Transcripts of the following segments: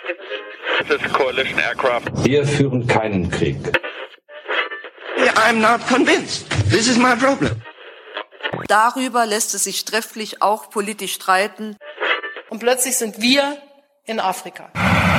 This is coalition aircraft. Wir führen keinen Krieg. I'm not convinced. This is my problem. Darüber lässt es sich trefflich auch politisch streiten. Und plötzlich sind wir in Afrika.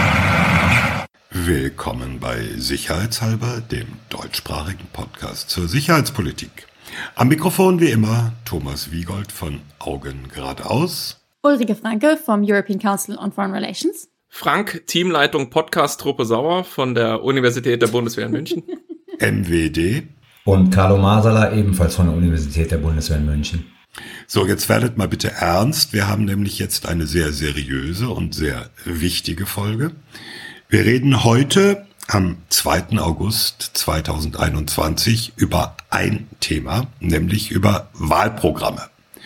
Willkommen bei Sicherheitshalber, dem deutschsprachigen Podcast zur Sicherheitspolitik. Am Mikrofon wie immer Thomas Wiegold von Augen geradeaus. Ulrike Franke vom European Council on Foreign Relations. Frank, Teamleitung Podcast-Truppe Sauer von der Universität der Bundeswehr in München. MWD. Und Carlo Masala, ebenfalls von der Universität der Bundeswehr in München. So, jetzt werdet mal bitte ernst. Wir haben nämlich jetzt eine sehr seriöse und sehr wichtige Folge. Wir reden heute am 2. August 2021 über ein Thema, nämlich über Wahlprogramme.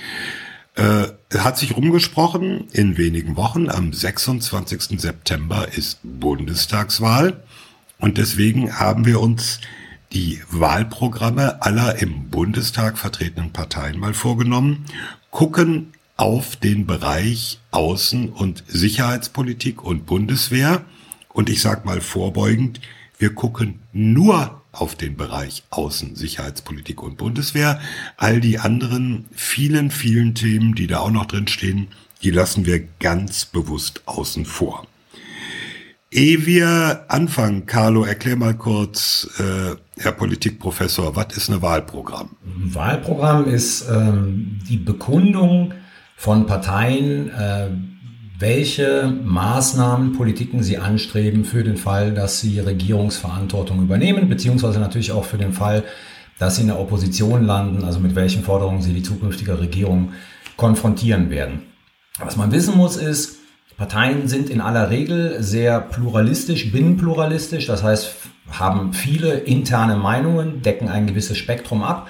Hat sich rumgesprochen, in wenigen Wochen, am 26. September ist Bundestagswahl und deswegen haben wir uns die Wahlprogramme aller im Bundestag vertretenen Parteien mal vorgenommen, gucken auf den Bereich Außen- und Sicherheitspolitik und Bundeswehr und ich sag mal vorbeugend, wir gucken nur auf den Bereich Außen-, Sicherheitspolitik und Bundeswehr. All die anderen vielen, vielen Themen, die da auch noch drin stehen, die lassen wir ganz bewusst außen vor. Ehe wir anfangen, Carlo, erklär mal kurz, Herr Politikprofessor, was ist ein Wahlprogramm? Ein Wahlprogramm ist die Bekundung von Parteien, welche Maßnahmen, Politiken sie anstreben für den Fall, dass sie Regierungsverantwortung übernehmen, beziehungsweise natürlich auch für den Fall, dass sie in der Opposition landen, also mit welchen Forderungen sie die zukünftige Regierung konfrontieren werden. Was man wissen muss ist, Parteien sind in aller Regel sehr pluralistisch, binnenpluralistisch, das heißt, haben viele interne Meinungen, decken ein gewisses Spektrum ab.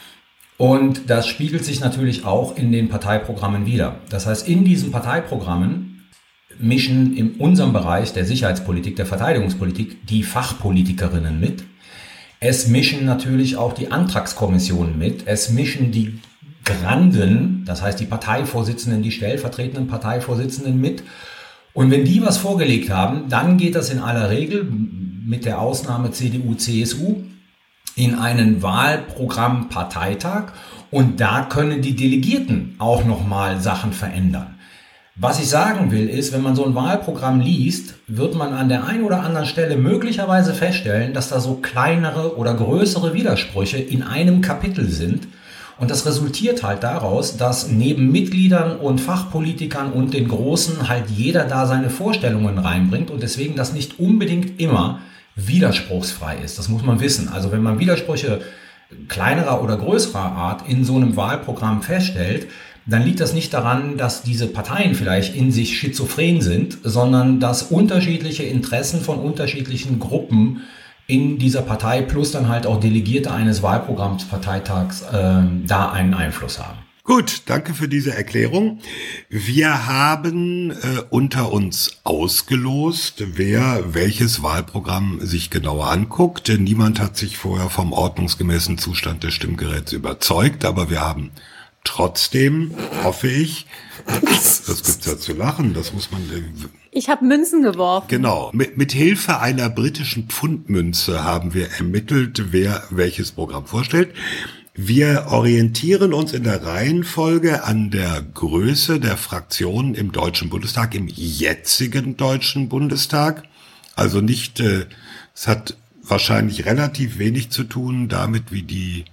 Und das spiegelt sich natürlich auch in den Parteiprogrammen wider. Das heißt, in diesen Parteiprogrammen mischen in unserem Bereich der Sicherheitspolitik, der Verteidigungspolitik die Fachpolitikerinnen mit. Es mischen natürlich auch die Antragskommissionen mit. Es mischen die Granden, das heißt die Parteivorsitzenden, die stellvertretenden Parteivorsitzenden mit. Und wenn die was vorgelegt haben, dann geht das in aller Regel mit der Ausnahme CDU, CSU in einen Wahlprogramm-Parteitag und da können die Delegierten auch nochmal Sachen verändern. Was ich sagen will ist, wenn man so ein Wahlprogramm liest, wird man an der einen oder anderen Stelle möglicherweise feststellen, dass da so kleinere oder größere Widersprüche in einem Kapitel sind. Und das resultiert halt daraus, dass neben Mitgliedern und Fachpolitikern und den Großen halt jeder da seine Vorstellungen reinbringt und deswegen das nicht unbedingt immer widerspruchsfrei ist. Das muss man wissen. Also wenn man Widersprüche kleinerer oder größerer Art in so einem Wahlprogramm feststellt, dann liegt das nicht daran, dass diese Parteien vielleicht in sich schizophren sind, sondern dass unterschiedliche Interessen von unterschiedlichen Gruppen in dieser Partei plus dann halt auch Delegierte eines Wahlprogrammsparteitags da einen Einfluss haben. Gut, danke für diese Erklärung. Wir haben unter uns ausgelost, wer welches Wahlprogramm sich genauer anguckt. Niemand hat sich vorher vom ordnungsgemäßen Zustand des Stimmgeräts überzeugt, aber wir haben trotzdem, hoffe ich, das gibt's ja zu lachen, das muss man... Ich habe Münzen geworfen. Genau, mit Hilfe einer britischen Pfundmünze haben wir ermittelt, wer welches Programm vorstellt. Wir orientieren uns in der Reihenfolge an der Größe der Fraktionen im Deutschen Bundestag, im jetzigen Deutschen Bundestag. Also nicht, es hat wahrscheinlich relativ wenig zu tun damit, wie die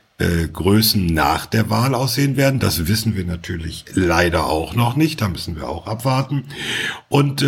Größen nach der Wahl aussehen werden. Das wissen wir natürlich leider auch noch nicht. Da müssen wir auch abwarten. Und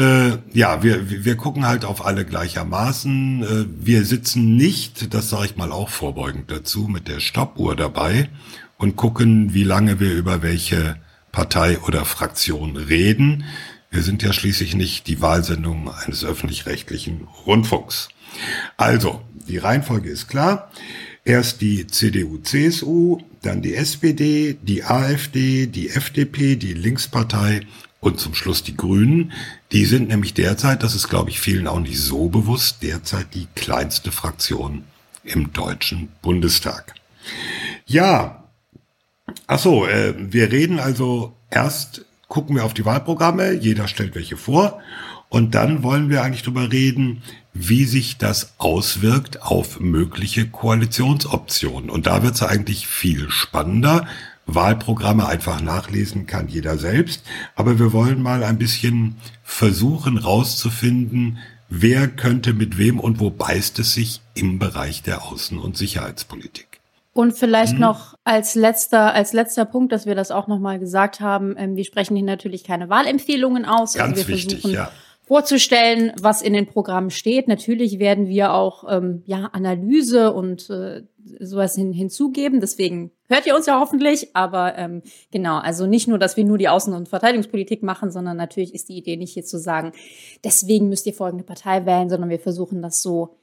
wir gucken halt auf alle gleichermaßen. Wir sitzen nicht, das sage ich mal auch vorbeugend dazu, mit der Stoppuhr dabei und gucken, wie lange wir über welche Partei oder Fraktion reden. Wir sind ja schließlich nicht die Wahlsendung eines öffentlich-rechtlichen Rundfunks. Also, die Reihenfolge ist klar. Erst die CDU-CSU, dann die SPD, die AfD, die FDP, die Linkspartei und zum Schluss die Grünen. Die sind nämlich derzeit, das ist glaube ich vielen auch nicht so bewusst, derzeit die kleinste Fraktion im Deutschen Bundestag. Ja, wir reden also erst gucken wir auf die Wahlprogramme, jeder stellt welche vor und dann wollen wir eigentlich drüber reden, wie sich das auswirkt auf mögliche Koalitionsoptionen. Und da wird es eigentlich viel spannender. Wahlprogramme einfach nachlesen kann jeder selbst, aber wir wollen mal ein bisschen versuchen rauszufinden, wer könnte mit wem und wo beißt es sich im Bereich der Außen- und Sicherheitspolitik. Und vielleicht noch als letzter Punkt, dass wir das auch nochmal gesagt haben, wir sprechen hier natürlich keine Wahlempfehlungen aus. Ganz also wir wichtig, versuchen ja. Vorzustellen, was in den Programmen steht. Natürlich werden wir auch Analyse und sowas hinzugeben. Deswegen hört ihr uns ja hoffentlich. Aber genau, also nicht nur, dass wir nur die Außen- und Verteidigungspolitik machen, sondern natürlich ist die Idee nicht hier zu sagen, deswegen müsst ihr folgende Partei wählen, sondern wir versuchen das so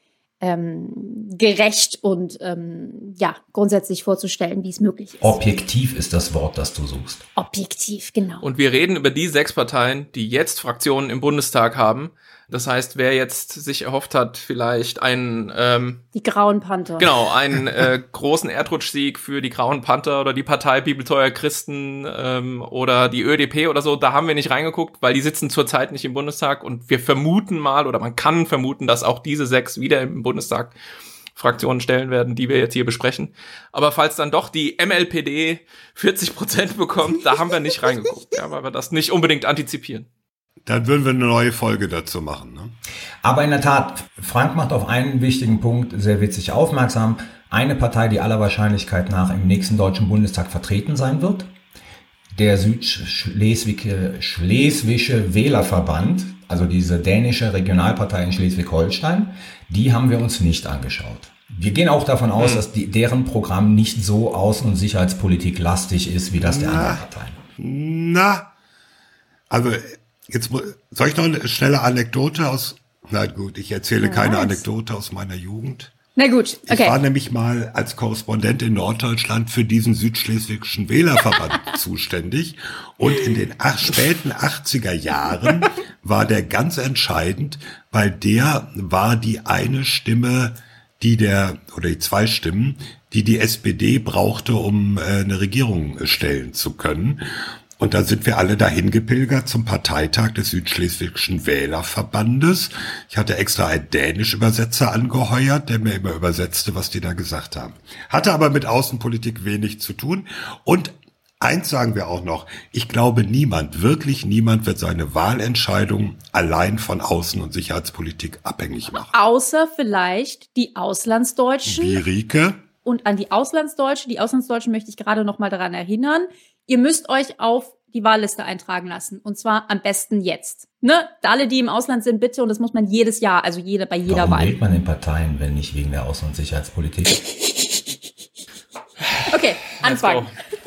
gerecht und grundsätzlich vorzustellen, wie es möglich ist. Objektiv ist das Wort, das du suchst. Objektiv, genau. Und wir reden über die 6 Parteien, die jetzt Fraktionen im Bundestag haben. Das heißt, wer jetzt sich erhofft hat, vielleicht einen die Grauen Panther. Genau, einen großen Erdrutschsieg für die Grauen Panther oder die Partei Bibeltreuer Christen oder die ÖDP oder so, da haben wir nicht reingeguckt, weil die sitzen zurzeit nicht im Bundestag und wir vermuten mal oder man kann vermuten, dass auch diese 6 wieder im Bundestag Fraktionen stellen werden, die wir jetzt hier besprechen. Aber falls dann doch die MLPD 40% bekommt, da haben wir nicht reingeguckt, ja, weil wir das nicht unbedingt antizipieren. Dann würden wir eine neue Folge dazu machen. Ne? Aber in der Tat, Frank macht auf einen wichtigen Punkt sehr witzig aufmerksam. Eine Partei, die aller Wahrscheinlichkeit nach im nächsten Deutschen Bundestag vertreten sein wird, der Südschleswische Wählerverband, also diese dänische Regionalpartei in Schleswig-Holstein, die haben wir uns nicht angeschaut. Wir gehen auch davon aus, dass deren Programm nicht so außen- und sicherheitspolitik lastig ist, wie das der anderen Parteien. Also jetzt soll ich noch eine schnelle Anekdote aus... Na gut, ich erzähle keine Anekdote aus meiner Jugend. Na gut, okay. Ich war nämlich mal als Korrespondent in Norddeutschland für diesen südschleswigschen Wählerverband zuständig. Und in den späten 80er Jahren war der ganz entscheidend, weil der war die eine Stimme, die 2 Stimmen, die SPD brauchte, um eine Regierung stellen zu können. Und da sind wir alle dahin gepilgert zum Parteitag des Südschleswigschen Wählerverbandes. Ich hatte extra einen Dänisch-Übersetzer angeheuert, der mir immer übersetzte, was die da gesagt haben. Hatte aber mit Außenpolitik wenig zu tun. Und eins sagen wir auch noch, ich glaube wirklich niemand wird seine Wahlentscheidung allein von Außen- und Sicherheitspolitik abhängig machen. Außer vielleicht die Auslandsdeutschen. Wie Rike. Und an die Auslandsdeutschen möchte ich gerade noch mal daran erinnern, ihr müsst euch auf die Wahlliste eintragen lassen. Und zwar am besten jetzt. Ne? Alle, die im Ausland sind, bitte. Und das muss man jedes Jahr, also bei jeder Wahl. Warum wählt man in Parteien, wenn nicht wegen der Außen- und Sicherheitspolitik? Okay, anfangen.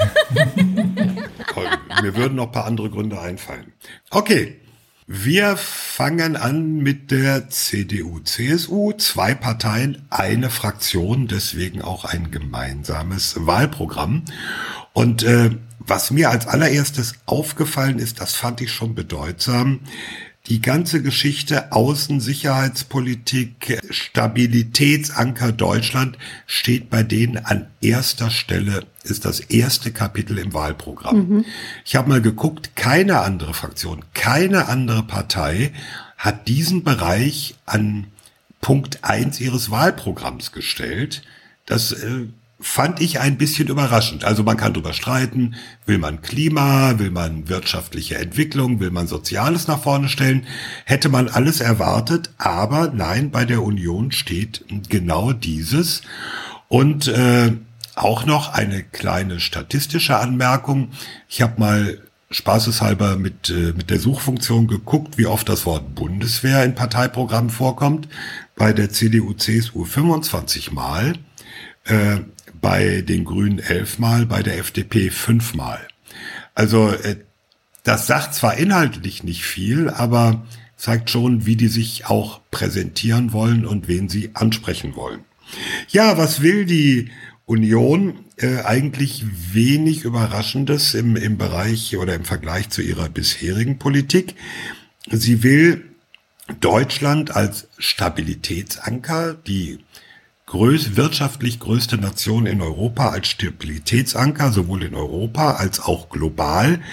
Mir würden noch ein paar andere Gründe einfallen. Okay, wir fangen an mit der CDU-CSU. 2 Parteien, eine Fraktion, deswegen auch ein gemeinsames Wahlprogramm. Und was mir als allererstes aufgefallen ist, das fand ich schon bedeutsam, die ganze Geschichte Außensicherheitspolitik, Stabilitätsanker Deutschland steht bei denen an erster Stelle, ist das erste Kapitel im Wahlprogramm. Ich habe mal geguckt, keine andere Fraktion, keine andere Partei hat diesen Bereich an Punkt 1 ihres Wahlprogramms gestellt. Das fand ich ein bisschen überraschend. Also man kann drüber streiten, will man Klima, will man wirtschaftliche Entwicklung, will man Soziales nach vorne stellen, hätte man alles erwartet, aber nein, bei der Union steht genau dieses. Und auch noch eine kleine statistische Anmerkung. Ich habe mal spaßeshalber mit der Suchfunktion geguckt, wie oft das Wort Bundeswehr in Parteiprogrammen vorkommt. Bei der CDU-CSU 25 Mal. Bei den Grünen 11 Mal, bei der FDP 5 Mal. Also das sagt zwar inhaltlich nicht viel, aber zeigt schon, wie die sich auch präsentieren wollen und wen sie ansprechen wollen. Ja, was will die Union? Eigentlich wenig Überraschendes im Bereich oder im Vergleich zu ihrer bisherigen Politik. Sie will Deutschland als Stabilitätsanker, die wirtschaftlich größte Nation in Europa als Stabilitätsanker, sowohl in Europa als auch global.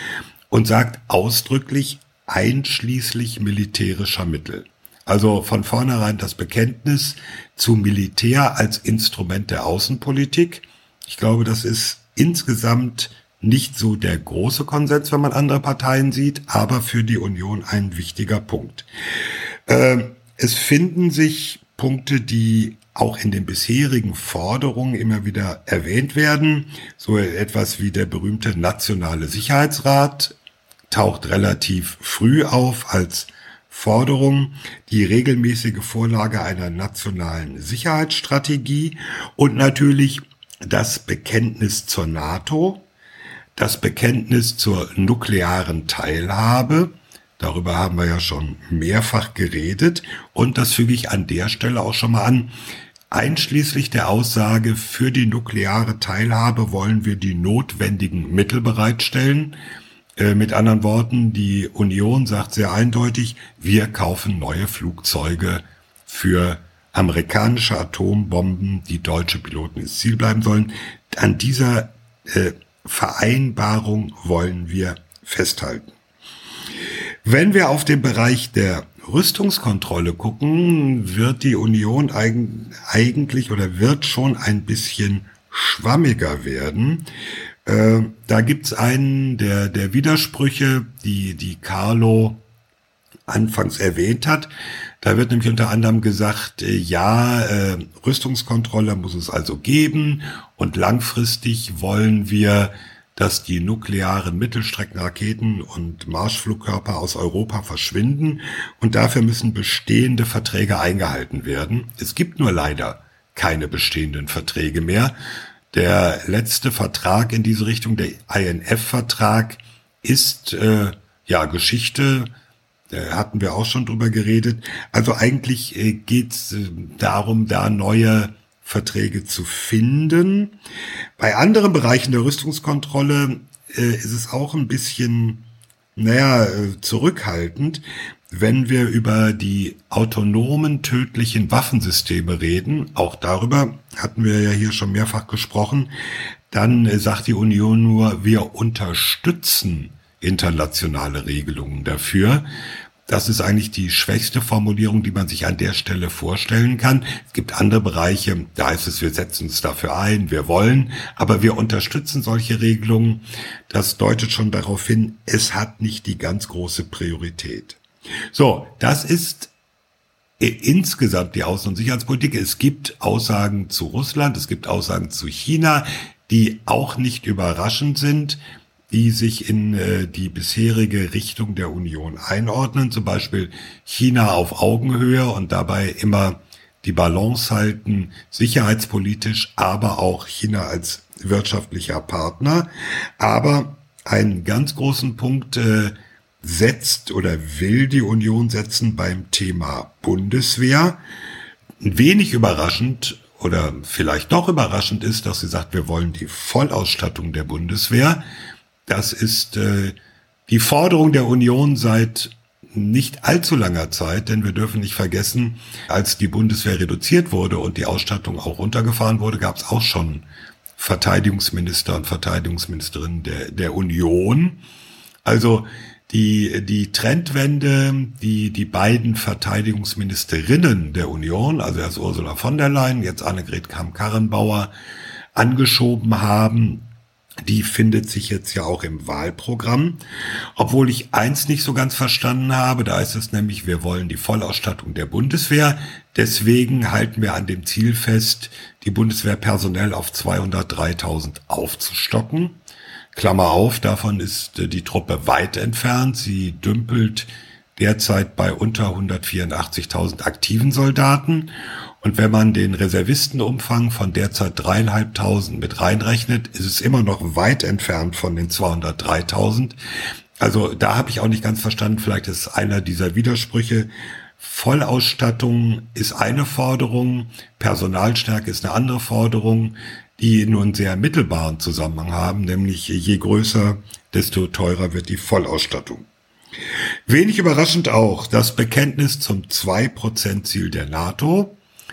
und sagt ausdrücklich einschließlich militärischer Mittel. Also von vornherein das Bekenntnis zu Militär als Instrument der Außenpolitik. Ich glaube, das ist insgesamt nicht so der große Konsens, wenn man andere Parteien sieht, aber für die Union ein wichtiger Punkt. Es finden sich Punkte, die auch in den bisherigen Forderungen immer wieder erwähnt werden. So etwas wie der berühmte Nationale Sicherheitsrat taucht relativ früh auf als Forderung, die regelmäßige Vorlage einer nationalen Sicherheitsstrategie und natürlich das Bekenntnis zur NATO, das Bekenntnis zur nuklearen Teilhabe. Darüber haben wir ja schon mehrfach geredet und das füge ich an der Stelle auch schon mal an. Einschließlich der Aussage, für die nukleare Teilhabe wollen wir die notwendigen Mittel bereitstellen. Mit anderen Worten, die Union sagt sehr eindeutig, wir kaufen neue Flugzeuge für amerikanische Atombomben, die deutsche Piloten ins Ziel bleiben sollen. An dieser Vereinbarung wollen wir festhalten. Wenn wir auf den Bereich der Rüstungskontrolle gucken, wird die Union eigentlich oder wird schon ein bisschen schwammiger werden. Da gibt's einen der Widersprüche, die Carlo anfangs erwähnt hat. Da wird nämlich unter anderem gesagt, Rüstungskontrolle muss es also geben und langfristig wollen wir, dass die nuklearen Mittelstreckenraketen und Marschflugkörper aus Europa verschwinden und dafür müssen bestehende Verträge eingehalten werden. Es gibt nur leider keine bestehenden Verträge mehr. Der letzte Vertrag in diese Richtung, der INF-Vertrag, ist Geschichte. Da hatten wir auch schon drüber geredet. Also eigentlich geht's darum, da neue Verträge zu finden. Bei anderen Bereichen der Rüstungskontrolle ist es auch ein bisschen, zurückhaltend. Wenn wir über die autonomen tödlichen Waffensysteme reden, auch darüber hatten wir ja hier schon mehrfach gesprochen, dann sagt die Union nur, wir unterstützen internationale Regelungen dafür. Das ist eigentlich die schwächste Formulierung, die man sich an der Stelle vorstellen kann. Es gibt andere Bereiche, da heißt es, wir setzen uns dafür ein, wir wollen, aber wir unterstützen solche Regelungen. Das deutet schon darauf hin, es hat nicht die ganz große Priorität. So, das ist insgesamt die Außen- und Sicherheitspolitik. Es gibt Aussagen zu Russland, es gibt Aussagen zu China, die auch nicht überraschend sind, die sich in die bisherige Richtung der Union einordnen, zum Beispiel China auf Augenhöhe und dabei immer die Balance halten, sicherheitspolitisch, aber auch China als wirtschaftlicher Partner. Aber einen ganz großen Punkt setzt oder will die Union setzen beim Thema Bundeswehr. Wenig überraschend oder vielleicht doch überraschend ist, dass sie sagt, wir wollen die Vollausstattung der Bundeswehr. Das ist die Forderung der Union seit nicht allzu langer Zeit, denn wir dürfen nicht vergessen, als die Bundeswehr reduziert wurde und die Ausstattung auch runtergefahren wurde, gab es auch schon Verteidigungsminister und Verteidigungsministerinnen der Union. Also die Trendwende, die beiden Verteidigungsministerinnen der Union, also erst Ursula von der Leyen, jetzt Annegret Kramp-Karrenbauer, angeschoben haben, die findet sich jetzt ja auch im Wahlprogramm. Obwohl ich eins nicht so ganz verstanden habe, da ist es nämlich, wir wollen die Vollausstattung der Bundeswehr. Deswegen halten wir an dem Ziel fest, die Bundeswehr personell auf 203.000 aufzustocken. Klammer auf, davon ist die Truppe weit entfernt. Sie dümpelt derzeit bei unter 184.000 aktiven Soldaten. Und wenn man den Reservistenumfang von derzeit 3.500 mit reinrechnet, ist es immer noch weit entfernt von den 203.000. Also da habe ich auch nicht ganz verstanden, vielleicht ist einer dieser Widersprüche. Vollausstattung ist eine Forderung, Personalstärke ist eine andere Forderung, die nur einen sehr mittelbaren Zusammenhang haben, nämlich je größer, desto teurer wird die Vollausstattung. Wenig überraschend auch das Bekenntnis zum 2%-Ziel der NATO,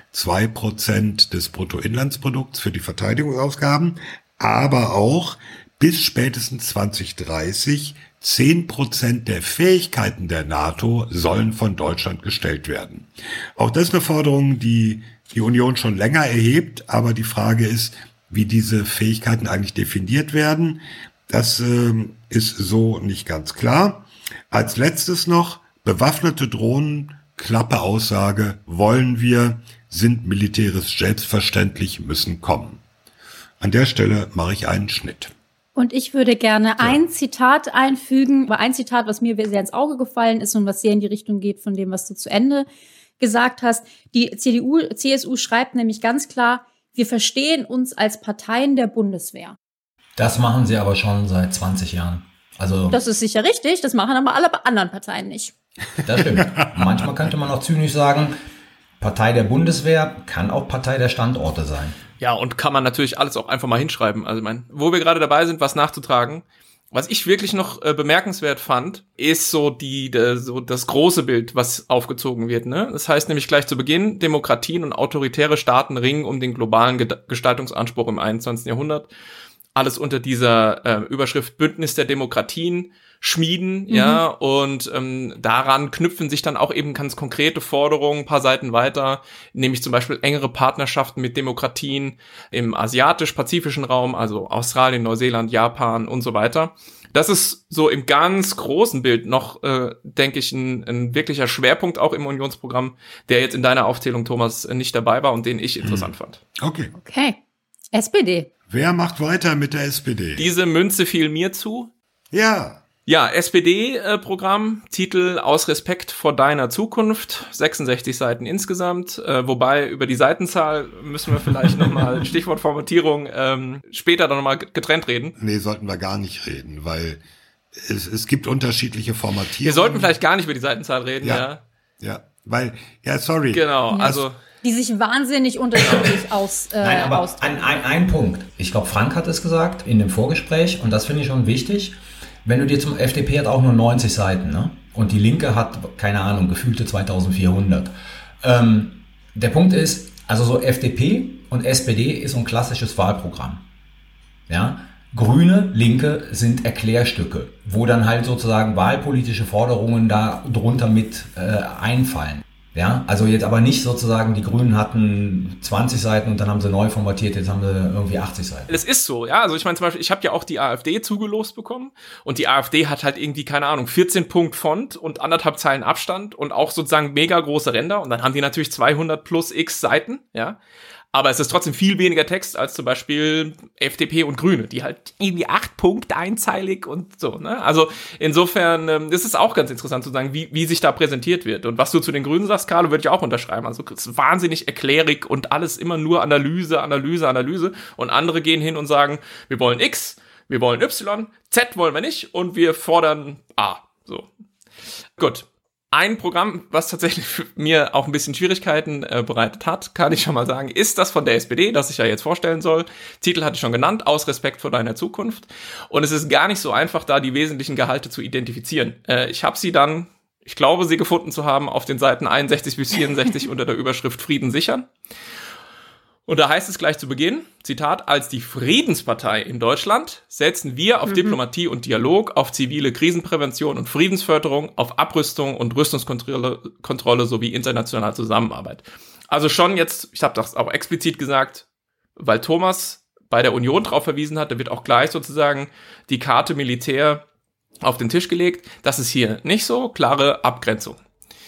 2% des Bruttoinlandsprodukts für die Verteidigungsausgaben, aber auch bis spätestens 2030 10% der Fähigkeiten der NATO sollen von Deutschland gestellt werden. Auch das ist eine Forderung, die die Union schon länger erhebt, aber die Frage ist, wie diese Fähigkeiten eigentlich definiert werden. Das ist so nicht ganz klar. Als letztes noch, bewaffnete Drohnen, klappe Aussage, wollen wir, sind militärisch selbstverständlich, müssen kommen. An der Stelle mache ich einen Schnitt. Und ich würde gerne ein Zitat einfügen, ein Zitat, was mir sehr ins Auge gefallen ist und was sehr in die Richtung geht von dem, was du zu Ende gesagt hast. Die CSU schreibt nämlich ganz klar, wir verstehen uns als Parteien der Bundeswehr. Das machen sie aber schon seit 20 Jahren. Also das ist sicher richtig, das machen aber alle anderen Parteien nicht. Das stimmt. Manchmal könnte man auch zynisch sagen, Partei der Bundeswehr kann auch Partei der Standorte sein. Ja, und kann man natürlich alles auch einfach mal hinschreiben. Also ich meine, wo wir gerade dabei sind, was nachzutragen, was ich wirklich noch bemerkenswert fand, ist so so das große Bild, was aufgezogen wird. Ne? Das heißt nämlich gleich zu Beginn, Demokratien und autoritäre Staaten ringen um den globalen Gestaltungsanspruch im 21. Jahrhundert. Alles unter dieser Überschrift Bündnis der Demokratien schmieden, ja, und daran knüpfen sich dann auch eben ganz konkrete Forderungen, ein paar Seiten weiter, nämlich zum Beispiel engere Partnerschaften mit Demokratien im asiatisch-pazifischen Raum, also Australien, Neuseeland, Japan und so weiter. Das ist so im ganz großen Bild noch, denke ich, ein wirklicher Schwerpunkt auch im Unionsprogramm, der jetzt in deiner Aufzählung, Thomas, nicht dabei war und den ich interessant fand. Okay. SPD. Wer macht weiter mit der SPD? Diese Münze fiel mir zu. Ja. Ja, SPD-Programm, Titel Aus Respekt vor deiner Zukunft, 66 Seiten insgesamt, wobei über die Seitenzahl müssen wir vielleicht nochmal, Stichwortformatierung, später dann nochmal getrennt reden. Nee, sollten wir gar nicht reden, weil es gibt unterschiedliche Formatierungen. Wir sollten vielleicht gar nicht über die Seitenzahl reden, ja. Ja, weil, sorry. Genau, also... Die sich wahnsinnig unterschiedlich Nein, aber ein Punkt. Ich glaube, Frank hat es gesagt in dem Vorgespräch und das finde ich schon wichtig. Wenn du dir zum FDP hat auch nur 90 Seiten, ne? Und die Linke hat, keine Ahnung, gefühlte 2400. Der Punkt ist, also so FDP und SPD ist so ein klassisches Wahlprogramm. Ja? Grüne, Linke sind Erklärstücke, wo dann halt sozusagen wahlpolitische Forderungen da drunter mit einfallen. Ja, also jetzt aber nicht sozusagen, die Grünen hatten 20 Seiten und dann haben sie neu formatiert, jetzt haben sie irgendwie 80 Seiten. Es ist so, ja, also ich meine zum Beispiel, ich habe ja auch die AfD zugelost bekommen und die AfD hat halt irgendwie, keine Ahnung, 14 Punkt Font und 1,5 Zeilen Abstand und auch sozusagen mega große Ränder und dann haben die natürlich 200 plus x Seiten, ja. Aber es ist trotzdem viel weniger Text als zum Beispiel FDP und Grüne, die halt irgendwie 8 Punkte einzeilig und so, ne? Also insofern ist es auch ganz interessant zu sagen, wie sich da präsentiert wird. Und was du zu den Grünen sagst, Carlo, würde ich auch unterschreiben. Also es ist wahnsinnig erklärig und alles immer nur Analyse. Und andere gehen hin und sagen, wir wollen X, wir wollen Y, Z wollen wir nicht und wir fordern A. So. Gut. Ein Programm, was tatsächlich mir auch ein bisschen Schwierigkeiten bereitet hat, kann ich schon mal sagen, ist das von der SPD, das ich ja jetzt vorstellen soll. Titel hatte ich schon genannt, Aus Respekt vor deiner Zukunft. Und es ist gar nicht so einfach, da die wesentlichen Gehalte zu identifizieren. Ich habe sie dann, ich glaube, sie gefunden zu haben, auf den Seiten 61 bis 64 unter der Überschrift Frieden sichern. Und da heißt es gleich zu Beginn, Zitat, als die Friedenspartei in Deutschland setzen wir auf Diplomatie und Dialog, auf zivile Krisenprävention und Friedensförderung, auf Abrüstung und Rüstungskontrolle sowie internationale Zusammenarbeit. Also schon jetzt, ich habe das auch explizit gesagt, weil Thomas bei der Union drauf verwiesen hat, da wird auch gleich sozusagen die Karte Militär auf den Tisch gelegt. Das ist hier nicht so, klare Abgrenzung.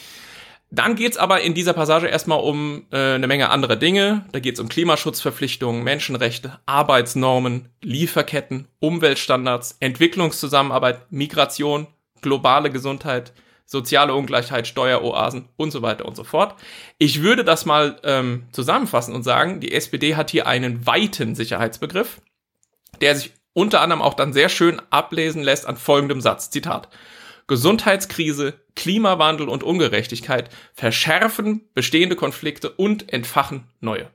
Dann geht's aber in dieser Passage erstmal um eine Menge anderer Dinge. Da geht's um Klimaschutzverpflichtungen, Menschenrechte, Arbeitsnormen, Lieferketten, Umweltstandards, Entwicklungszusammenarbeit, Migration, globale Gesundheit, soziale Ungleichheit, Steueroasen und so weiter und so fort. Ich würde das mal zusammenfassen und sagen, die SPD hat hier einen weiten Sicherheitsbegriff, der sich unter anderem auch dann sehr schön ablesen lässt an folgendem Satz, Zitat: Gesundheitskrise, Klimawandel und Ungerechtigkeit verschärfen bestehende Konflikte und entfachen neue.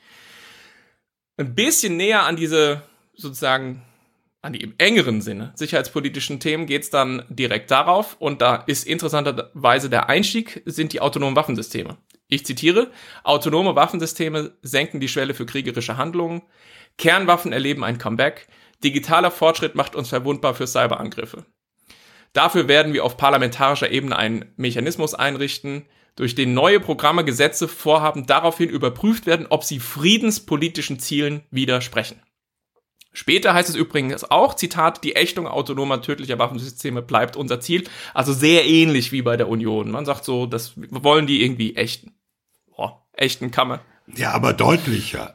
Ein bisschen näher an diese, sozusagen, an die im engeren Sinne sicherheitspolitischen Themen geht's dann direkt darauf. Und da ist interessanterweise der Einstieg, sind die autonomen Waffensysteme. Ich zitiere: Autonome Waffensysteme senken die Schwelle für kriegerische Handlungen. Kernwaffen erleben ein Comeback. Digitaler Fortschritt macht uns verwundbar für Cyberangriffe. Dafür werden wir auf parlamentarischer Ebene einen Mechanismus einrichten, durch den neue Programme, Gesetze, Vorhaben daraufhin überprüft werden, ob sie friedenspolitischen Zielen widersprechen. Später heißt es übrigens auch, Zitat, die Ächtung autonomer tödlicher Waffensysteme bleibt unser Ziel. Also sehr ähnlich wie bei der Union. Man sagt so, das wollen die irgendwie ächten. Ächten kann man. Ja, aber deutlicher.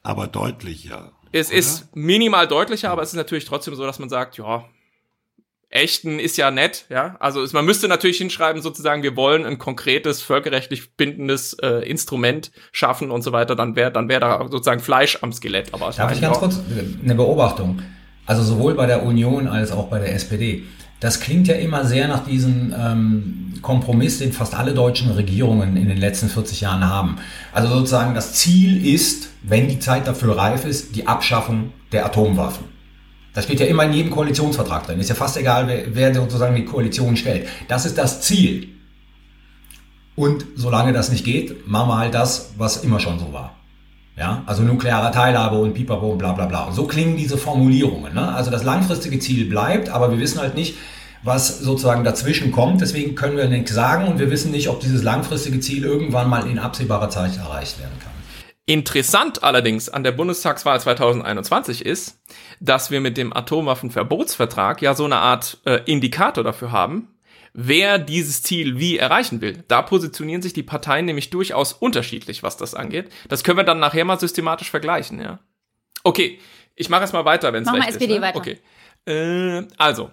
Es oder? Ist minimal deutlicher, aber es ist natürlich trotzdem so, dass man sagt, ja, ächten ist ja nett, ja. Also man müsste natürlich hinschreiben, sozusagen, wir wollen ein konkretes, völkerrechtlich bindendes Instrument schaffen und so weiter, dann wäre da sozusagen Fleisch am Skelett. Aber darf ich ganz kurz eine Beobachtung? Also sowohl bei der Union als auch bei der SPD. Das klingt ja immer sehr nach diesem Kompromiss, den fast alle deutschen Regierungen in den letzten 40 Jahren haben. Also sozusagen das Ziel ist, wenn die Zeit dafür reif ist, die Abschaffung der Atomwaffen. Das steht ja immer in jedem Koalitionsvertrag drin. Ist ja fast egal, wer sozusagen die Koalition stellt. Das ist das Ziel. Und solange das nicht geht, machen wir halt das, was immer schon so war. Ja, also nukleare Teilhabe und pipapo und bla bla bla. Und so klingen diese Formulierungen. Ne? Also das langfristige Ziel bleibt, aber wir wissen halt nicht, was sozusagen dazwischen kommt. Deswegen können wir nichts sagen und wir wissen nicht, ob dieses langfristige Ziel irgendwann mal in absehbarer Zeit erreicht werden kann. Interessant allerdings an der Bundestagswahl 2021 ist, dass wir mit dem Atomwaffenverbotsvertrag ja so eine Art Indikator dafür haben, wer dieses Ziel wie erreichen will. Da positionieren sich die Parteien nämlich durchaus unterschiedlich, was das angeht. Das können wir dann nachher mal systematisch vergleichen, ja. Okay, ich mache jetzt mal weiter, wenn es recht ist. Mach mal SPD weiter. Okay. Also,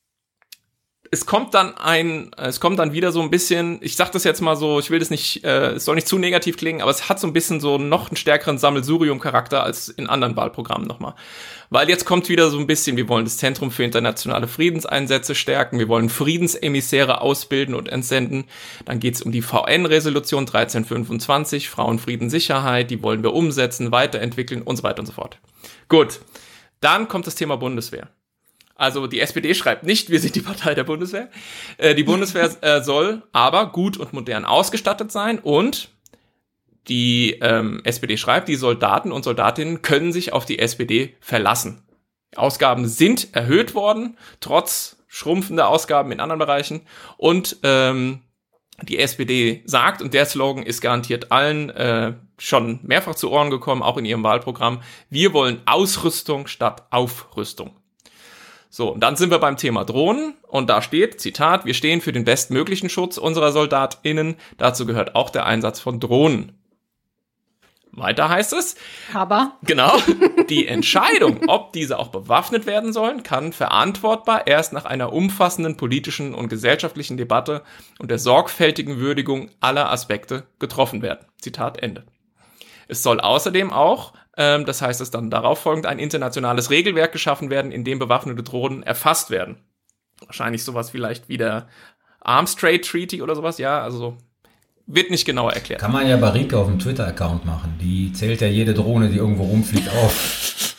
es kommt dann wieder so ein bisschen, ich sag das jetzt mal so, ich will das nicht, es soll nicht zu negativ klingen, aber es hat so ein bisschen so noch einen stärkeren Sammelsurium-Charakter als in anderen Wahlprogrammen nochmal. Weil jetzt kommt wieder so ein bisschen, wir wollen das Zentrum für internationale Friedenseinsätze stärken, wir wollen Friedensemissäre ausbilden und entsenden, dann geht's um die VN-Resolution 1325, Frauen, Frieden, Sicherheit, die wollen wir umsetzen, weiterentwickeln und so weiter und so fort. Gut, dann kommt das Thema Bundeswehr. Also die SPD schreibt nicht, wir sind die Partei der Bundeswehr. Die Bundeswehr soll aber gut und modern ausgestattet sein und die SPD schreibt, die Soldaten und Soldatinnen können sich auf die SPD verlassen. Ausgaben sind erhöht worden, trotz schrumpfender Ausgaben in anderen Bereichen. Und die SPD sagt, und der Slogan ist garantiert allen schon mehrfach zu Ohren gekommen, auch in ihrem Wahlprogramm, wir wollen Ausrüstung statt Aufrüstung. So, und dann sind wir beim Thema Drohnen und da steht, Zitat, wir stehen für den bestmöglichen Schutz unserer SoldatInnen, dazu gehört auch der Einsatz von Drohnen. Weiter heißt es, aber genau, die Entscheidung, ob diese auch bewaffnet werden sollen, kann verantwortbar erst nach einer umfassenden politischen und gesellschaftlichen Debatte und der sorgfältigen Würdigung aller Aspekte getroffen werden. Zitat Ende. Es soll außerdem auch, das heißt es dann darauf folgend, ein internationales Regelwerk geschaffen werden, in dem bewaffnete Drohnen erfasst werden. Wahrscheinlich sowas vielleicht wie der Arms Trade Treaty oder sowas, ja, also so. Wird nicht genauer erklärt. Kann man ja bei Rike auf dem Twitter-Account machen. Die zählt ja jede Drohne, die irgendwo rumfliegt, auf.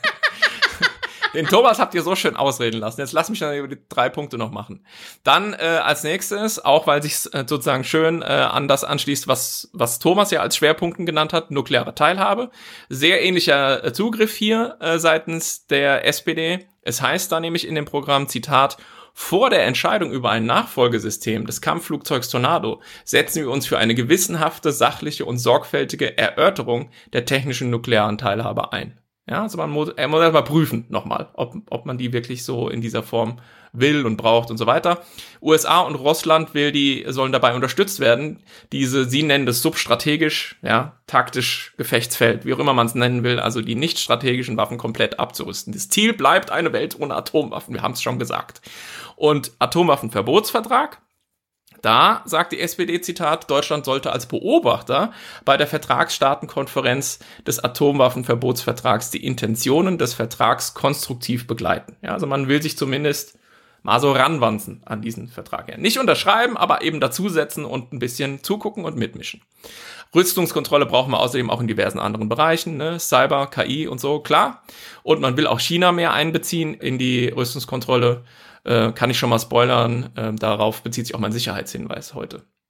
Den Thomas habt ihr so schön ausreden lassen. Jetzt lass mich dann über die 3 Punkte noch machen. Dann als nächstes, auch weil sich sozusagen schön an das anschließt, was Thomas ja als Schwerpunkten genannt hat, nukleare Teilhabe. Sehr ähnlicher Zugriff hier seitens der SPD. Es heißt da nämlich in dem Programm, Zitat, vor der Entscheidung über ein Nachfolgesystem des Kampfflugzeugs Tornado setzen wir uns für eine gewissenhafte, sachliche und sorgfältige Erörterung der technischen nuklearen Teilhabe ein. Ja, also man muss erstmal prüfen nochmal, ob man die wirklich so in dieser Form will und braucht und so weiter. USA und Russland sollen dabei unterstützt werden, sie nennen das substrategisch, ja, taktisch Gefechtsfeld, wie auch immer man es nennen will, also die nicht strategischen Waffen komplett abzurüsten. Das Ziel bleibt eine Welt ohne Atomwaffen, wir haben es schon gesagt. Und Atomwaffenverbotsvertrag, da sagt die SPD, Zitat, Deutschland sollte als Beobachter bei der Vertragsstaatenkonferenz des Atomwaffenverbotsvertrags die Intentionen des Vertrags konstruktiv begleiten. Ja, also man will sich zumindest mal so ranwanzen an diesen Vertrag. Ja, nicht unterschreiben, aber eben dazusetzen und ein bisschen zugucken und mitmischen. Rüstungskontrolle brauchen wir außerdem auch in diversen anderen Bereichen, ne? Cyber, KI und so, klar. Und man will auch China mehr einbeziehen in die Rüstungskontrolle. Kann ich schon mal spoilern, darauf bezieht sich auch mein Sicherheitshinweis heute.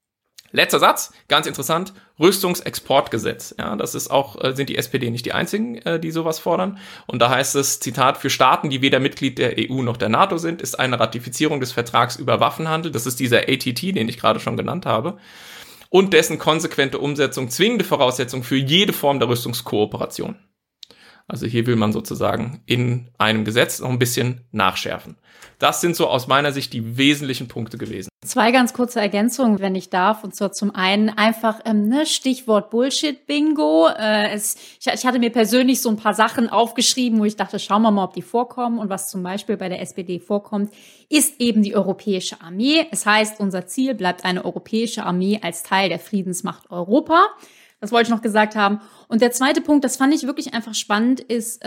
Letzter Satz, ganz interessant, Rüstungsexportgesetz. Ja, das ist auch, sind die SPD nicht die einzigen, die sowas fordern. Und da heißt es, Zitat, für Staaten, die weder Mitglied der EU noch der NATO sind, ist eine Ratifizierung des Vertrags über Waffenhandel, das ist dieser ATT, den ich gerade schon genannt habe, und dessen konsequente Umsetzung zwingende Voraussetzung für jede Form der Rüstungskooperation. Also hier will man sozusagen in einem Gesetz noch ein bisschen nachschärfen. Das sind so aus meiner Sicht die wesentlichen Punkte gewesen. 2 ganz kurze Ergänzungen, wenn ich darf. Und zwar zum einen einfach Stichwort Bullshit-Bingo. Ich hatte mir persönlich so ein paar Sachen aufgeschrieben, wo ich dachte, schauen wir mal, ob die vorkommen. Und was zum Beispiel bei der SPD vorkommt, ist eben die europäische Armee. Es heißt, unser Ziel bleibt eine europäische Armee als Teil der Friedensmacht Europa. Das wollte ich noch gesagt haben. Und der zweite Punkt, das fand ich wirklich einfach spannend, ist,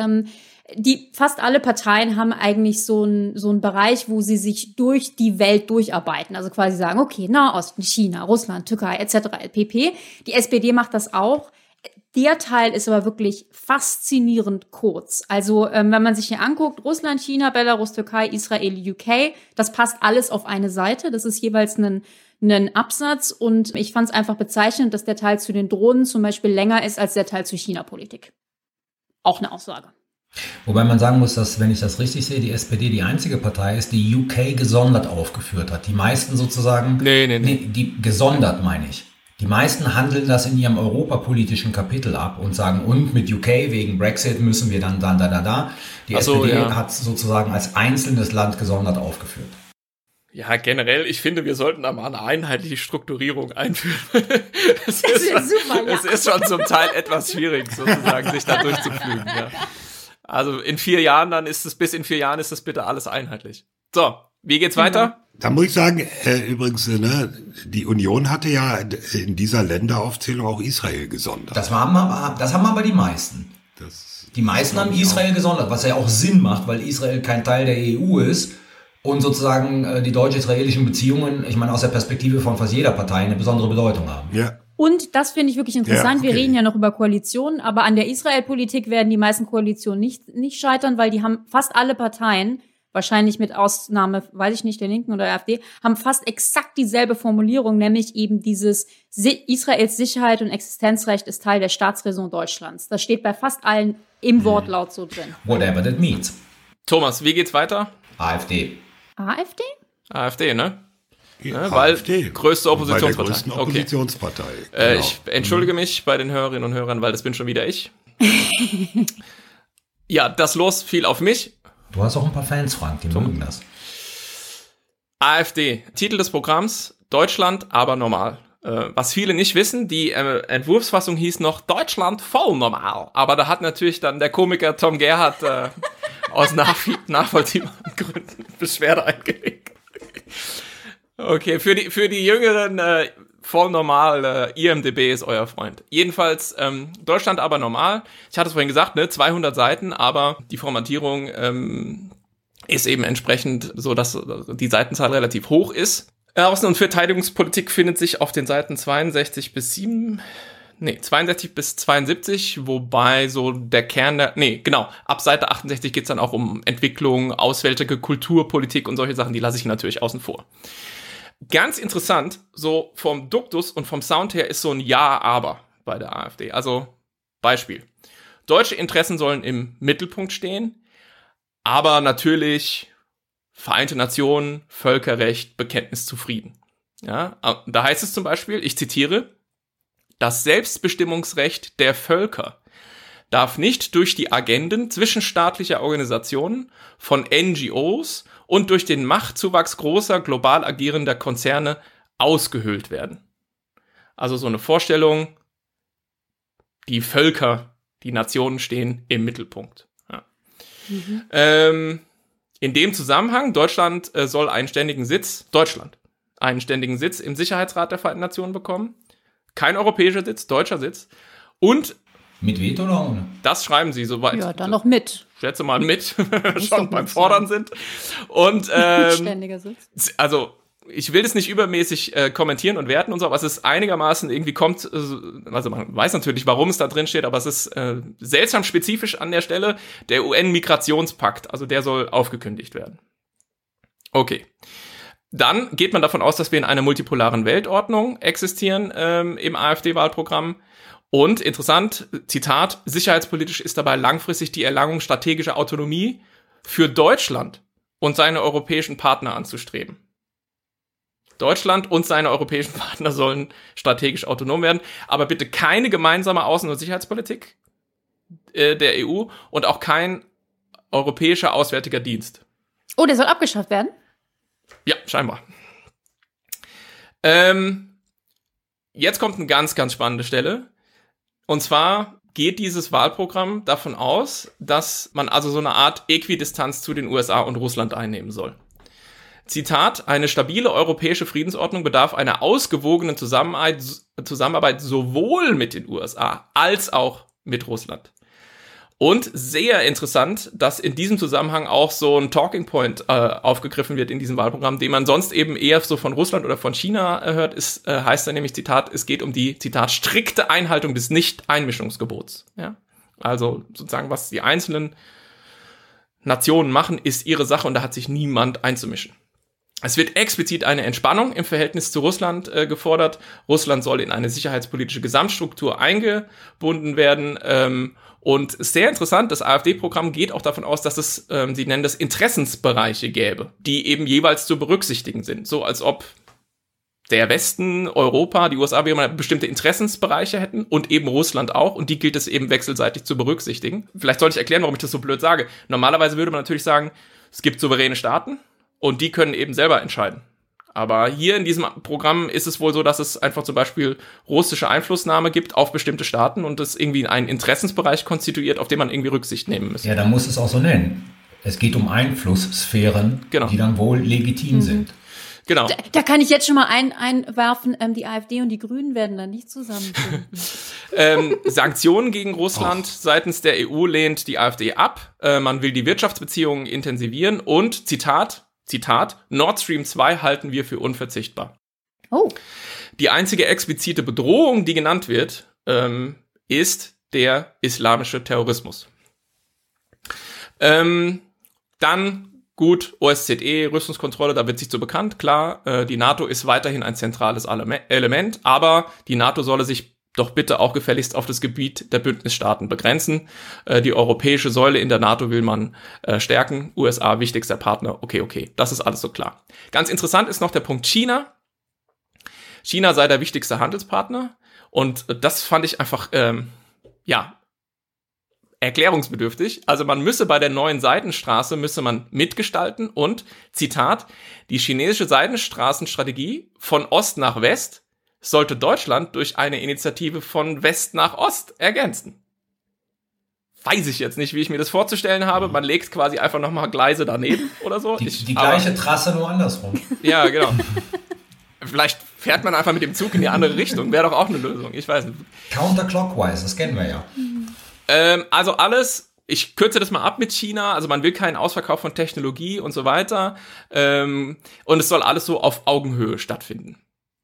fast alle Parteien haben eigentlich so einen Bereich, wo sie sich durch die Welt durcharbeiten. Also quasi sagen, okay, Nahosten, China, Russland, Türkei etc. pp. Die SPD macht das auch. Der Teil ist aber wirklich faszinierend kurz. Also wenn man sich hier anguckt, Russland, China, Belarus, Türkei, Israel, UK, das passt alles auf eine Seite. Das ist jeweils einen Absatz. Und ich fand es einfach bezeichnend, dass der Teil zu den Drohnen zum Beispiel länger ist als der Teil zur China-Politik. Auch eine Aussage. Wobei man sagen muss, dass, wenn ich das richtig sehe, die SPD die einzige Partei ist, die UK gesondert aufgeführt hat. Die meisten sozusagen... Nee, die gesondert meine ich. Die meisten handeln das in ihrem europapolitischen Kapitel ab und sagen, und mit UK wegen Brexit müssen wir dann da. Die SPD hat sozusagen als einzelnes Land gesondert aufgeführt. Ja, generell, ich finde, wir sollten da mal eine einheitliche Strukturierung einführen. Es ist schon zum Teil etwas schwierig, sozusagen, sich da durchzupflügen. Ja. Also in 4 Jahren, bis in 4 Jahren ist das bitte alles einheitlich. So, wie geht's weiter? Da muss ich sagen, übrigens, die Union hatte ja in dieser Länderaufzählung auch Israel gesondert. Das haben aber die meisten. Die meisten haben Israel gesondert, was ja auch Sinn macht, weil Israel kein Teil der EU ist und sozusagen die deutsch-israelischen Beziehungen, ich meine aus der Perspektive von fast jeder Partei, eine besondere Bedeutung haben. Ja. Und das finde ich wirklich interessant. Ja, okay. Wir reden ja noch über Koalitionen, aber an der Israel-Politik werden die meisten Koalitionen nicht scheitern, weil die haben fast alle Parteien, wahrscheinlich mit Ausnahme, weiß ich nicht, der Linken oder der AfD, haben fast exakt dieselbe Formulierung, nämlich eben dieses Israels Sicherheit und Existenzrecht ist Teil der Staatsräson Deutschlands. Das steht bei fast allen im Wortlaut so drin. Whatever that means. Thomas, wie geht's weiter? AfD. AfD, ne? Ja, weil AfD. Größte Oppositionspartei. Bei der größten Oppositionspartei. Genau. Ich entschuldige mich bei den Hörerinnen und Hörern, weil das bin schon wieder ich. Ja, das Los fiel auf mich. Du hast auch ein paar Fans, Frank, die mögen das. AfD, Titel des Programms, Deutschland, aber normal. Was viele nicht wissen, die Entwurfsfassung hieß noch Deutschland voll normal. Aber da hat natürlich dann der Komiker Tom Gerhardt aus nachvollziehbaren Gründen Beschwerde eingelegt. Okay, für die Jüngeren voll normal, IMDb ist euer Freund. Jedenfalls Deutschland aber normal. Ich hatte es vorhin gesagt, 200 Seiten, aber die Formatierung ist eben entsprechend so, dass die Seitenzahl relativ hoch ist. Außen- und Verteidigungspolitik findet sich auf den Seiten 62 bis 72, wobei so der Kern ab Seite 68 geht's dann auch um Entwicklung, auswärtige Kulturpolitik und solche Sachen, die lasse ich natürlich außen vor. Ganz interessant, so vom Duktus und vom Sound her ist so ein Ja, aber bei der AfD. Also Beispiel. Deutsche Interessen sollen im Mittelpunkt stehen, aber natürlich Vereinte Nationen, Völkerrecht, Bekenntnis zu Frieden. Ja, da heißt es zum Beispiel, ich zitiere, das Selbstbestimmungsrecht der Völker darf nicht durch die Agenden zwischenstaatlicher Organisationen, von NGOs und durch den Machtzuwachs großer, global agierender Konzerne ausgehöhlt werden. Also so eine Vorstellung, die Völker, die Nationen stehen im Mittelpunkt. Ja. In dem Zusammenhang, Deutschland soll einen ständigen Sitz im Sicherheitsrat der Vereinten Nationen bekommen. Kein europäischer Sitz, deutscher Sitz. Und mit Veto oder ohne? Das schreiben sie soweit. Ja, dann noch mit. Ich schätze mal mit, wenn wir schon beim Fordern sind. Und ständiger Sitz. Also ich will das nicht übermäßig kommentieren und werten und so, aber es ist einigermaßen irgendwie also man weiß natürlich, warum es da drin steht, aber es ist seltsam spezifisch an der Stelle, der UN-Migrationspakt, also der soll aufgekündigt werden. Okay. Dann geht man davon aus, dass wir in einer multipolaren Weltordnung existieren im AfD-Wahlprogramm. Und interessant, Zitat, sicherheitspolitisch ist dabei langfristig die Erlangung strategischer Autonomie für Deutschland und seine europäischen Partner anzustreben. Deutschland und seine europäischen Partner sollen strategisch autonom werden, aber bitte keine gemeinsame Außen- und Sicherheitspolitik der EU und auch kein europäischer Auswärtiger Dienst. Oh, der soll abgeschafft werden? Ja, scheinbar. Jetzt kommt eine ganz, ganz spannende Stelle. Und zwar geht dieses Wahlprogramm davon aus, dass man also so eine Art Äquidistanz zu den USA und Russland einnehmen soll. Zitat, eine stabile europäische Friedensordnung bedarf einer ausgewogenen Zusammenarbeit sowohl mit den USA als auch mit Russland. Und sehr interessant, dass in diesem Zusammenhang auch so ein Talking Point aufgegriffen wird in diesem Wahlprogramm, den man sonst eben eher so von Russland oder von China hört, heißt da nämlich, Zitat, es geht um die, Zitat, strikte Einhaltung des Nicht-Einmischungsgebots. Ja? Also sozusagen, was die einzelnen Nationen machen, ist ihre Sache und da hat sich niemand einzumischen. Es wird explizit eine Entspannung im Verhältnis zu Russland gefordert. Russland soll in eine sicherheitspolitische Gesamtstruktur eingebunden werden. Und sehr interessant, das AfD-Programm geht auch davon aus, dass es, sie nennen das Interessensbereiche gäbe, die eben jeweils zu berücksichtigen sind. So als ob der Westen, Europa, die USA bestimmte Interessensbereiche hätten und eben Russland auch. Und die gilt es eben wechselseitig zu berücksichtigen. Vielleicht soll ich erklären, warum ich das so blöd sage. Normalerweise würde man natürlich sagen, es gibt souveräne Staaten und die können eben selber entscheiden. Aber hier in diesem Programm ist es wohl so, dass es einfach zum Beispiel russische Einflussnahme gibt auf bestimmte Staaten und das irgendwie einen Interessensbereich konstituiert, auf den man irgendwie Rücksicht nehmen müsste. Ja, dann muss es auch so nennen. Es geht um Einflusssphären, die dann wohl legitim sind. Genau. Da kann ich jetzt schon mal einwerfen, die AfD und die Grünen werden dann nicht zusammenfinden. Sanktionen gegen Russland seitens der EU lehnt die AfD ab. Man will die Wirtschaftsbeziehungen intensivieren und, Zitat, Nord Stream 2 halten wir für unverzichtbar. Oh. Die einzige explizite Bedrohung, die genannt wird, ist der islamische Terrorismus. Dann, gut, OSZE, Rüstungskontrolle, da wird sich so bekannt, klar, die NATO ist weiterhin ein zentrales Element, aber die NATO solle sich doch bitte auch gefälligst auf das Gebiet der Bündnisstaaten begrenzen. Die europäische Säule in der NATO will man stärken. USA, wichtigster Partner. Okay, das ist alles so klar. Ganz interessant ist noch der Punkt China. China sei der wichtigste Handelspartner. Und das fand ich einfach, erklärungsbedürftig. Also man müsse bei der neuen Seidenstraße mitgestalten und, Zitat, die chinesische Seidenstraßenstrategie von Ost nach West sollte Deutschland durch eine Initiative von West nach Ost ergänzen. Weiß ich jetzt nicht, wie ich mir das vorzustellen habe. Man legt quasi einfach nochmal Gleise daneben oder so. Die gleiche Trasse, nur andersrum. Ja, genau. Vielleicht fährt man einfach mit dem Zug in die andere Richtung. Wäre doch auch eine Lösung. Ich weiß nicht. Counterclockwise, das kennen wir ja. Also alles, ich kürze das mal ab mit China. Also man will keinen Ausverkauf von Technologie und so weiter. Und es soll alles so auf Augenhöhe stattfinden.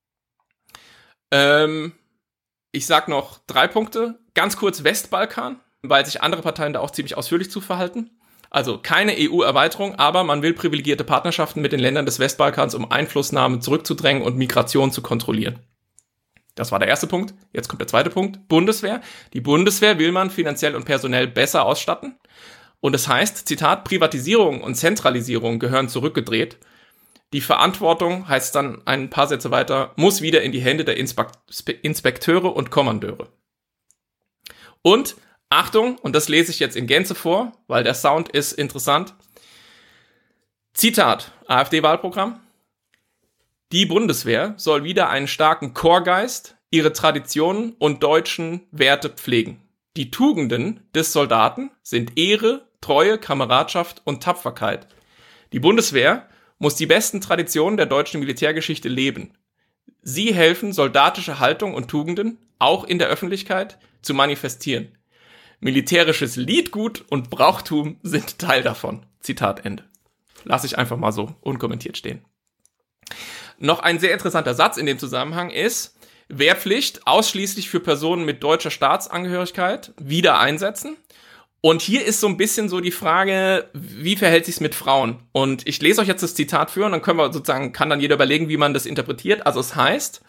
Ich sag noch 3 Punkte. Ganz kurz Westbalkan, weil sich andere Parteien da auch ziemlich ausführlich zu verhalten. Also keine EU-Erweiterung, aber man will privilegierte Partnerschaften mit den Ländern des Westbalkans, um Einflussnahme zurückzudrängen und Migration zu kontrollieren. Das war der erste Punkt. Jetzt kommt der zweite Punkt. Bundeswehr. Die Bundeswehr will man finanziell und personell besser ausstatten. Und es heißt, Zitat, Privatisierung und Zentralisierung gehören zurückgedreht. Die Verantwortung, heißt dann ein paar Sätze weiter, muss wieder in die Hände der Inspekteure und Kommandeure. Und, Achtung, und das lese ich jetzt in Gänze vor, weil der Sound ist interessant. Zitat, AfD-Wahlprogramm. Die Bundeswehr soll wieder einen starken Korpsgeist, ihre Traditionen und deutschen Werte pflegen. Die Tugenden des Soldaten sind Ehre, Treue, Kameradschaft und Tapferkeit. Die Bundeswehr muss die besten Traditionen der deutschen Militärgeschichte leben. Sie helfen, soldatische Haltung und Tugenden, auch in der Öffentlichkeit, zu manifestieren. Militärisches Liedgut und Brauchtum sind Teil davon. Zitat Ende. Lass ich einfach mal so unkommentiert stehen. Noch ein sehr interessanter Satz in dem Zusammenhang ist, Wehrpflicht ausschließlich für Personen mit deutscher Staatsangehörigkeit wieder einsetzen Und hier ist so ein bisschen so die Frage, wie verhält sich's mit Frauen? Und ich lese euch jetzt das Zitat für und dann können wir sozusagen, kann dann jeder überlegen, wie man das interpretiert. Also es heißt,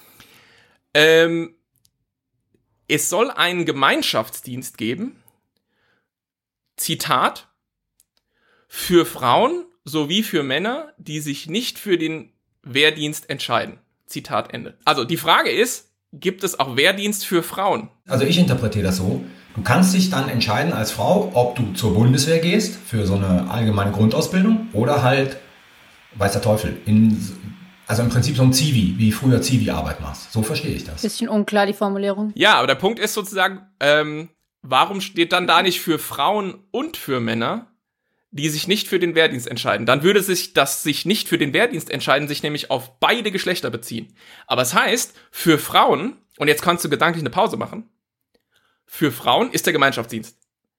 es soll einen Gemeinschaftsdienst geben, Zitat, für Frauen sowie für Männer, die sich nicht für den Wehrdienst entscheiden. Zitat Ende. Also die Frage ist, gibt es auch Wehrdienst für Frauen? Also ich interpretiere das so. Du kannst dich dann entscheiden als Frau, ob du zur Bundeswehr gehst für so eine allgemeine Grundausbildung oder halt, weiß der Teufel, also im Prinzip so ein Zivi, wie früher Zivi-Arbeit machst. So verstehe ich das. Bisschen unklar, die Formulierung. Ja, aber der Punkt ist sozusagen, warum steht dann da nicht für Frauen und für Männer, die sich nicht für den Wehrdienst entscheiden? Dann würde sich das sich nicht für den Wehrdienst entscheiden, sich nämlich auf beide Geschlechter beziehen. Aber es heißt, für Frauen, und jetzt kannst du gedanklich eine Pause machen, für Frauen ist der Gemeinschaftsdienst.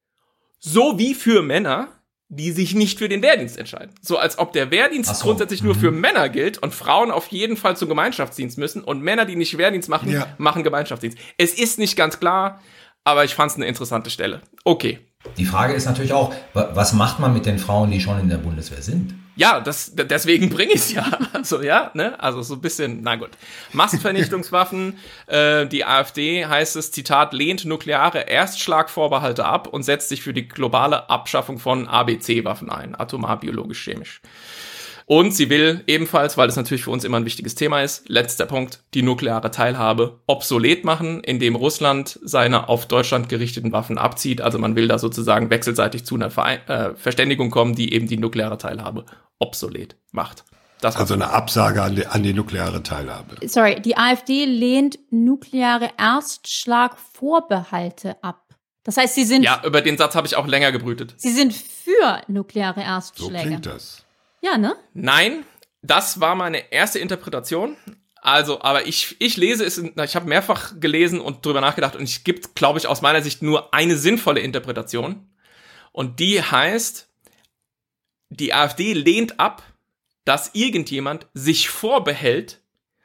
So wie für Männer, die sich nicht für den Wehrdienst entscheiden. So als ob der Wehrdienst grundsätzlich nur für Männer gilt und Frauen auf jeden Fall zum Gemeinschaftsdienst müssen und Männer, die nicht Wehrdienst machen, machen Gemeinschaftsdienst. Es ist nicht ganz klar, aber ich fand es eine interessante Stelle. Okay. Die Frage ist natürlich auch, was macht man mit den Frauen, die schon in der Bundeswehr sind? Ja, deswegen bringe ich es ja. Also, ja, ne? Also so ein bisschen, na gut. Massenvernichtungswaffen, die AfD, heißt es, Zitat, lehnt nukleare Erstschlagvorbehalte ab und setzt sich für die globale Abschaffung von ABC-Waffen ein, atomar, biologisch, chemisch. Und sie will ebenfalls, weil das natürlich für uns immer ein wichtiges Thema ist, letzter Punkt, die nukleare Teilhabe obsolet machen, indem Russland seine auf Deutschland gerichteten Waffen abzieht. Also man will da sozusagen wechselseitig zu einer Verständigung kommen, die eben die nukleare Teilhabe obsolet macht. Das also eine Absage an die nukleare Teilhabe. Sorry, die AfD lehnt nukleare Erstschlagvorbehalte ab. Das heißt, sie sind... Ja, über den Satz habe ich auch länger gebrütet. Sie sind für nukleare Erstschläge. So klingt das. Ja, ne? Nein, das war meine erste Interpretation. Also, aber ich lese es, ich habe mehrfach gelesen und drüber nachgedacht und es gibt, glaube ich, aus meiner Sicht nur eine sinnvolle Interpretation. Und die heißt, die AfD lehnt ab, dass irgendjemand sich vorbehält,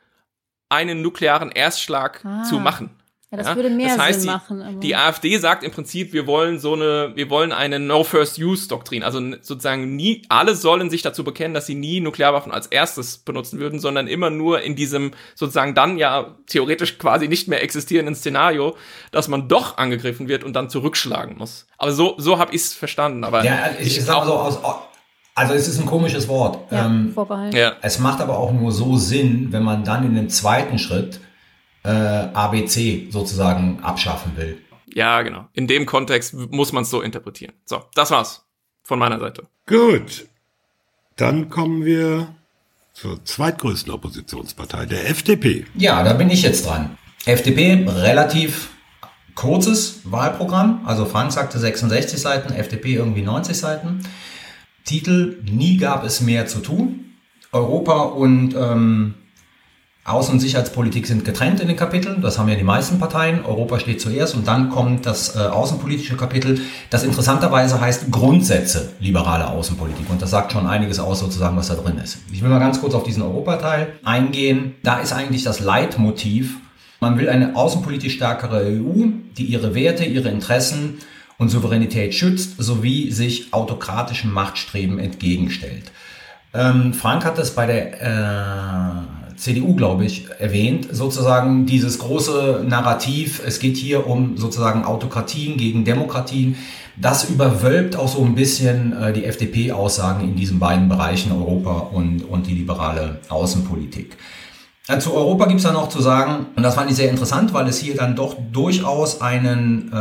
einen nuklearen Erstschlag zu machen. Ja, das würde mehr Sinn machen. Die AfD sagt im Prinzip, wir wollen eine No-First-Use-Doktrin. Also sozusagen alle sollen sich dazu bekennen, dass sie nie Nuklearwaffen als erstes benutzen würden, sondern immer nur in diesem sozusagen dann ja theoretisch quasi nicht mehr existierenden Szenario, dass man doch angegriffen wird und dann zurückschlagen muss. Aber so habe ich es verstanden. Aber ja, ich sag mal so also es ist ein komisches Wort. Ja, Vorbehalt. Ja. Es macht aber auch nur so Sinn, wenn man dann in dem zweiten Schritt ABC sozusagen abschaffen will. Ja, genau. In dem Kontext muss man es so interpretieren. So, das war's von meiner Seite. Gut. Dann kommen wir zur zweitgrößten Oppositionspartei, der FDP. Ja, da bin ich jetzt dran. FDP, relativ kurzes Wahlprogramm. Also Frank sagte 66 Seiten, FDP irgendwie 90 Seiten. Titel, nie gab es mehr zu tun. Europa und Außen- und Sicherheitspolitik sind getrennt in den Kapiteln. Das haben ja die meisten Parteien. Europa steht zuerst und dann kommt das außenpolitische Kapitel, das interessanterweise heißt Grundsätze liberale Außenpolitik. Und das sagt schon einiges aus sozusagen, was da drin ist. Ich will mal ganz kurz auf diesen Europateil eingehen. Da ist eigentlich das Leitmotiv, man will eine außenpolitisch stärkere EU, die ihre Werte, ihre Interessen und Souveränität schützt, sowie sich autokratischen Machtstreben entgegenstellt. Frank hat das bei der CDU, glaube ich, erwähnt, sozusagen dieses große Narrativ, es geht hier um sozusagen Autokratien gegen Demokratien, das überwölbt auch so ein bisschen die FDP-Aussagen in diesen beiden Bereichen, Europa und die liberale Außenpolitik. Zu Europa gibt es dann noch zu sagen, und das fand ich sehr interessant, weil es hier dann doch durchaus eine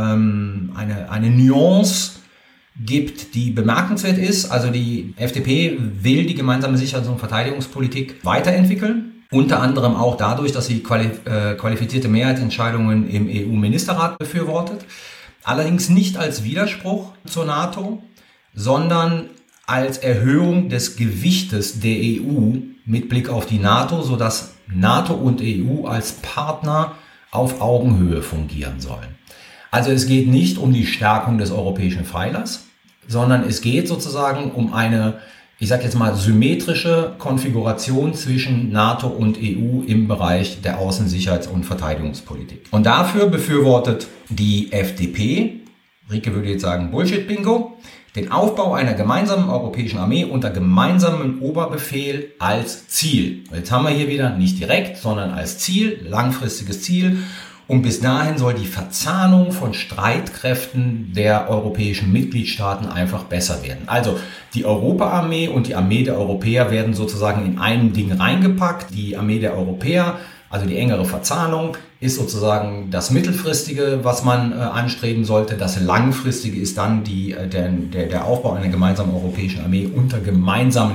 Nuance gibt, die bemerkenswert ist. Also die FDP will die gemeinsame Sicherheits- und Verteidigungspolitik weiterentwickeln. Unter anderem auch dadurch, dass sie qualifizierte Mehrheitsentscheidungen im EU-Ministerrat befürwortet. Allerdings nicht als Widerspruch zur NATO, sondern als Erhöhung des Gewichtes der EU mit Blick auf die NATO, sodass NATO und EU als Partner auf Augenhöhe fungieren sollen. Also es geht nicht um die Stärkung des europäischen Pfeilers, sondern es geht sozusagen um eine, ich sage jetzt mal, symmetrische Konfiguration zwischen NATO und EU im Bereich der Außen-, Sicherheits- und Verteidigungspolitik. Und dafür befürwortet die FDP Rieke würde jetzt sagen Bullshit-Bingo, den Aufbau einer gemeinsamen europäischen Armee unter gemeinsamem Oberbefehl als Ziel. Jetzt haben wir hier wieder nicht direkt, sondern als Ziel, langfristiges Ziel. Und bis dahin soll die Verzahnung von Streitkräften der europäischen Mitgliedstaaten einfach besser werden. Also die Europaarmee und die Armee der Europäer werden sozusagen in einem Ding reingepackt. Die Armee der Europäer, also die engere Verzahnung, ist sozusagen das Mittelfristige, was man anstreben sollte. Das Langfristige ist dann der Aufbau einer gemeinsamen europäischen Armee unter gemeinsamen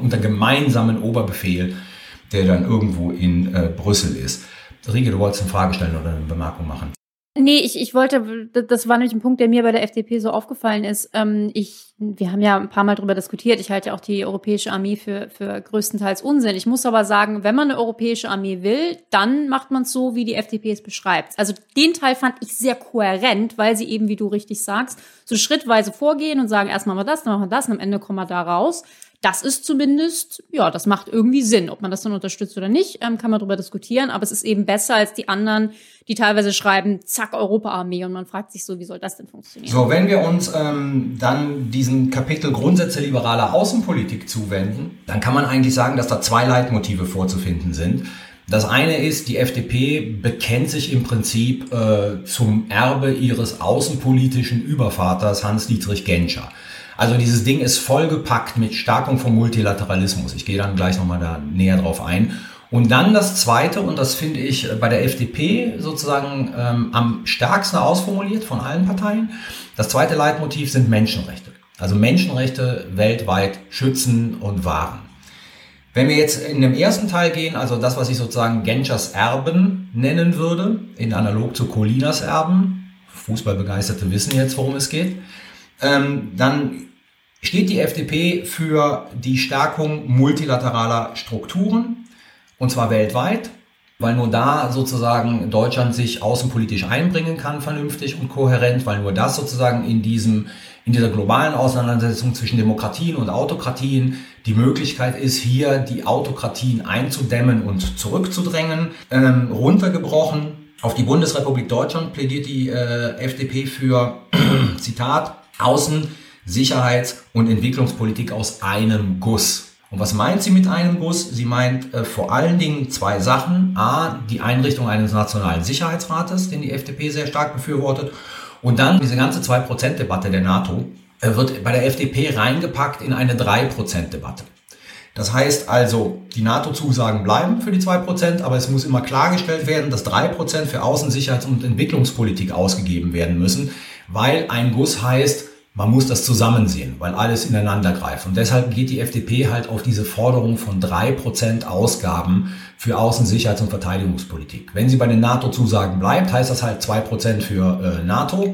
Oberbefehl, der dann irgendwo in Brüssel ist. Rieke, du wolltest eine Frage stellen oder eine Bemerkung machen? Nee, ich wollte, das war nämlich ein Punkt, der mir bei der FDP so aufgefallen ist. Wir haben ja ein paar Mal drüber diskutiert. Ich halte ja auch die europäische Armee für größtenteils Unsinn. Ich muss aber sagen, wenn man eine europäische Armee will, dann macht man es so, wie die FDP es beschreibt. Also den Teil fand ich sehr kohärent, weil sie eben, wie du richtig sagst, so schrittweise vorgehen und sagen, erst machen wir das, dann machen wir das und am Ende kommen wir da raus. Das ist zumindest, ja, das macht irgendwie Sinn. Ob man das dann unterstützt oder nicht, kann man darüber diskutieren. Aber es ist eben besser als die anderen, die teilweise schreiben, zack, Europa-Armee. Und man fragt sich so, wie soll das denn funktionieren? So, wenn wir uns dann diesem Kapitel Grundsätze liberaler Außenpolitik zuwenden, dann kann man eigentlich sagen, dass da zwei Leitmotive vorzufinden sind. Das eine ist, die FDP bekennt sich im Prinzip zum Erbe ihres außenpolitischen Übervaters Hans-Dietrich Genscher. Also dieses Ding ist vollgepackt mit Stärkung vom Multilateralismus. Ich gehe dann gleich nochmal da näher drauf ein. Und dann das Zweite, und das finde ich bei der FDP sozusagen am stärksten ausformuliert von allen Parteien. Das zweite Leitmotiv sind Menschenrechte. Also Menschenrechte weltweit schützen und wahren. Wenn wir jetzt in dem ersten Teil gehen, also das, was ich sozusagen Genschers Erben nennen würde, in analog zu Colinas Erben, Fußballbegeisterte wissen jetzt, worum es geht, dann steht die FDP für die Stärkung multilateraler Strukturen, und zwar weltweit, weil nur da sozusagen Deutschland sich außenpolitisch einbringen kann, vernünftig und kohärent, weil nur das sozusagen in dieser globalen Auseinandersetzung zwischen Demokratien und Autokratien die Möglichkeit ist, hier die Autokratien einzudämmen und zurückzudrängen. Runtergebrochen auf die Bundesrepublik Deutschland plädiert die FDP für, Zitat, Außen-, Sicherheits- und Entwicklungspolitik aus einem Guss. Und was meint sie mit einem Guss? Sie meint vor allen Dingen zwei Sachen. A, die Einrichtung eines nationalen Sicherheitsrates, den die FDP sehr stark befürwortet. Und dann diese ganze 2%-Debatte der NATO wird bei der FDP reingepackt in eine 3%-Debatte. Das heißt also, die NATO-Zusagen bleiben für die 2%, aber es muss immer klargestellt werden, dass 3% für Außen-, Sicherheits- und Entwicklungspolitik ausgegeben werden müssen, weil ein Guss heißt, man muss das zusammen sehen, weil alles ineinander greift. Und deshalb geht die FDP halt auf diese Forderung von 3% Ausgaben für Außen-, Sicherheits- und Verteidigungspolitik. Wenn sie bei den NATO-Zusagen bleibt, heißt das halt 2% für NATO,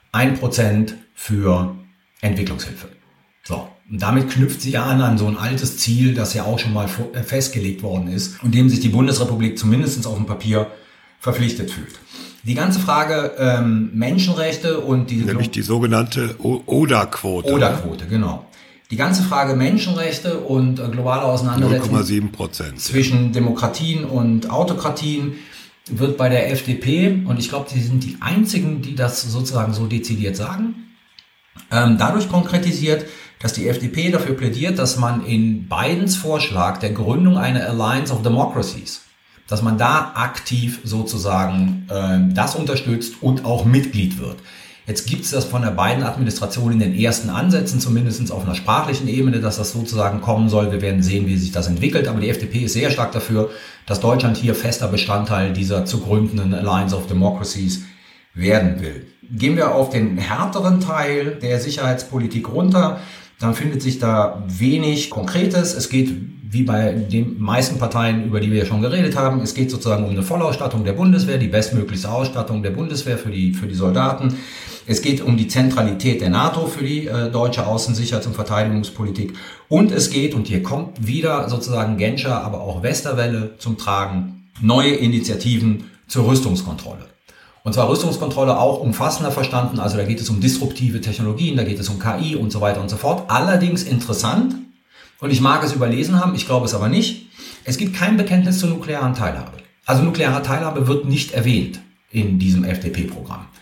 1% für Entwicklungshilfe. So, und damit knüpft sie ja an so ein altes Ziel, das ja auch schon mal festgelegt worden ist und dem sich die Bundesrepublik zumindest auf dem Papier verpflichtet fühlt. Die ganze Frage Menschenrechte und nämlich die sogenannte ODA-Quote. ODA-Quote, genau. Die ganze Frage Menschenrechte und globale Auseinandersetzung 0,7%, zwischen Demokratien und Autokratien wird bei der FDP, und ich glaube, sie sind die einzigen, die das sozusagen so dezidiert sagen, dadurch konkretisiert, dass die FDP dafür plädiert, dass man in Bidens Vorschlag der Gründung einer Alliance of Democracies, dass man da aktiv sozusagen das unterstützt und auch Mitglied wird. Jetzt gibt es das von der Biden-Administration in den ersten Ansätzen, zumindest auf einer sprachlichen Ebene, dass das sozusagen kommen soll. Wir werden sehen, wie sich das entwickelt. Aber die FDP ist sehr stark dafür, dass Deutschland hier fester Bestandteil dieser zu gründenden Alliance of Democracies werden will. Gehen wir auf den härteren Teil der Sicherheitspolitik runter, dann findet sich da wenig Konkretes. Es geht, wie bei den meisten Parteien, über die wir ja schon geredet haben, es geht sozusagen um eine Vollausstattung der Bundeswehr, die bestmöglichste Ausstattung der Bundeswehr für die Soldaten. Es geht um die Zentralität der NATO für die deutsche Außen-, Sicherheits- und Verteidigungspolitik. Und es geht, und hier kommt wieder sozusagen Genscher, aber auch Westerwelle zum Tragen, neue Initiativen zur Rüstungskontrolle. Und zwar Rüstungskontrolle auch umfassender verstanden, also da geht es um disruptive Technologien, da geht es um KI und so weiter und so fort. Allerdings interessant, und ich mag es überlesen haben, ich glaube es aber nicht, es gibt kein Bekenntnis zur nuklearen Teilhabe. Also nukleare Teilhabe wird nicht erwähnt in diesem FDP-Programm.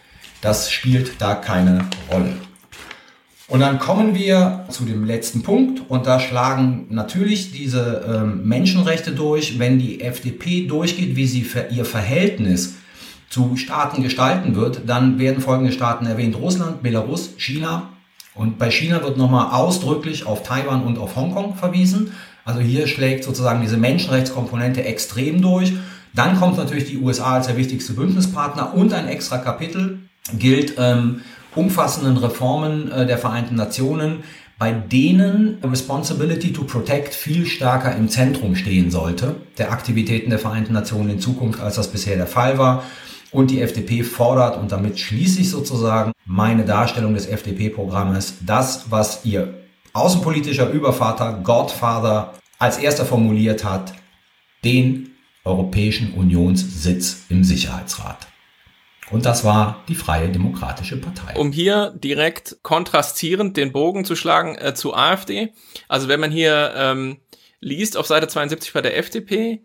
Das spielt da keine Rolle. Und dann kommen wir zu dem letzten Punkt und da schlagen natürlich diese Menschenrechte durch. Wenn die FDP durchgeht, wie sie ihr Verhältnis zu Staaten gestalten wird, dann werden folgende Staaten erwähnt: Russland, Belarus, China. Und bei China wird nochmal ausdrücklich auf Taiwan und auf Hongkong verwiesen. Also hier schlägt sozusagen diese Menschenrechtskomponente extrem durch. Dann kommt natürlich die USA als der wichtigste Bündnispartner und ein extra Kapitel gilt umfassenden Reformen der Vereinten Nationen, bei denen Responsibility to Protect viel stärker im Zentrum stehen sollte, der Aktivitäten der Vereinten Nationen in Zukunft, als das bisher der Fall war. Und die FDP fordert, und damit schließe ich sozusagen meine Darstellung des FDP-Programmes, das, was ihr außenpolitischer Übervater, Godfather, als erster formuliert hat, den Europäischen Unionssitz im Sicherheitsrat. Und das war die Freie Demokratische Partei. Um hier direkt kontrastierend den Bogen zu schlagen zu AfD. Also wenn man hier liest auf Seite 72 bei der FDP,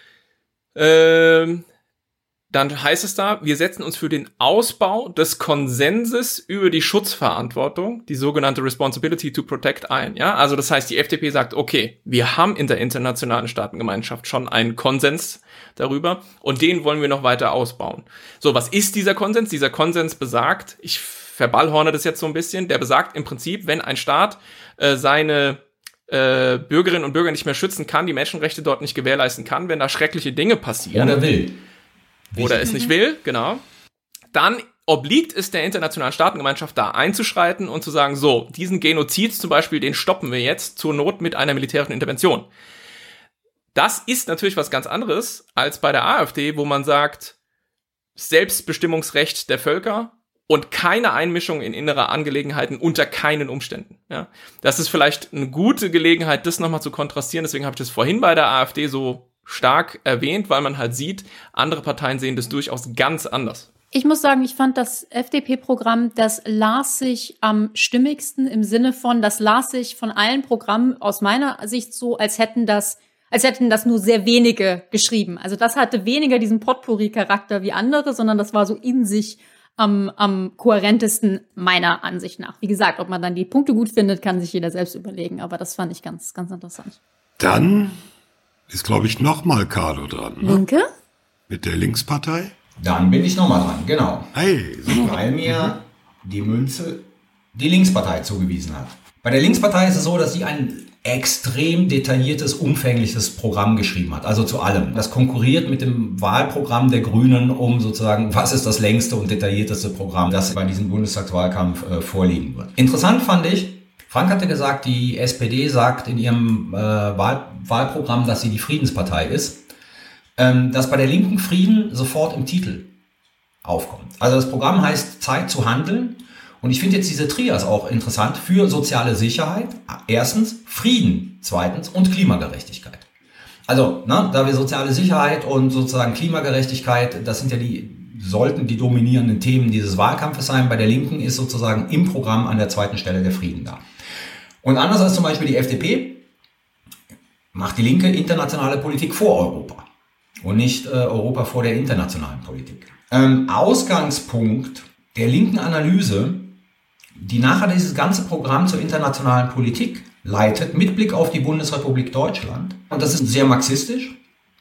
dann heißt es da, wir setzen uns für den Ausbau des Konsenses über die Schutzverantwortung, die sogenannte Responsibility to Protect, ein. Ja, also das heißt, die FDP sagt, okay, wir haben in der internationalen Staatengemeinschaft schon einen Konsens darüber und den wollen wir noch weiter ausbauen. So, was ist dieser Konsens? Dieser Konsens besagt, ich verballhorne das jetzt so ein bisschen, der besagt im Prinzip, wenn ein Staat seine Bürgerinnen und Bürger nicht mehr schützen kann, die Menschenrechte dort nicht gewährleisten kann, wenn da schreckliche Dinge passieren. Oder will. Oder es nicht will, genau. Dann obliegt es der internationalen Staatengemeinschaft, da einzuschreiten und zu sagen, so, diesen Genozid zum Beispiel, den stoppen wir jetzt zur Not mit einer militärischen Intervention. Das ist natürlich was ganz anderes als bei der AfD, wo man sagt, Selbstbestimmungsrecht der Völker und keine Einmischung in innere Angelegenheiten unter keinen Umständen. Ja, das ist vielleicht eine gute Gelegenheit, das nochmal zu kontrastieren. Deswegen habe ich das vorhin bei der AfD so stark erwähnt, weil man halt sieht, andere Parteien sehen das durchaus ganz anders. Ich muss sagen, ich fand das FDP-Programm, das las sich am stimmigsten im Sinne von, das las sich von allen Programmen aus meiner Sicht so, als hätten das nur sehr wenige geschrieben. Also das hatte weniger diesen Potpourri-Charakter wie andere, sondern das war so in sich am kohärentesten meiner Ansicht nach. Wie gesagt, ob man dann die Punkte gut findet, kann sich jeder selbst überlegen, aber das fand ich ganz, ganz interessant. Dann ist, glaube ich, nochmal Carlo dran. Ne? Linke? Mit der Linkspartei? Dann bin ich nochmal dran, genau. Hey, super. Weil mir die Münze die Linkspartei zugewiesen hat. Bei der Linkspartei ist es so, dass sie ein extrem detailliertes, umfängliches Programm geschrieben hat. Also zu allem. Das konkurriert mit dem Wahlprogramm der Grünen um sozusagen, was ist das längste und detaillierteste Programm, das bei diesem Bundestagswahlkampf vorliegen wird. Interessant fand ich, Frank hatte gesagt, die SPD sagt in ihrem Wahlprogramm, dass sie die Friedenspartei ist, dass bei der Linken Frieden sofort im Titel aufkommt. Also das Programm heißt Zeit zu handeln. Und ich finde jetzt diese Trias auch interessant für soziale Sicherheit. Erstens Frieden, zweitens und Klimagerechtigkeit. Also, da wir soziale Sicherheit und sozusagen Klimagerechtigkeit, das sind ja sollten die dominierenden Themen dieses Wahlkampfes sein. Bei der Linken ist sozusagen im Programm an der zweiten Stelle der Frieden da. Und anders als zum Beispiel die FDP macht die Linke internationale Politik vor Europa und nicht Europa vor der internationalen Politik. Ausgangspunkt der linken Analyse, die nachher dieses ganze Programm zur internationalen Politik leitet, mit Blick auf die Bundesrepublik Deutschland, und das ist sehr marxistisch,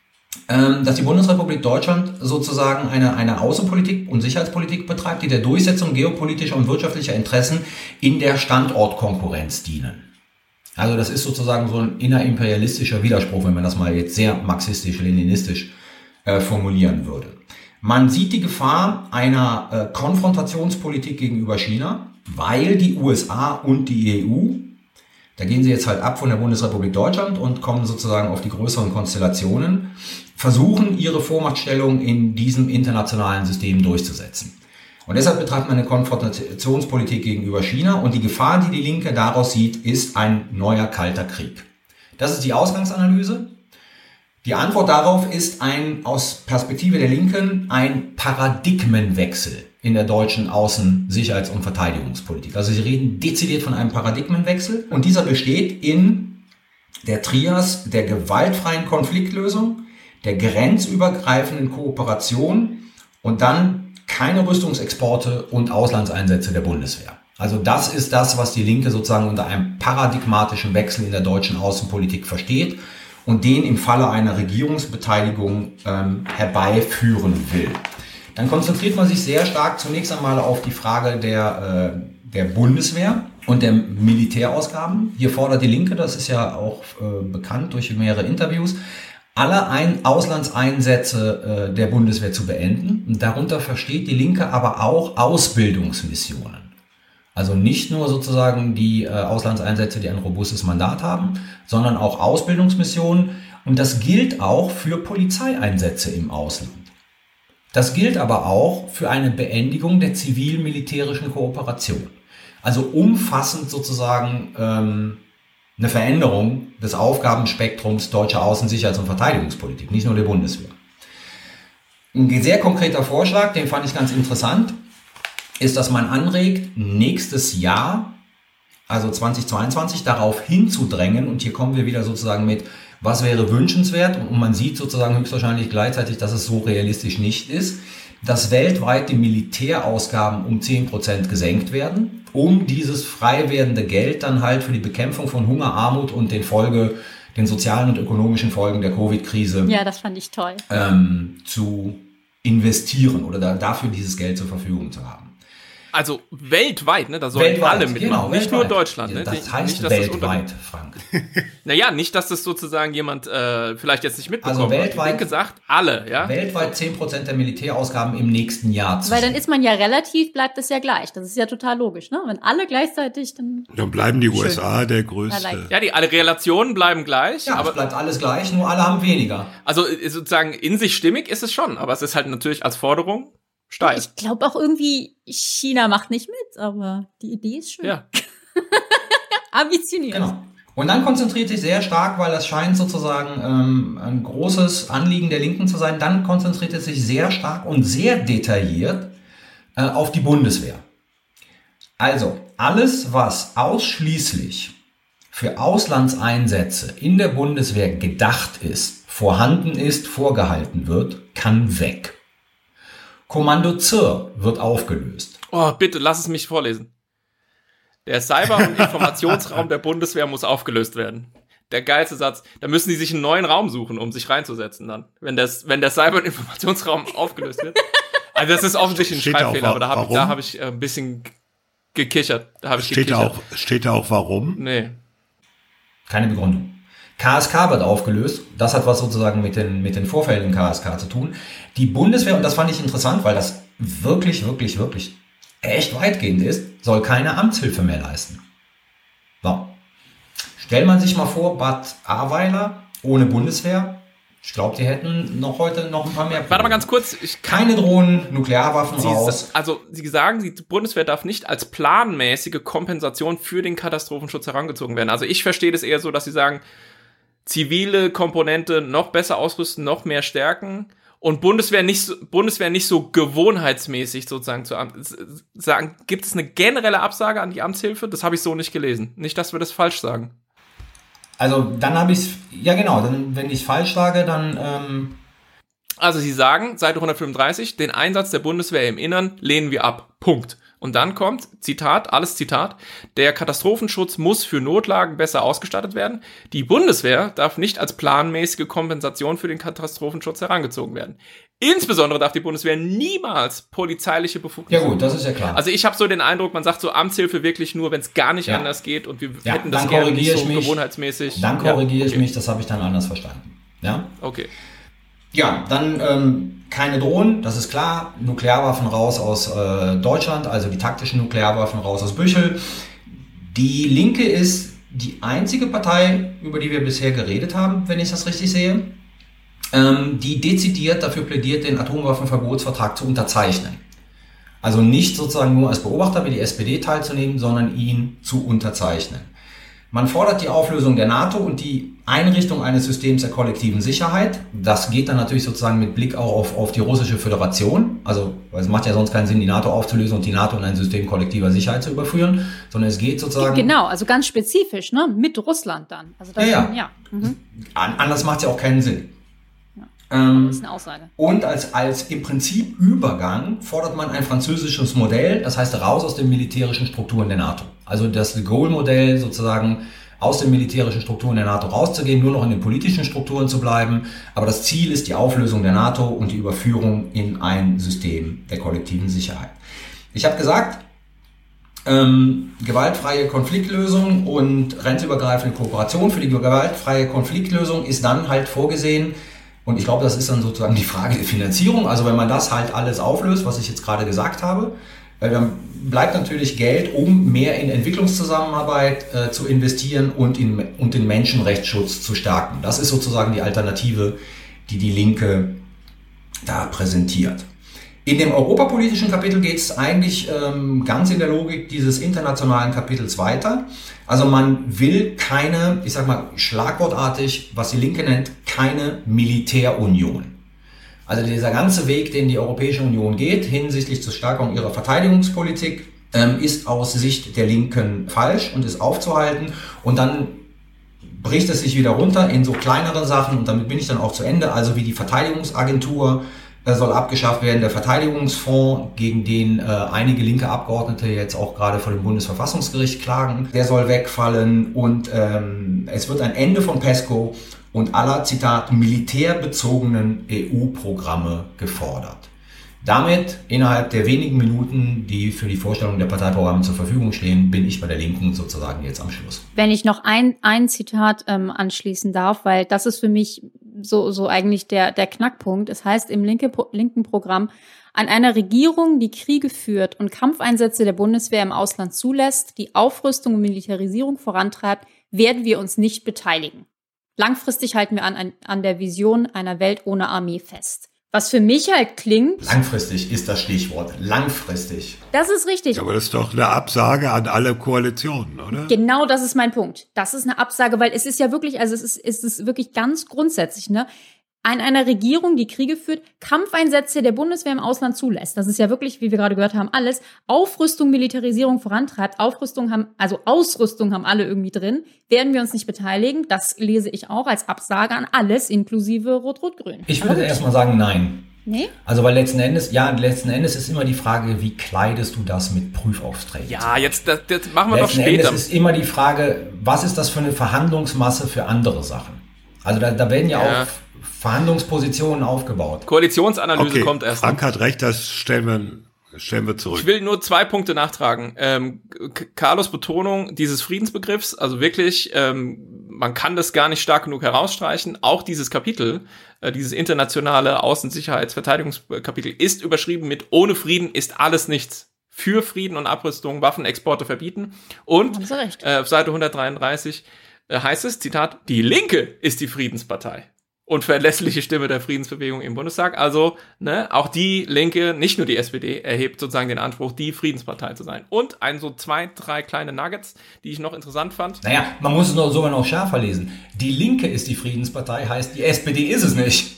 dass die Bundesrepublik Deutschland sozusagen eine Außenpolitik und Sicherheitspolitik betreibt, die der Durchsetzung geopolitischer und wirtschaftlicher Interessen in der Standortkonkurrenz dienen. Also das ist sozusagen so ein innerimperialistischer Widerspruch, wenn man das mal jetzt sehr marxistisch-leninistisch formulieren würde. Man sieht die Gefahr einer Konfrontationspolitik gegenüber China, weil die USA und die EU, da gehen sie jetzt halt ab von der Bundesrepublik Deutschland und kommen sozusagen auf die größeren Konstellationen, versuchen ihre Vormachtstellung in diesem internationalen System durchzusetzen. Und deshalb betreibt man eine Konfrontationspolitik gegenüber China und die Gefahr, die die Linke daraus sieht, ist ein neuer kalter Krieg. Das ist die Ausgangsanalyse. Die Antwort darauf ist aus Perspektive der Linken ein Paradigmenwechsel in der deutschen Außen-, Sicherheits- und Verteidigungspolitik. Also sie reden dezidiert von einem Paradigmenwechsel und dieser besteht in der Trias der gewaltfreien Konfliktlösung, der grenzübergreifenden Kooperation und dann keine Rüstungsexporte und Auslandseinsätze der Bundeswehr. Also das ist das, was die Linke sozusagen unter einem paradigmatischen Wechsel in der deutschen Außenpolitik versteht und den im Falle einer Regierungsbeteiligung herbeiführen will. Dann konzentriert man sich sehr stark zunächst einmal auf die Frage der Bundeswehr und der Militärausgaben. Hier fordert die Linke, das ist ja auch bekannt durch mehrere Interviews, alle Auslandseinsätze der Bundeswehr zu beenden. Und darunter versteht die Linke aber auch Ausbildungsmissionen. Also nicht nur sozusagen die Auslandseinsätze, die ein robustes Mandat haben, sondern auch Ausbildungsmissionen. Und das gilt auch für Polizeieinsätze im Ausland. Das gilt aber auch für eine Beendigung der zivil-militärischen Kooperation. Also umfassend sozusagen eine Veränderung des Aufgabenspektrums deutscher Außen-, Sicherheits- und Verteidigungspolitik, nicht nur der Bundeswehr. Ein sehr konkreter Vorschlag, den fand ich ganz interessant, ist, dass man anregt, nächstes Jahr, also 2022, darauf hinzudrängen, und hier kommen wir wieder sozusagen mit, was wäre wünschenswert, und man sieht sozusagen höchstwahrscheinlich gleichzeitig, dass es so realistisch nicht ist, dass weltweit die Militärausgaben um 10% gesenkt werden, um dieses frei werdende Geld dann halt für die Bekämpfung von Hunger, Armut und den sozialen und ökonomischen Folgen der Covid-Krise Ja, das fand ich toll. Zu investieren oder dafür dieses Geld zur Verfügung zu haben. Also weltweit, ne? Da sollen alle mitmachen, genau, nicht nur Deutschland. Ne? Das heißt nicht, dass weltweit, das Frank. Naja, nicht, dass das sozusagen jemand vielleicht jetzt nicht mitbekommt. Also weltweit, hat. Die Linke sagt, alle, ja? Weltweit 10% der Militärausgaben im nächsten Jahr zu Weil dann ist man ja relativ, bleibt das ja gleich. Das ist ja total logisch, ne? Wenn alle gleichzeitig, dann bleiben die USA der größte. Ja, alle Relationen bleiben gleich. Ja, aber es bleibt alles gleich, nur alle haben weniger. Also sozusagen in sich stimmig ist es schon, aber es ist halt natürlich als Forderung steil. Ich glaube auch irgendwie, China macht nicht mit, aber die Idee ist schön. Ja. Ambitioniert. Genau. Und dann konzentriert sich sehr stark, weil das scheint sozusagen ein großes Anliegen der Linken zu sein, dann konzentriert es sich sehr stark und sehr detailliert auf die Bundeswehr. Also alles, was ausschließlich für Auslandseinsätze in der Bundeswehr gedacht ist, vorhanden ist, vorgehalten wird, kann weg. Kommando ZIR wird aufgelöst. Oh, bitte, lass es mich vorlesen. Der Cyber- und Informationsraum der Bundeswehr muss aufgelöst werden. Der geilste Satz. Da müssen die sich einen neuen Raum suchen, um sich reinzusetzen dann. Wenn der Cyber- und Informationsraum aufgelöst wird. Also das ist offensichtlich ein Schreibfehler, aber da hab ich ein bisschen gekichert. Steht da auch warum? Nee. Keine Begründung. KSK wird aufgelöst. Das hat was sozusagen mit den Vorfällen im KSK zu tun. Die Bundeswehr, und das fand ich interessant, weil das wirklich, wirklich, wirklich echt weitgehend ist, soll keine Amtshilfe mehr leisten. So. Stellt man sich mal vor, Bad Ahrweiler ohne Bundeswehr. Ich glaube, die hätten heute noch ein paar mehr Probleme. Warte mal ganz kurz. Keine Drohnen, Nuklearwaffen raus. Also, Sie sagen, die Bundeswehr darf nicht als planmäßige Kompensation für den Katastrophenschutz herangezogen werden. Also ich verstehe das eher so, dass Sie sagen, zivile Komponente noch besser ausrüsten, noch mehr stärken und Bundeswehr nicht so gewohnheitsmäßig sozusagen zu sagen. Gibt es eine generelle Absage an die Amtshilfe? Das habe ich so nicht gelesen. Nicht, dass wir das falsch sagen. Also dann habe ich es, ja genau, dann, wenn ich es falsch sage, dann... Also Sie sagen, Seite 135, den Einsatz der Bundeswehr im Innern lehnen wir ab. Punkt. Und dann kommt, Zitat, alles Zitat, der Katastrophenschutz muss für Notlagen besser ausgestattet werden. Die Bundeswehr darf nicht als planmäßige Kompensation für den Katastrophenschutz herangezogen werden. Insbesondere darf die Bundeswehr niemals polizeiliche Befugnisse. Ja gut, das ist ja klar. Also ich habe so den Eindruck, man sagt so Amtshilfe wirklich nur, wenn es gar nicht anders geht und wir hätten das gerne nicht so gewohnheitsmäßig. Dann korrigiere ich mich, das habe ich dann anders verstanden. Ja? Okay. Ja, dann keine Drohnen, das ist klar. Nuklearwaffen raus aus Deutschland, also die taktischen Nuklearwaffen raus aus Büchel. Die Linke ist die einzige Partei, über die wir bisher geredet haben, wenn ich das richtig sehe, die dezidiert dafür plädiert, den Atomwaffenverbotsvertrag zu unterzeichnen. Also nicht sozusagen nur als Beobachter wie die SPD teilzunehmen, sondern ihn zu unterzeichnen. Man fordert die Auflösung der NATO und die Einrichtung eines Systems der kollektiven Sicherheit. Das geht dann natürlich sozusagen mit Blick auch auf die russische Föderation. Also es macht ja sonst keinen Sinn, die NATO aufzulösen und die NATO in ein System kollektiver Sicherheit zu überführen, sondern es geht sozusagen... Genau, also ganz spezifisch, ne? Mit Russland dann. Also das ja. Mhm. Anders macht es ja auch keinen Sinn. Das ist eine Aussage. Und als im Prinzip Übergang fordert man ein französisches Modell, das heißt raus aus den militärischen Strukturen der NATO. Also das de Gaulle-Modell sozusagen aus den militärischen Strukturen der NATO rauszugehen, nur noch in den politischen Strukturen zu bleiben. Aber das Ziel ist die Auflösung der NATO und die Überführung in ein System der kollektiven Sicherheit. Ich habe gesagt, gewaltfreie Konfliktlösung und grenzübergreifende Kooperation für die gewaltfreie Konfliktlösung ist dann halt vorgesehen. Und ich glaube, das ist dann sozusagen die Frage der Finanzierung. Also wenn man das halt alles auflöst, was ich jetzt gerade gesagt habe, dann bleibt natürlich Geld, um mehr in Entwicklungszusammenarbeit zu investieren und den Menschenrechtsschutz zu stärken. Das ist sozusagen die Alternative, die die Linke da präsentiert. In dem europapolitischen Kapitel geht es eigentlich ganz in der Logik dieses internationalen Kapitels weiter. Also man will keine, ich sag mal schlagwortartig, was die Linke nennt, keine Militärunion. Also dieser ganze Weg, den die Europäische Union geht, hinsichtlich zur Stärkung ihrer Verteidigungspolitik, ist aus Sicht der Linken falsch und ist aufzuhalten. Und dann bricht es sich wieder runter in so kleinere Sachen und damit bin ich dann auch zu Ende. Also wie die Verteidigungsagentur soll abgeschafft werden, der Verteidigungsfonds, gegen den einige linke Abgeordnete jetzt auch gerade vor dem Bundesverfassungsgericht klagen, der soll wegfallen und es wird ein Ende von PESCO und aller, Zitat, militärbezogenen EU-Programme gefordert. Damit, innerhalb der wenigen Minuten, die für die Vorstellung der Parteiprogramme zur Verfügung stehen, bin ich bei der Linken sozusagen jetzt am Schluss. Wenn ich noch ein Zitat anschließen darf, weil das ist für mich so eigentlich der Knackpunkt. Es heißt im linken Programm, an einer Regierung, die Kriege führt und Kampfeinsätze der Bundeswehr im Ausland zulässt, die Aufrüstung und Militarisierung vorantreibt, werden wir uns nicht beteiligen. Langfristig halten wir an der Vision einer Welt ohne Armee fest. Was für mich halt klingt... Langfristig ist das Stichwort. Langfristig. Das ist richtig. Ja, aber das ist doch eine Absage an alle Koalitionen, oder? Genau, das ist mein Punkt. Das ist eine Absage, weil es ist ja wirklich, also es ist wirklich ganz grundsätzlich, ne? An einer Regierung, die Kriege führt, Kampfeinsätze der Bundeswehr im Ausland zulässt. Das ist ja wirklich, wie wir gerade gehört haben, alles. Aufrüstung, Militarisierung vorantreibt. Ausrüstung haben alle irgendwie drin. Werden wir uns nicht beteiligen? Das lese ich auch als Absage an alles, inklusive Rot-Rot-Grün. Ich würde erstmal sagen, nein. Nee? Also, weil letzten Endes ist immer die Frage, wie kleidest du das mit Prüfaufträgen? Ja, jetzt das machen wir doch später. Letzten Endes ist immer die Frage, was ist das für eine Verhandlungsmasse für andere Sachen? Also, da werden ja auch Verhandlungspositionen aufgebaut. Koalitionsanalyse kommt erst. Frank hat recht, das stellen wir zurück. Ich will nur 2 Punkte nachtragen. Carlos Betonung dieses Friedensbegriffs, also wirklich, man kann das gar nicht stark genug herausstreichen. Auch dieses Kapitel, dieses internationale Außensicherheitsverteidigungskapitel ist überschrieben mit ohne Frieden ist alles nichts. Für Frieden und Abrüstung, Waffenexporte verbieten. Und auf Seite 133 heißt es, Zitat, die Linke ist die Friedenspartei und verlässliche Stimme der Friedensbewegung im Bundestag. Also, auch die Linke, nicht nur die SPD, erhebt sozusagen den Anspruch, die Friedenspartei zu sein. Und so 2, 3 kleine Nuggets, die ich noch interessant fand. Naja, man muss es sogar noch schärfer lesen. Die Linke ist die Friedenspartei, heißt die SPD ist es nicht.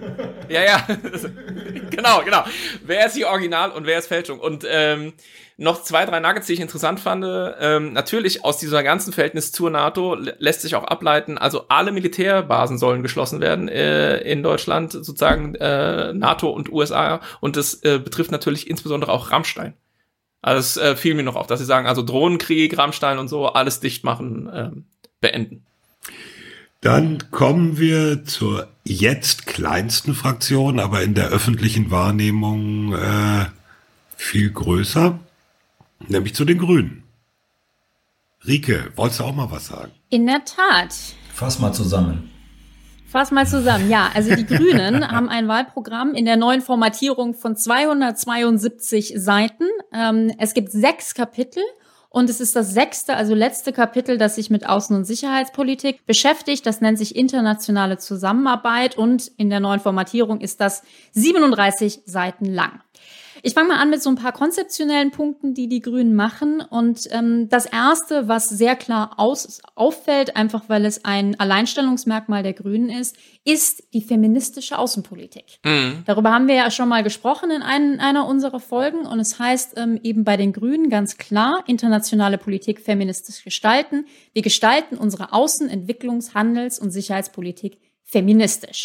Ja, genau. Wer ist hier Original und wer ist Fälschung? Und noch 2, 3 Nuggets, die ich interessant fand. Natürlich aus dieser ganzen Verhältnis zur NATO lässt sich auch ableiten, also alle Militärbasen sollen geschlossen werden in Deutschland, sozusagen NATO und USA. Und das betrifft natürlich insbesondere auch Rammstein. Also es fiel mir noch auf, dass sie sagen, also Drohnenkrieg, Rammstein und so, alles dicht machen, beenden. Dann kommen wir zur jetzt kleinsten Fraktion, aber in der öffentlichen Wahrnehmung viel größer, nämlich zu den Grünen. Rike, wolltest du auch mal was sagen? In der Tat. Fass mal zusammen. Ja. Also die Grünen haben ein Wahlprogramm in der neuen Formatierung von 272 Seiten. Es gibt 6 Kapitel. Und es ist das 6., also letzte Kapitel, das sich mit Außen- und Sicherheitspolitik beschäftigt. Das nennt sich internationale Zusammenarbeit und in der neuen Formatierung ist das 37 Seiten lang. Ich fange mal an mit so ein paar konzeptionellen Punkten, die die Grünen machen. Und das Erste, was sehr klar auffällt, einfach weil es ein Alleinstellungsmerkmal der Grünen ist die feministische Außenpolitik. Mhm. Darüber haben wir ja schon mal gesprochen in einer unserer Folgen. Und es heißt eben bei den Grünen ganz klar, internationale Politik feministisch gestalten. Wir gestalten unsere Außen-, Entwicklungs-, Handels- und Sicherheitspolitik feministisch.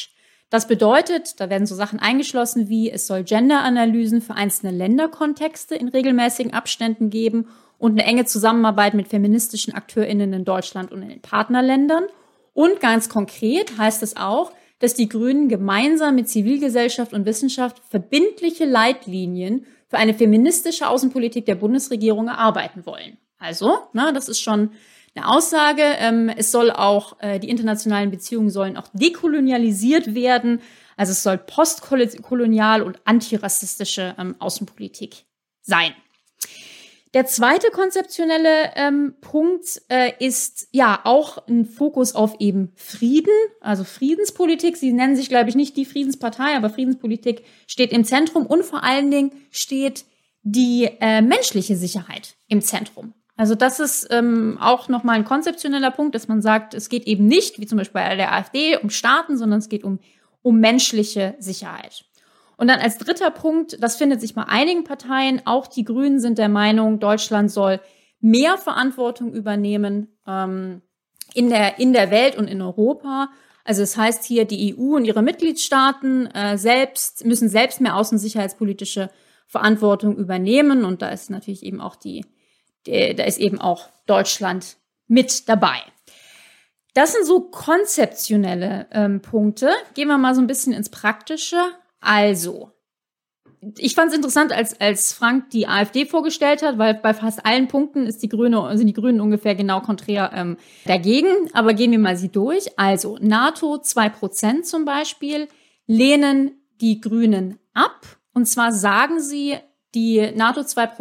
Das bedeutet, da werden so Sachen eingeschlossen wie, es soll Gender-Analysen für einzelne Länderkontexte in regelmäßigen Abständen geben und eine enge Zusammenarbeit mit feministischen AkteurInnen in Deutschland und in den Partnerländern. Und ganz konkret heißt es auch, dass die Grünen gemeinsam mit Zivilgesellschaft und Wissenschaft verbindliche Leitlinien für eine feministische Außenpolitik der Bundesregierung erarbeiten wollen. Also, das ist schon eine Aussage. Es soll auch, die internationalen Beziehungen sollen auch dekolonialisiert werden. Also es soll postkolonial und antirassistische Außenpolitik sein. Der zweite konzeptionelle Punkt ist ja auch ein Fokus auf eben Frieden, also Friedenspolitik. Sie nennen sich, glaube ich, nicht die Friedenspartei, aber Friedenspolitik steht im Zentrum und vor allen Dingen steht die menschliche Sicherheit im Zentrum. Also das ist auch nochmal ein konzeptioneller Punkt, dass man sagt, es geht eben nicht, wie zum Beispiel bei der AfD, um Staaten, sondern es geht um menschliche Sicherheit. Und dann als dritter Punkt, das findet sich bei einigen Parteien, auch die Grünen sind der Meinung, Deutschland soll mehr Verantwortung übernehmen in der Welt und in Europa. Also das heißt hier, die EU und ihre Mitgliedstaaten müssen selbst mehr außensicherheitspolitische Verantwortung übernehmen. Und da ist natürlich eben auch da ist eben auch Deutschland mit dabei. Das sind so konzeptionelle Punkte. Gehen wir mal so ein bisschen ins Praktische. Also, ich fand es interessant, als Frank die AfD vorgestellt hat, weil bei fast allen Punkten sind die Grünen ungefähr genau konträr dagegen. Aber gehen wir mal sie durch. Also, NATO 2% zum Beispiel lehnen die Grünen ab. Und zwar sagen sie, das NATO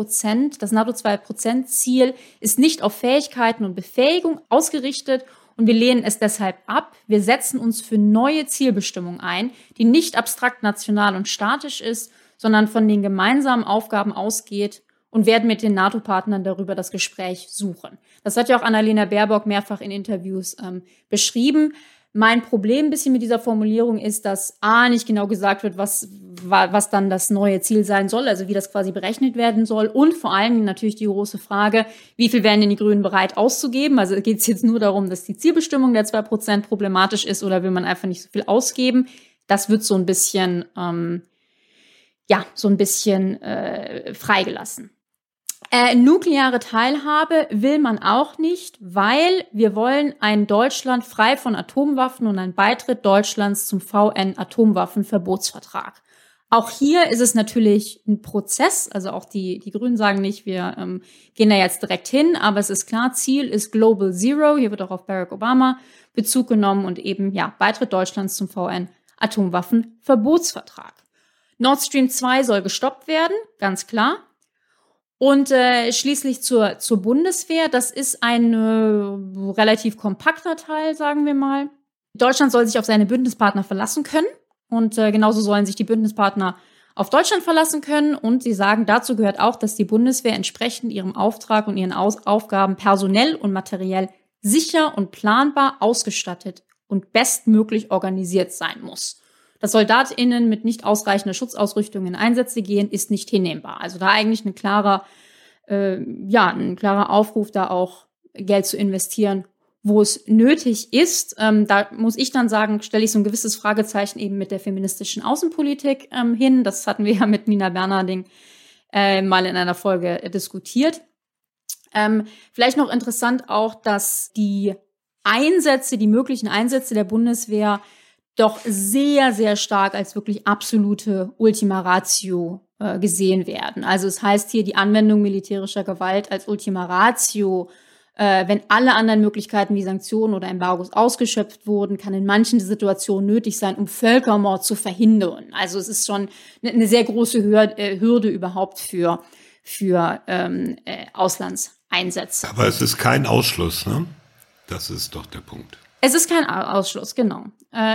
2%-Ziel ist nicht auf Fähigkeiten und Befähigung ausgerichtet und wir lehnen es deshalb ab. Wir setzen uns für neue Zielbestimmungen ein, die nicht abstrakt national und statisch ist, sondern von den gemeinsamen Aufgaben ausgeht und werden mit den NATO-Partnern darüber das Gespräch suchen. Das hat ja auch Annalena Baerbock mehrfach in Interviews beschrieben. Mein Problem ein bisschen mit dieser Formulierung ist, dass nicht genau gesagt wird, was dann das neue Ziel sein soll, also wie das quasi berechnet werden soll. Und vor allem natürlich die große Frage, wie viel wären denn die Grünen bereit auszugeben? Also geht es jetzt nur darum, dass die Zielbestimmung der 2% problematisch ist oder will man einfach nicht so viel ausgeben? Das wird so ein bisschen, freigelassen. Nukleare Teilhabe will man auch nicht, weil wir wollen ein Deutschland frei von Atomwaffen und einen Beitritt Deutschlands zum VN-Atomwaffenverbotsvertrag. Auch hier ist es natürlich ein Prozess, also auch die Grünen sagen nicht, wir gehen da jetzt direkt hin, aber es ist klar, Ziel ist Global Zero, hier wird auch auf Barack Obama Bezug genommen und eben, Beitritt Deutschlands zum VN-Atomwaffenverbotsvertrag. Nord Stream 2 soll gestoppt werden, ganz klar. Und schließlich zur Bundeswehr. Das ist ein relativ kompakter Teil, sagen wir mal. Deutschland soll sich auf seine Bündnispartner verlassen können. Und genauso sollen sich die Bündnispartner auf Deutschland verlassen können. Und sie sagen, dazu gehört auch, dass die Bundeswehr entsprechend ihrem Auftrag und ihren Aufgaben personell und materiell sicher und planbar ausgestattet und bestmöglich organisiert sein muss. Dass SoldatInnen mit nicht ausreichender Schutzausrüstung in Einsätze gehen, ist nicht hinnehmbar. Also da eigentlich ein klarer Aufruf, da auch Geld zu investieren, wo es nötig ist. Da muss ich dann sagen, stelle ich so ein gewisses Fragezeichen eben mit der feministischen Außenpolitik hin. Das hatten wir ja mit Nina Bernharding mal in einer Folge diskutiert. Vielleicht noch interessant auch, dass die möglichen Einsätze der Bundeswehr doch sehr, sehr stark als wirklich absolute Ultima Ratio gesehen werden. Also es heißt hier, die Anwendung militärischer Gewalt als Ultima Ratio, wenn alle anderen Möglichkeiten wie Sanktionen oder Embargos ausgeschöpft wurden, kann in manchen Situationen nötig sein, um Völkermord zu verhindern. Also es ist schon eine sehr große Hürde überhaupt für Auslandseinsätze. Aber es ist kein Ausschluss, ne? Das ist doch der Punkt. Es ist kein Ausschluss, genau.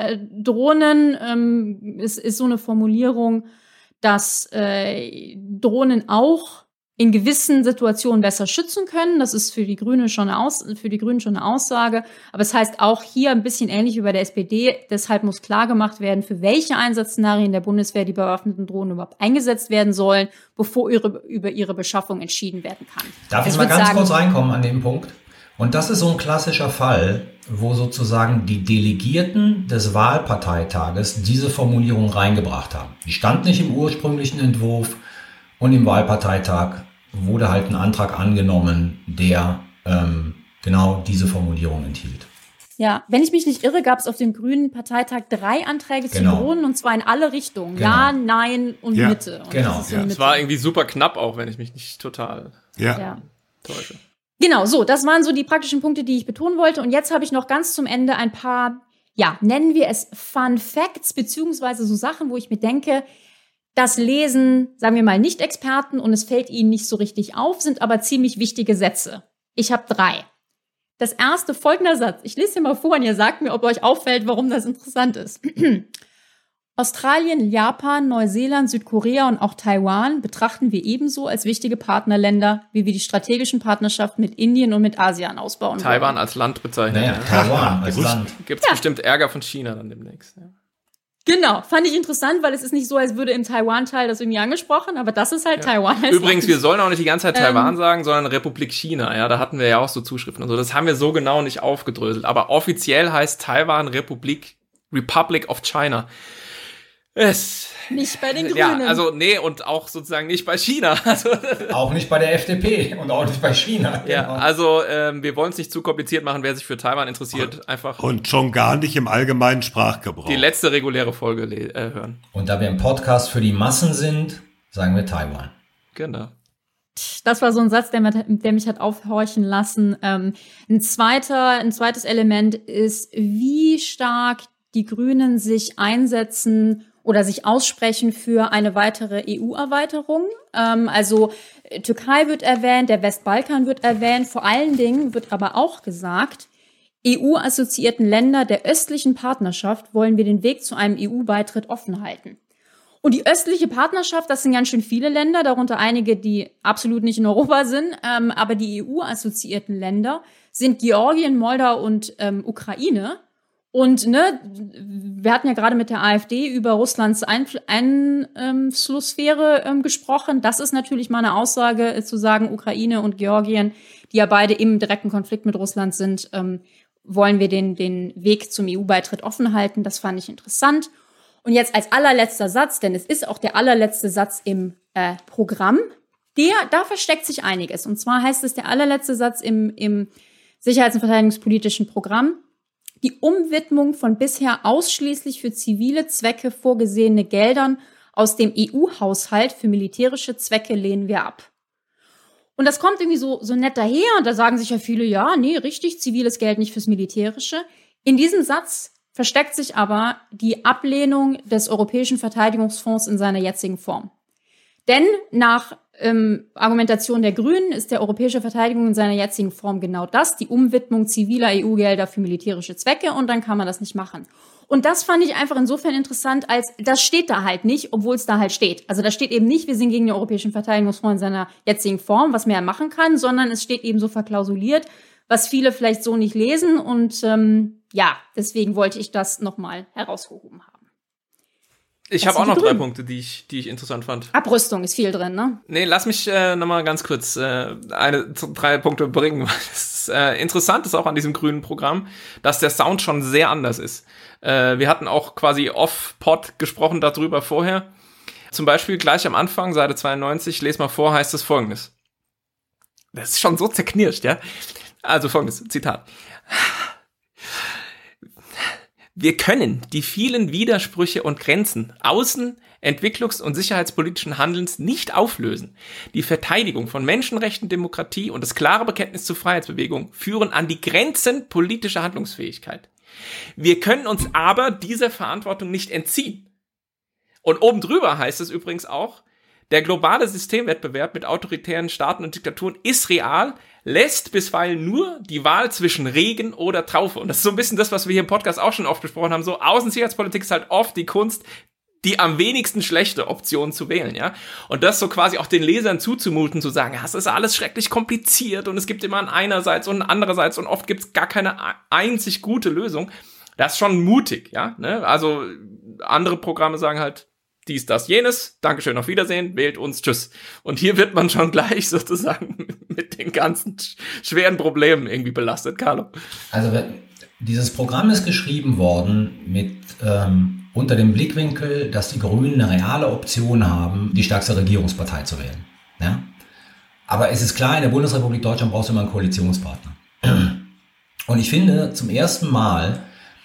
Drohnen ist so eine Formulierung, dass Drohnen auch in gewissen Situationen besser schützen können. Das ist für die Grünen schon eine Aussage. Aber es heißt auch hier ein bisschen ähnlich wie bei der SPD. Deshalb muss klar gemacht werden, für welche Einsatzszenarien der Bundeswehr die bewaffneten Drohnen überhaupt eingesetzt werden sollen, bevor über ihre Beschaffung entschieden werden kann. Darf ich mal ganz kurz reinkommen an dem Punkt? Und das ist so ein klassischer Fall, wo sozusagen die Delegierten des Wahlparteitages diese Formulierung reingebracht haben. Die stand nicht im ursprünglichen Entwurf und im Wahlparteitag wurde halt ein Antrag angenommen, der genau diese Formulierung enthielt. Ja, wenn ich mich nicht irre, gab es auf dem Grünen Parteitag 3 Anträge zu Drohnen und zwar in alle Richtungen. Genau. Ja, Nein und Mitte. Und genau. das ist so Es war irgendwie super knapp auch, wenn ich mich nicht total täusche. Genau, so, das waren so die praktischen Punkte, die ich betonen wollte. Und jetzt habe ich noch ganz zum Ende ein paar, nennen wir es Fun Facts, beziehungsweise so Sachen, wo ich mir denke, das lesen, sagen wir mal, Nicht-Experten und es fällt ihnen nicht so richtig auf, sind aber ziemlich wichtige Sätze. Ich habe 3. Das erste, folgender Satz. Ich lese hier mal vor und ihr sagt mir, ob euch auffällt, warum das interessant ist. Australien, Japan, Neuseeland, Südkorea und auch Taiwan betrachten wir ebenso als wichtige Partnerländer, wie wir die strategischen Partnerschaften mit Indien und mit ASEAN ausbauen Taiwan wollen. als Land bezeichnen. Naja, Taiwan als Land. Gibt es bestimmt Ärger von China dann demnächst. Ja. Genau, fand ich interessant, weil es ist nicht so, als würde im Taiwan-Teil das irgendwie angesprochen, aber das ist halt Taiwan. Übrigens, wir sollen auch nicht die ganze Zeit Taiwan sagen, sondern Republik China. Ja, da hatten wir ja auch so Zuschriften und so. Das haben wir so genau nicht aufgedröselt. Aber offiziell heißt Taiwan Republic of China. Nicht bei den Grünen. Ja, also und auch sozusagen nicht bei China. Also, auch nicht bei der FDP und auch nicht bei China. Ja, genau. also wir wollen es nicht zu kompliziert machen, wer sich für Taiwan interessiert, einfach und schon gar nicht im allgemeinen Sprachgebrauch. die letzte reguläre Folge hören. Und da wir im Podcast für die Massen sind, sagen wir Taiwan. Genau. Das war so ein Satz, der mich hat aufhorchen lassen. Ein zweites Element ist, wie stark die Grünen sich einsetzen oder sich aussprechen für eine weitere EU-Erweiterung. Also Türkei wird erwähnt, der Westbalkan wird erwähnt. Vor allen Dingen wird aber auch gesagt, EU-assoziierten Länder der östlichen Partnerschaft wollen wir den Weg zu einem EU-Beitritt offen halten. Und die östliche Partnerschaft, das sind ganz schön viele Länder, darunter einige, die absolut nicht in Europa sind. Aber die EU-assoziierten Länder sind Georgien, Moldau und Ukraine. Und wir hatten ja gerade mit der AfD über Russlands Einflusssphäre gesprochen. Das ist natürlich mal eine Aussage, zu sagen, Ukraine und Georgien, die ja beide im direkten Konflikt mit Russland sind, wollen wir den Weg zum EU-Beitritt offen halten. Das fand ich interessant. Und jetzt als allerletzter Satz, denn es ist auch der allerletzte Satz im Programm, da versteckt sich einiges. Und zwar heißt es der allerletzte Satz im Sicherheits- und Verteidigungspolitischen Programm: Die Umwidmung von bisher ausschließlich für zivile Zwecke vorgesehene Geldern aus dem EU-Haushalt für militärische Zwecke lehnen wir ab. Und das kommt irgendwie so nett daher und da sagen sich ja viele, ja, nee, richtig, ziviles Geld nicht fürs Militärische. In diesem Satz versteckt sich aber die Ablehnung des Europäischen Verteidigungsfonds in seiner jetzigen Form. Denn nach Argumentation der Grünen ist der europäische Verteidigung in seiner jetzigen Form genau das, die Umwidmung ziviler EU-Gelder für militärische Zwecke, und dann kann man das nicht machen. Und das fand ich einfach insofern interessant, als das steht da halt nicht, obwohl es da halt steht. Also da steht eben nicht, wir sind gegen den europäischen Verteidigungsfonds in seiner jetzigen Form, was man ja machen kann, sondern es steht eben so verklausuliert, was viele vielleicht so nicht lesen, und deswegen wollte ich das nochmal herausgehoben haben. Ich habe auch noch 3 Punkte, die ich interessant fand. Abrüstung ist viel drin, ne? Nee, lass mich nochmal ganz kurz 3 Punkte bringen. Das ist, interessant ist auch an diesem grünen Programm, dass der Sound schon sehr anders ist. Wir hatten auch quasi off-pod gesprochen darüber vorher. Zum Beispiel gleich am Anfang, Seite 92, lese mal vor, heißt es Folgendes. Das ist schon so zerknirscht, ja? Also folgendes, Zitat. Wir können die vielen Widersprüche und Grenzen außen-, entwicklungs- und sicherheitspolitischen Handelns nicht auflösen. Die Verteidigung von Menschenrechten, Demokratie und das klare Bekenntnis zur Freiheitsbewegung führen an die Grenzen politischer Handlungsfähigkeit. Wir können uns aber dieser Verantwortung nicht entziehen. Und oben drüber heißt es übrigens auch, der globale Systemwettbewerb mit autoritären Staaten und Diktaturen ist real, lässt bisweilen nur die Wahl zwischen Regen oder Traufe. Und das ist so ein bisschen das, was wir hier im Podcast auch schon oft besprochen haben. So, Außensicherheitspolitik ist halt oft die Kunst, die am wenigsten schlechte Option zu wählen, ja. Und das so quasi auch den Lesern zuzumuten, zu sagen, ja, es ist alles schrecklich kompliziert und es gibt immer einen einerseits und einen andererseits und oft gibt es gar keine einzig gute Lösung. Das ist schon mutig, ja. Ne? Also andere Programme sagen halt, dies, das, jenes, Dankeschön, auf Wiedersehen, wählt uns, tschüss. Und hier wird man schon gleich sozusagen mit den ganzen schweren Problemen irgendwie belastet, Carlo. Also dieses Programm ist geschrieben worden mit unter dem Blickwinkel, dass die Grünen eine reale Option haben, die stärkste Regierungspartei zu wählen. Ja? Aber es ist klar, in der Bundesrepublik Deutschland brauchst du immer einen Koalitionspartner. Und ich finde, zum ersten Mal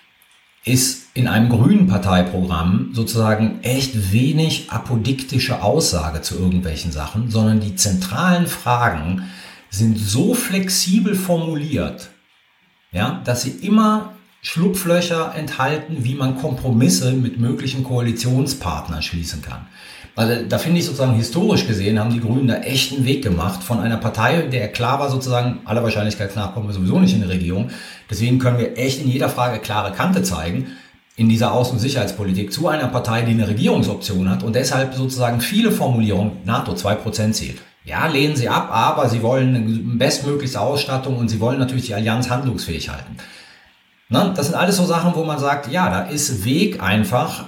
ist in einem grünen Parteiprogramm sozusagen echt wenig apodiktische Aussage zu irgendwelchen Sachen, sondern die zentralen Fragen sind so flexibel formuliert, ja, dass sie immer Schlupflöcher enthalten, wie man Kompromisse mit möglichen Koalitionspartnern schließen kann. Also da finde ich sozusagen historisch gesehen, haben die Grünen da echt einen Weg gemacht von einer Partei, der klar war sozusagen, aller Wahrscheinlichkeit nach kommen wir sowieso nicht in die Regierung. Deswegen können wir echt in jeder Frage klare Kante zeigen in dieser Außen- und Sicherheitspolitik zu einer Partei, die eine Regierungsoption hat und deshalb sozusagen viele Formulierungen, NATO 2%-Ziel. Ja, lehnen sie ab, aber sie wollen eine bestmöglichste Ausstattung und sie wollen natürlich die Allianz handlungsfähig halten. Na, das sind alles so Sachen, wo man sagt, ja, da ist Weg einfach,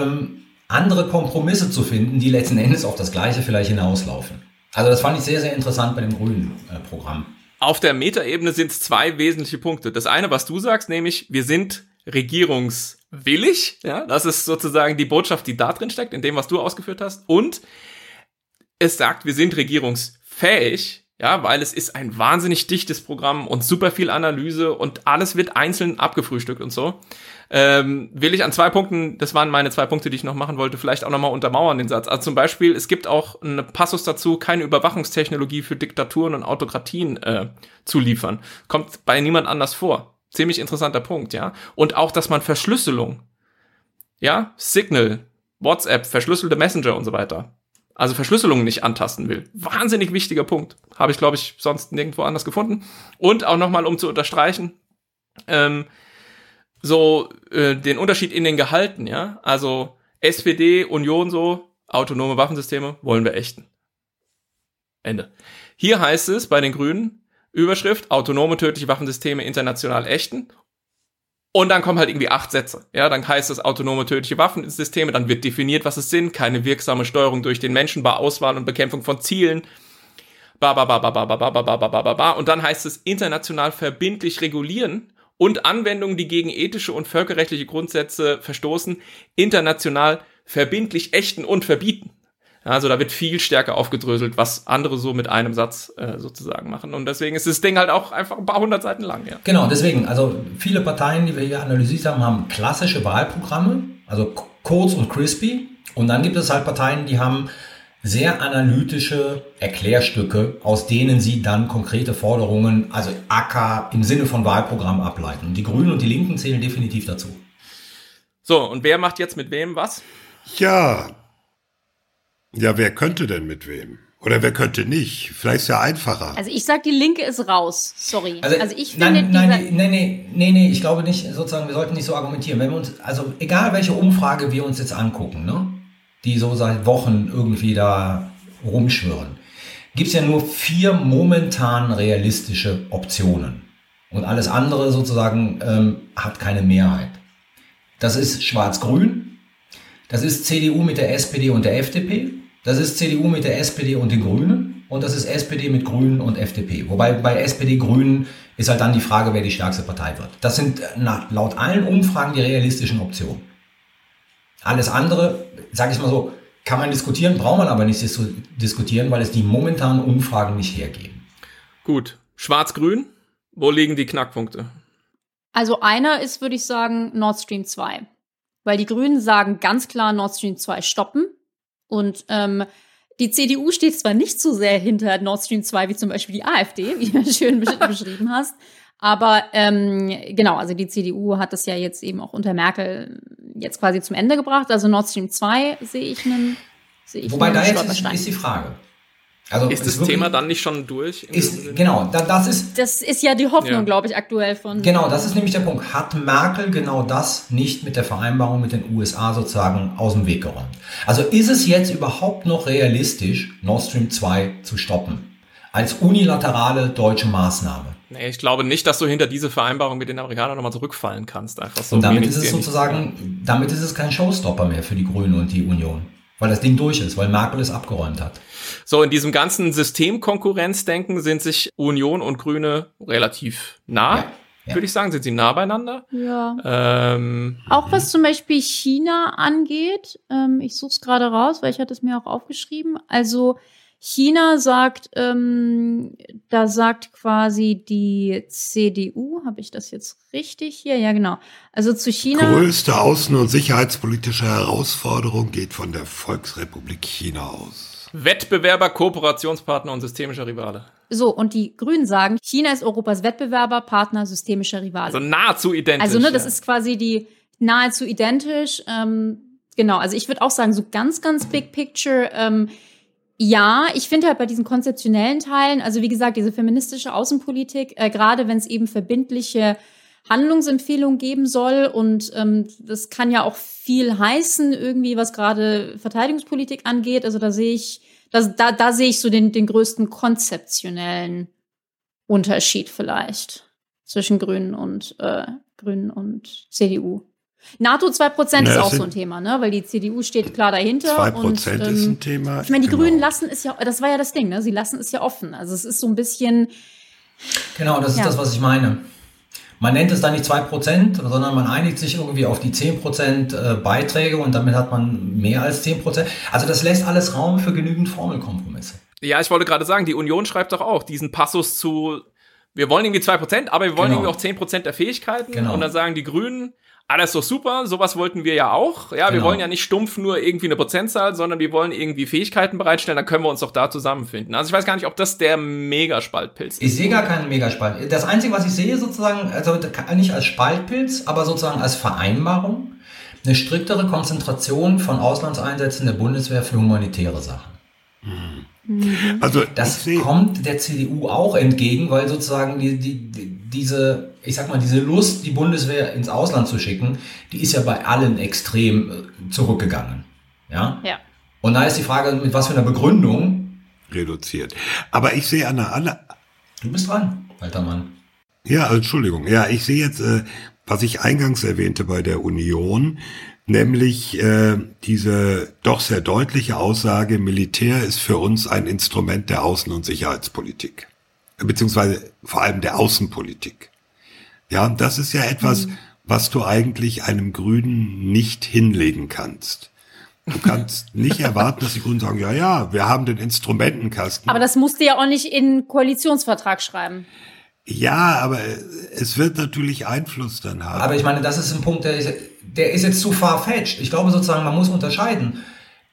andere Kompromisse zu finden, die letzten Endes auf das Gleiche vielleicht hinauslaufen. Also das fand ich sehr, sehr interessant bei dem grünen Programm. Auf der Metaebene sind es 2 wesentliche Punkte. Das eine, was du sagst, nämlich wir sind regierungswillig. Ja, das ist sozusagen die Botschaft, die da drin steckt, in dem, was du ausgeführt hast. Und es sagt, wir sind regierungsfähig, ja, weil es ist ein wahnsinnig dichtes Programm und super viel Analyse und alles wird einzeln abgefrühstückt und so. Will ich an 2 Punkten, das waren meine 2 Punkte, die ich noch machen wollte, vielleicht auch nochmal untermauern den Satz. Also zum Beispiel, es gibt auch einen Passus dazu, keine Überwachungstechnologie für Diktaturen und Autokratien zu liefern. Kommt bei niemand anders vor. Ziemlich interessanter Punkt, ja. Und auch, dass man Verschlüsselung, ja, Signal, WhatsApp, verschlüsselte Messenger und so weiter, also Verschlüsselung nicht antasten will. Wahnsinnig wichtiger Punkt. Habe ich, glaube ich, sonst nirgendwo anders gefunden. Und auch nochmal, um zu unterstreichen, den Unterschied in den Gehalten, ja. Also SPD, Union so, autonome Waffensysteme wollen wir ächten. Ende. Hier heißt es bei den Grünen, Überschrift, autonome tödliche Waffensysteme international ächten. Und dann kommen halt irgendwie 8 Sätze. Ja, dann heißt es autonome tödliche Waffensysteme, dann wird definiert, was es sind, keine wirksame Steuerung durch den Menschen bei Auswahl und Bekämpfung von Zielen. Und dann heißt es international verbindlich regulieren und Anwendungen, die gegen ethische und völkerrechtliche Grundsätze verstoßen, international verbindlich ächten und verbieten. Also da wird viel stärker aufgedröselt, was andere so mit einem Satz sozusagen machen. Und deswegen ist das Ding halt auch einfach ein paar 100 Seiten lang. Ja. Genau, deswegen, also viele Parteien, die wir hier analysiert haben, haben klassische Wahlprogramme, also kurz und crispy. Und dann gibt es halt Parteien, die haben sehr analytische Erklärstücke, aus denen sie dann konkrete Forderungen, also AK im Sinne von Wahlprogramm ableiten. Und die Grünen und die Linken zählen definitiv dazu. So, und wer macht jetzt mit wem was? Ja, wer könnte denn mit wem? Oder wer könnte nicht? Vielleicht ist ja einfacher. Also ich sag, die Linke ist raus. Sorry. Also ich finde Nein, ich glaube nicht, sozusagen, wir sollten nicht so argumentieren. Wenn wir uns, also egal welche Umfrage wir uns jetzt angucken, ne, die so seit Wochen irgendwie da rumschwirren, gibt es ja nur 4 momentan realistische Optionen. Und alles andere sozusagen hat keine Mehrheit. Das ist Schwarz-Grün, das ist CDU mit der SPD und der FDP, das ist CDU mit der SPD und den Grünen und das ist SPD mit Grünen und FDP. Wobei bei SPD-Grünen ist halt dann die Frage, wer die stärkste Partei wird. Das sind laut allen Umfragen die realistischen Optionen. Alles andere, sage ich mal so, kann man diskutieren, braucht man aber nicht diskutieren, weil es die momentanen Umfragen nicht hergeben. Gut, Schwarz-Grün, wo liegen die Knackpunkte? Also einer ist, würde ich sagen, Nord Stream 2. Weil die Grünen sagen ganz klar, Nord Stream 2 stoppen. Und die CDU steht zwar nicht so sehr hinter Nord Stream 2 wie zum Beispiel die AfD, wie du schön beschrieben hast. Aber genau, also die CDU hat das ja jetzt eben auch unter Merkel jetzt quasi zum Ende gebracht. Also Nord Stream 2 sehe ich Wobei da jetzt ist die Frage. Also ist das Thema dann nicht schon durch? Genau, das ist ja die Hoffnung, glaube ich, aktuell von... Genau, das ist nämlich der Punkt. Hat Merkel genau das nicht mit der Vereinbarung mit den USA sozusagen aus dem Weg geräumt? Also ist es jetzt überhaupt noch realistisch, Nord Stream 2 zu stoppen? Als unilaterale deutsche Maßnahme? Nee, ich glaube nicht, dass du hinter diese Vereinbarung mit den Amerikanern nochmal zurückfallen kannst. Einfach so. Und damit ist es sozusagen, damit ist es kein Showstopper mehr für die Grünen und die Union. weil das Ding durch ist, weil Merkel es abgeräumt hat. So, in diesem ganzen Systemkonkurrenzdenken sind sich Union und Grüne relativ nah, würde ich sagen. Sind sie nah beieinander? Ja. Auch was zum Beispiel China angeht, ich suche es gerade raus, weil ich hatte es mir auch aufgeschrieben. Also China sagt, da sagt quasi die CDU, habe ich das jetzt richtig hier? Ja, genau. Also zu China. Größte außen- und sicherheitspolitische Herausforderung geht von der Volksrepublik China aus. Wettbewerber, Kooperationspartner und systemischer Rivale. So, und die Grünen sagen, China ist Europas Wettbewerber, Partner, systemischer Rivale. Also nahezu identisch. Also, das ist quasi die nahezu identisch. Genau, also ich würde auch sagen, so ganz, ganz big picture. Ja, ich finde halt bei diesen konzeptionellen Teilen, also wie gesagt, diese feministische Außenpolitik, gerade wenn es eben verbindliche Handlungsempfehlungen geben soll und das kann ja auch viel heißen irgendwie, was gerade Verteidigungspolitik angeht. Also da sehe ich so den größten konzeptionellen Unterschied vielleicht zwischen Grünen und CDU. NATO 2% ist auch so ein Thema, ne? Weil die CDU steht klar dahinter. 2% ist ein Thema. Ich meine, die Grünen lassen es ja, das war ja das Ding, ne? Sie lassen es ja offen. Also es ist so ein bisschen. Genau, das ist das, was ich meine. Man nennt es dann nicht 2%, sondern man einigt sich irgendwie auf die 10% Beiträge und damit hat man mehr als 10%. Also das lässt alles Raum für genügend Formelkompromisse. Ja, ich wollte gerade sagen, die Union schreibt doch auch diesen Passus zu, wir wollen irgendwie 2%, aber wir wollen irgendwie auch 10% der Fähigkeiten. Genau. Und dann sagen die Grünen, alles doch super, sowas wollten wir ja auch. Ja, wir wollen ja nicht stumpf nur irgendwie eine Prozentzahl, sondern wir wollen irgendwie Fähigkeiten bereitstellen, dann können wir uns doch da zusammenfinden. Also ich weiß gar nicht, ob das der Megaspaltpilz ist. Ich sehe gar keinen Megaspalt. Das Einzige, was ich sehe sozusagen, also nicht als Spaltpilz, aber sozusagen als Vereinbarung, eine striktere Konzentration von Auslandseinsätzen der Bundeswehr für humanitäre Sachen. Also das kommt der CDU auch entgegen, weil sozusagen diese Lust, die Bundeswehr ins Ausland zu schicken, die ist ja bei allen extrem zurückgegangen. Ja. Und da ist die Frage, mit was für einer Begründung reduziert. Aber ich sehe an der anderen. Du bist dran, alter Mann. Ja, Entschuldigung. Ja, ich sehe jetzt, was ich eingangs erwähnte bei der Union, nämlich diese doch sehr deutliche Aussage, Militär ist für uns ein Instrument der Außen- und Sicherheitspolitik, beziehungsweise vor allem der Außenpolitik. Ja, das ist ja etwas, was du eigentlich einem Grünen nicht hinlegen kannst. Du kannst nicht erwarten, dass die Grünen sagen, ja, wir haben den Instrumentenkasten. Aber das musst du ja auch nicht in einen Koalitionsvertrag schreiben. Ja, aber es wird natürlich Einfluss dann haben. Aber ich meine, das ist ein Punkt, der ist jetzt zu far-fetched. Ich glaube sozusagen, man muss unterscheiden.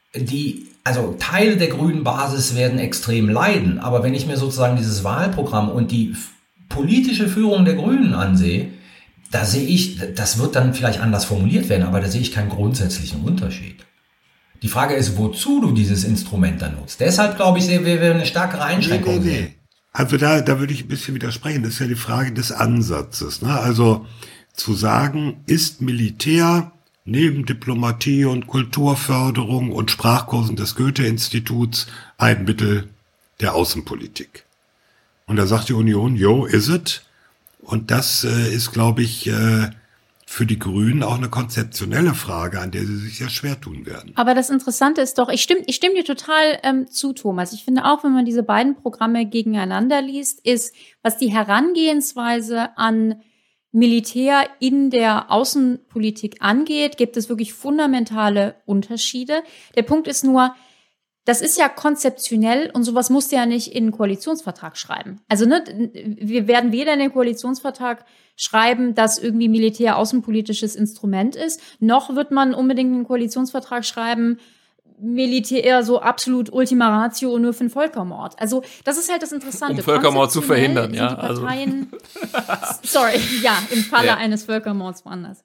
Also Teile der grünen Basis werden extrem leiden. Aber wenn ich mir sozusagen dieses Wahlprogramm und die politische Führung der Grünen ansehe, da sehe ich, das wird dann vielleicht anders formuliert werden, aber da sehe ich keinen grundsätzlichen Unterschied. Die Frage ist, wozu du dieses Instrument dann nutzt. Deshalb glaube ich, wir eine stärkere Einschränkung sehen. Also da würde ich ein bisschen widersprechen. Das ist ja die Frage des Ansatzes, ne? Also zu sagen, ist Militär neben Diplomatie und Kulturförderung und Sprachkursen des Goethe-Instituts ein Mittel der Außenpolitik. Und da sagt die Union, is it? Und das ist, glaube ich, für die Grünen auch eine konzeptionelle Frage, an der sie sich sehr schwer tun werden. Aber das Interessante ist doch, ich stimme dir total zu, Thomas. Ich finde auch, wenn man diese beiden Programme gegeneinander liest, ist, was die Herangehensweise an Militär in der Außenpolitik angeht, gibt es wirklich fundamentale Unterschiede. Der Punkt ist nur, das ist ja konzeptionell und sowas musst du ja nicht in einen Koalitionsvertrag schreiben. Also wir werden weder in den Koalitionsvertrag schreiben, dass irgendwie Militär außenpolitisches Instrument ist, noch wird man unbedingt einen Koalitionsvertrag schreiben, Militär so absolut Ultima Ratio und nur für den Völkermord. Also das ist halt das Interessante. Um Völkermord zu verhindern, ja. Parteien, sorry, ja, im Falle eines Völkermords woanders.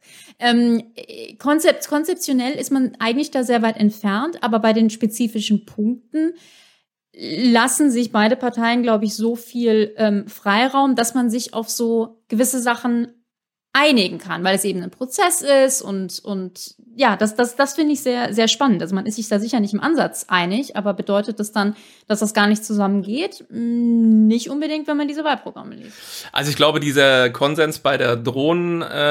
Konzeptionell ist man eigentlich da sehr weit entfernt, aber bei den spezifischen Punkten lassen sich beide Parteien, glaube ich, so viel Freiraum, dass man sich auf so gewisse Sachen einigen kann, weil es eben ein Prozess ist und ja, das finde ich sehr, sehr spannend. Also man ist sich da sicher nicht im Ansatz einig, aber bedeutet das dann, dass das gar nicht zusammengeht? Nicht unbedingt, wenn man diese Wahlprogramme liest. Also ich glaube, dieser Konsens bei der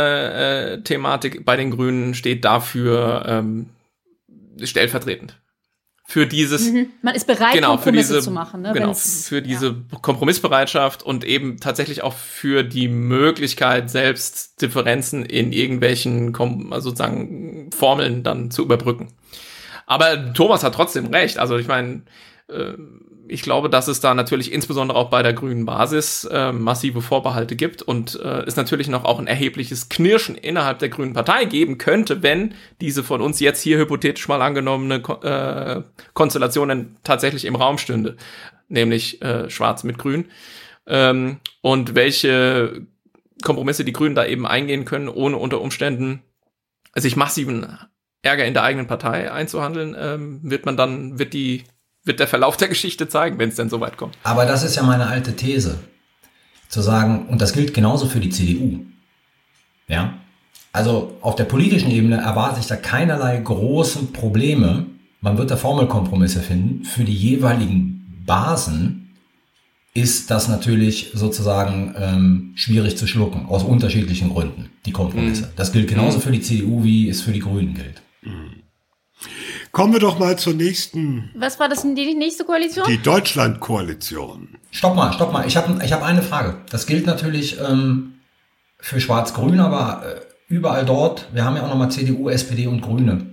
Drohnen-Thematik bei den Grünen steht dafür stellvertretend. für dieses... Man ist bereit, genau, Kompromisse zu machen. Ne? Genau, für diese Kompromissbereitschaft und eben tatsächlich auch für die Möglichkeit, selbst Differenzen in irgendwelchen sozusagen Formeln dann zu überbrücken. Aber Thomas hat trotzdem recht. Also ich meine, ich glaube, dass es da natürlich insbesondere auch bei der grünen Basis massive Vorbehalte gibt und es natürlich noch auch ein erhebliches Knirschen innerhalb der Grünen Partei geben könnte, wenn diese von uns jetzt hier hypothetisch mal angenommene Konstellation tatsächlich im Raum stünde, nämlich Schwarz mit Grün. Und welche Kompromisse die Grünen da eben eingehen können, ohne unter Umständen sich massiven Ärger in der eigenen Partei einzuhandeln, wird der Verlauf der Geschichte zeigen, wenn es denn so weit kommt. Aber das ist ja meine alte These, zu sagen, und das gilt genauso für die CDU. Ja, also auf der politischen Ebene erwarte ich da keinerlei großen Probleme. Man wird da Formelkompromisse finden. Für die jeweiligen Basen ist das natürlich sozusagen schwierig zu schlucken, aus unterschiedlichen Gründen, die Kompromisse. Das gilt genauso für die CDU, wie es für die Grünen gilt. Kommen wir doch mal zur nächsten. Was war das, die nächste Koalition? Die Deutschland-Koalition. Stopp mal. Ich hab eine Frage. Das gilt natürlich für Schwarz-Grün, aber überall dort, wir haben ja auch nochmal CDU, SPD und Grüne.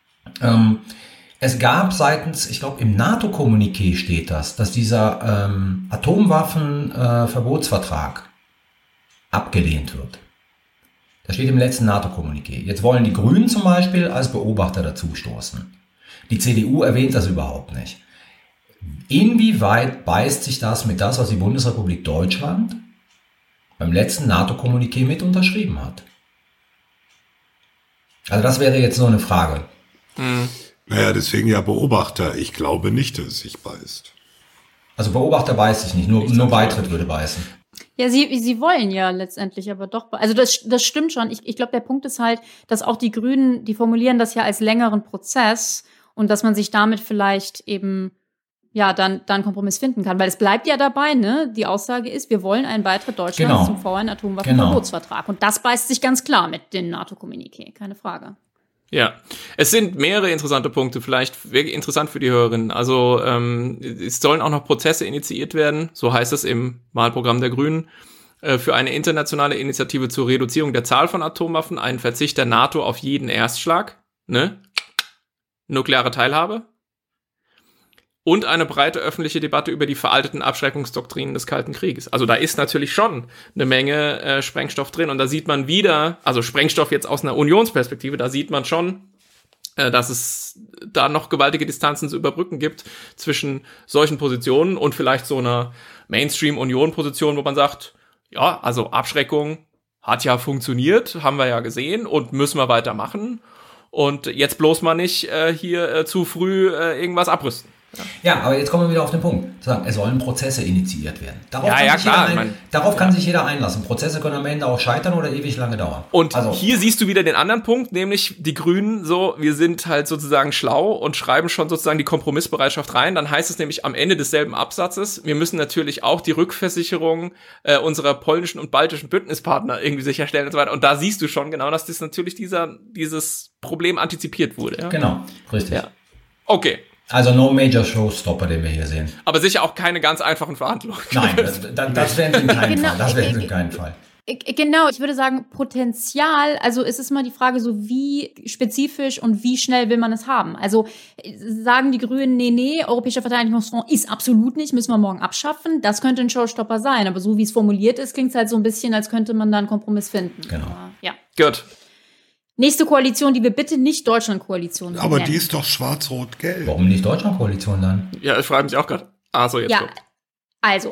Es gab seitens, ich glaube im NATO-Kommuniqué steht das, dass dieser Atomwaffenverbotsvertrag abgelehnt wird. Das steht im letzten NATO-Kommuniqué. Jetzt wollen die Grünen zum Beispiel als Beobachter dazustoßen. Die CDU erwähnt das überhaupt nicht. Inwieweit beißt sich das mit das, was die Bundesrepublik Deutschland beim letzten NATO-Kommuniqué mit unterschrieben hat? Also das wäre jetzt so eine Frage. Naja, deswegen ja Beobachter. Ich glaube nicht, dass es sich beißt. Also Beobachter beißt sich nicht, nur Beitritt würde beißen. Ja, sie wollen ja letztendlich aber doch, also das stimmt schon. Ich glaube, der Punkt ist halt, dass auch die Grünen, die formulieren das ja als längeren Prozess und dass man sich damit vielleicht eben, ja, dann einen Kompromiss finden kann. Weil es bleibt ja dabei, ne? Die Aussage ist, wir wollen einen Beitritt Deutschlands zum VN-Atomwaffenverbotsvertrag. Und das beißt sich ganz klar mit dem NATO-Kommuniqué, keine Frage. Ja, es sind mehrere interessante Punkte, vielleicht wirklich interessant für die Hörerinnen. Also es sollen auch noch Prozesse initiiert werden, so heißt es im Wahlprogramm der Grünen, für eine internationale Initiative zur Reduzierung der Zahl von Atomwaffen, einen Verzicht der NATO auf jeden Erstschlag, ne? Nukleare Teilhabe und eine breite öffentliche Debatte über die veralteten Abschreckungsdoktrinen des Kalten Krieges. Also da ist natürlich schon eine Menge Sprengstoff drin und da sieht man wieder, also Sprengstoff jetzt aus einer Unionsperspektive, da sieht man schon, dass es da noch gewaltige Distanzen zu überbrücken gibt zwischen solchen Positionen und vielleicht so einer Mainstream-Union-Position, wo man sagt, ja, also Abschreckung hat ja funktioniert, haben wir ja gesehen und müssen wir weitermachen und jetzt bloß mal nicht hier zu früh irgendwas abrüsten. Ja, aber jetzt kommen wir wieder auf den Punkt. Es sollen Prozesse initiiert werden. Darauf kann sich jeder einlassen. Prozesse können am Ende auch scheitern oder ewig lange dauern. Und hier siehst du wieder den anderen Punkt, nämlich die Grünen so, wir sind halt sozusagen schlau und schreiben schon sozusagen die Kompromissbereitschaft rein. Dann heißt es nämlich am Ende desselben Absatzes, wir müssen natürlich auch die Rückversicherung unserer polnischen und baltischen Bündnispartner irgendwie sicherstellen und so weiter. Und da siehst du schon genau, dass das natürlich dieses Problem antizipiert wurde. Ja? Genau, richtig. Ja. Okay. Also no major showstopper, den wir hier sehen. Aber sicher auch keine ganz einfachen Verhandlungen. Nein, das wären sie in keinem Fall. Das wären sie in keinem Fall. Genau, ich würde sagen, Potenzial, also es ist mal die Frage, so wie spezifisch und wie schnell will man es haben? Also sagen die Grünen, nee, Europäischer Verteidigungsfonds ist absolut nicht, müssen wir morgen abschaffen. Das könnte ein Showstopper sein, aber so wie es formuliert ist, klingt es halt so ein bisschen, als könnte man da einen Kompromiss finden. Genau. Ja. Gut. Nächste Koalition, die wir bitte nicht Deutschland-Koalition nennen. Aber die ist doch schwarz-rot-gelb. Warum nicht Deutschland-Koalition dann? Ja, ich frage mich auch gerade. So jetzt. Ja, also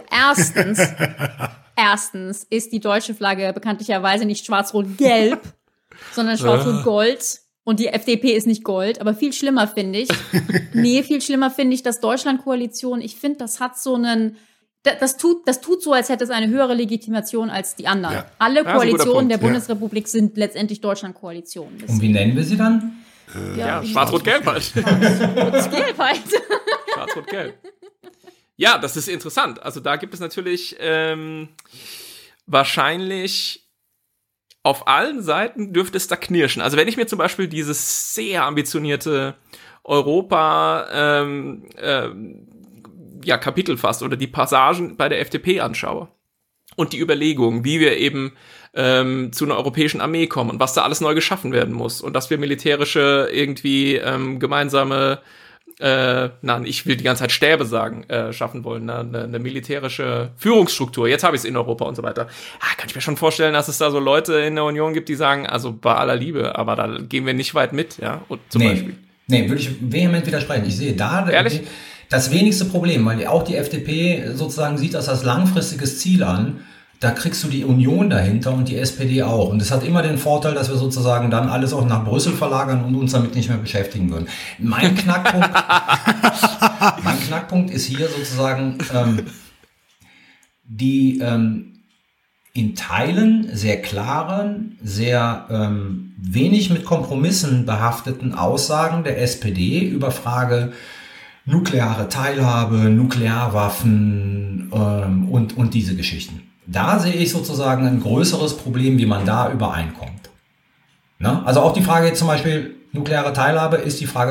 erstens ist die deutsche Flagge bekanntlicherweise nicht schwarz-rot-gelb, sondern schwarz-rot-gold. Und die FDP ist nicht Gold, aber viel schlimmer finde ich. Dass Deutschland-Koalition, ich finde, das hat so einen, das tut so, als hätte es eine höhere Legitimation als die anderen. Ja. Alle Koalitionen der Bundesrepublik sind letztendlich Deutschland-Koalitionen. Und wie nennen wir sie dann? Schwarz-Rot-Gelb halt. Schwarz-Gelb halt. Schwarz-Rot-Gelb. Ja, das ist interessant. Also da gibt es natürlich wahrscheinlich auf allen Seiten dürfte es da knirschen. Also wenn ich mir zum Beispiel dieses sehr ambitionierte Europa Kapitel fast oder die Passagen bei der FDP anschaue und die Überlegungen, wie wir eben zu einer europäischen Armee kommen und was da alles neu geschaffen werden muss und dass wir militärische irgendwie gemeinsame ich will die ganze Zeit Stäbe sagen, schaffen wollen, eine militärische Führungsstruktur. Jetzt habe ich es in Europa und so weiter. Kann ich mir schon vorstellen, dass es da so Leute in der Union gibt, die sagen, also bei aller Liebe, aber da gehen wir nicht weit mit, ja, und zum Beispiel. Nee, würde ich vehement widersprechen. Ich sehe da das wenigste Problem, weil auch die FDP sozusagen sieht das als langfristiges Ziel an. Da kriegst du die Union dahinter und die SPD auch. Und das hat immer den Vorteil, dass wir sozusagen dann alles auch nach Brüssel verlagern und uns damit nicht mehr beschäftigen würden. Mein Knackpunkt ist hier sozusagen die in Teilen sehr klaren, sehr wenig mit Kompromissen behafteten Aussagen der SPD über Frage nukleare Teilhabe, Nuklearwaffen und diese Geschichten. Da sehe ich sozusagen ein größeres Problem, wie man da übereinkommt. Ne? Also auch die Frage jetzt zum Beispiel nukleare Teilhabe ist die Frage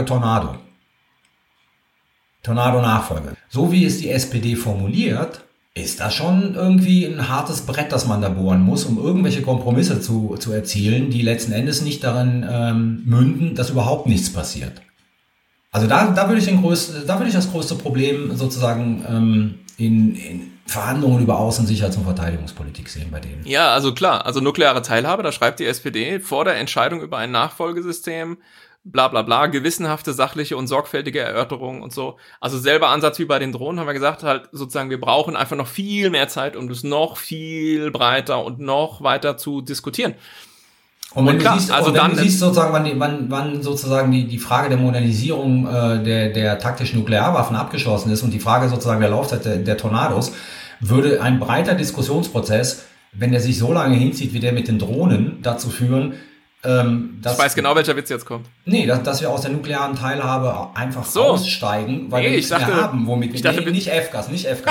Tornado-Nachfolge. So wie es die SPD formuliert, ist das schon irgendwie ein hartes Brett, das man da bohren muss, um irgendwelche Kompromisse zu erzielen, die letzten Endes nicht darin münden, dass überhaupt nichts passiert. Also da würde ich das größte Problem sozusagen in Verhandlungen über Außen-, Sicherheits- und Verteidigungspolitik sehen bei denen. Ja, also klar, also nukleare Teilhabe, da schreibt die SPD vor der Entscheidung über ein Nachfolgesystem, bla bla bla, gewissenhafte, sachliche und sorgfältige Erörterung und so. Also selber Ansatz wie bei den Drohnen, haben wir gesagt, halt sozusagen, wir brauchen einfach noch viel mehr Zeit, um das noch viel breiter und noch weiter zu diskutieren. Und wenn du siehst sozusagen, wann sozusagen die Frage der Modernisierung der taktischen Nuklearwaffen abgeschlossen ist und die Frage sozusagen der Laufzeit der Tornados, würde ein breiter Diskussionsprozess, wenn der sich so lange hinzieht wie der mit den Drohnen, dazu führen, dass... Ich weiß genau, welcher Witz jetzt kommt. Nee, dass wir aus der nuklearen Teilhabe einfach aussteigen, weil wir nichts mehr haben, womit wir... nicht F-Gas.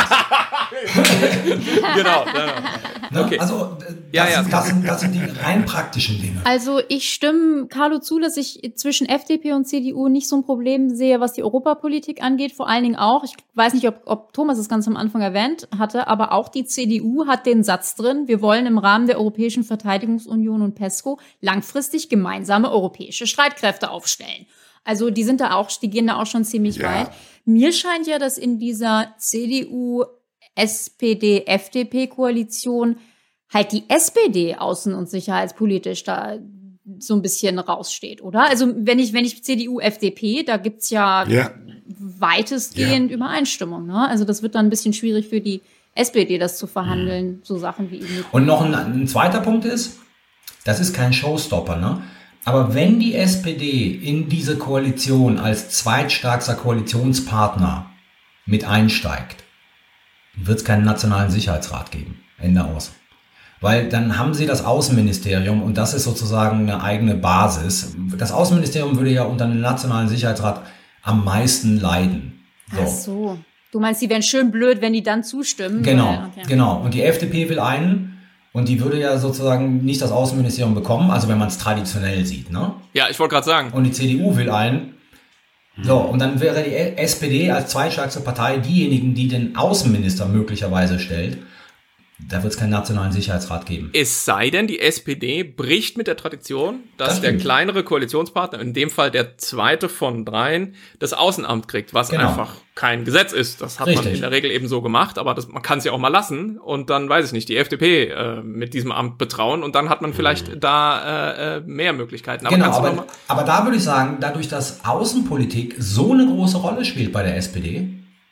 Genau. Okay. Also das sind die rein praktischen Dinge. Also ich stimme Carlo zu, dass ich zwischen FDP und CDU nicht so ein Problem sehe, was die Europapolitik angeht. Vor allen Dingen auch, ich weiß nicht, ob Thomas es ganz am Anfang erwähnt hatte, aber auch die CDU hat den Satz drin, wir wollen im Rahmen der Europäischen Verteidigungsunion und PESCO langfristig gemeinsame europäische Streitkräfte aufstellen. Also die gehen da auch schon ziemlich weit. Mir scheint ja, dass in dieser CDU-SPD-FDP-Koalition halt die SPD außen- und sicherheitspolitisch da so ein bisschen raussteht, oder? Also wenn ich CDU-FDP, da gibt's ja weitestgehend Übereinstimmung, ne? Also das wird dann ein bisschen schwierig für die SPD, das zu verhandeln, so Sachen wie eben. Und noch ein zweiter Punkt ist, das ist kein Showstopper, ne? Aber wenn die SPD in diese Koalition als zweitstärkster Koalitionspartner mit einsteigt, wird es keinen nationalen Sicherheitsrat geben. Ende aus. Weil dann haben sie das Außenministerium und das ist sozusagen eine eigene Basis. Das Außenministerium würde ja unter einem nationalen Sicherheitsrat am meisten leiden. So. Ach so. Du meinst, die wären schön blöd, wenn die dann zustimmen? Genau. Und die FDP will einen und die würde ja sozusagen nicht das Außenministerium bekommen, also wenn man es traditionell sieht, ne? Ja, ich wollte gerade sagen. Und die CDU will einen. So, und dann wäre die SPD als zweitstärkste Partei diejenigen, die den Außenminister möglicherweise stellt. Da wird es keinen nationalen Sicherheitsrat geben. Es sei denn, die SPD bricht mit der Tradition, dass der kleinere Koalitionspartner, in dem Fall der zweite von dreien, das Außenamt kriegt, was einfach kein Gesetz ist. Das hat man in der Regel eben so gemacht, aber man kann es ja auch mal lassen und dann, weiß ich nicht, die FDP mit diesem Amt betrauen und dann hat man vielleicht da mehr Möglichkeiten. Aber aber da würde ich sagen, dadurch, dass Außenpolitik so eine große Rolle spielt bei der SPD,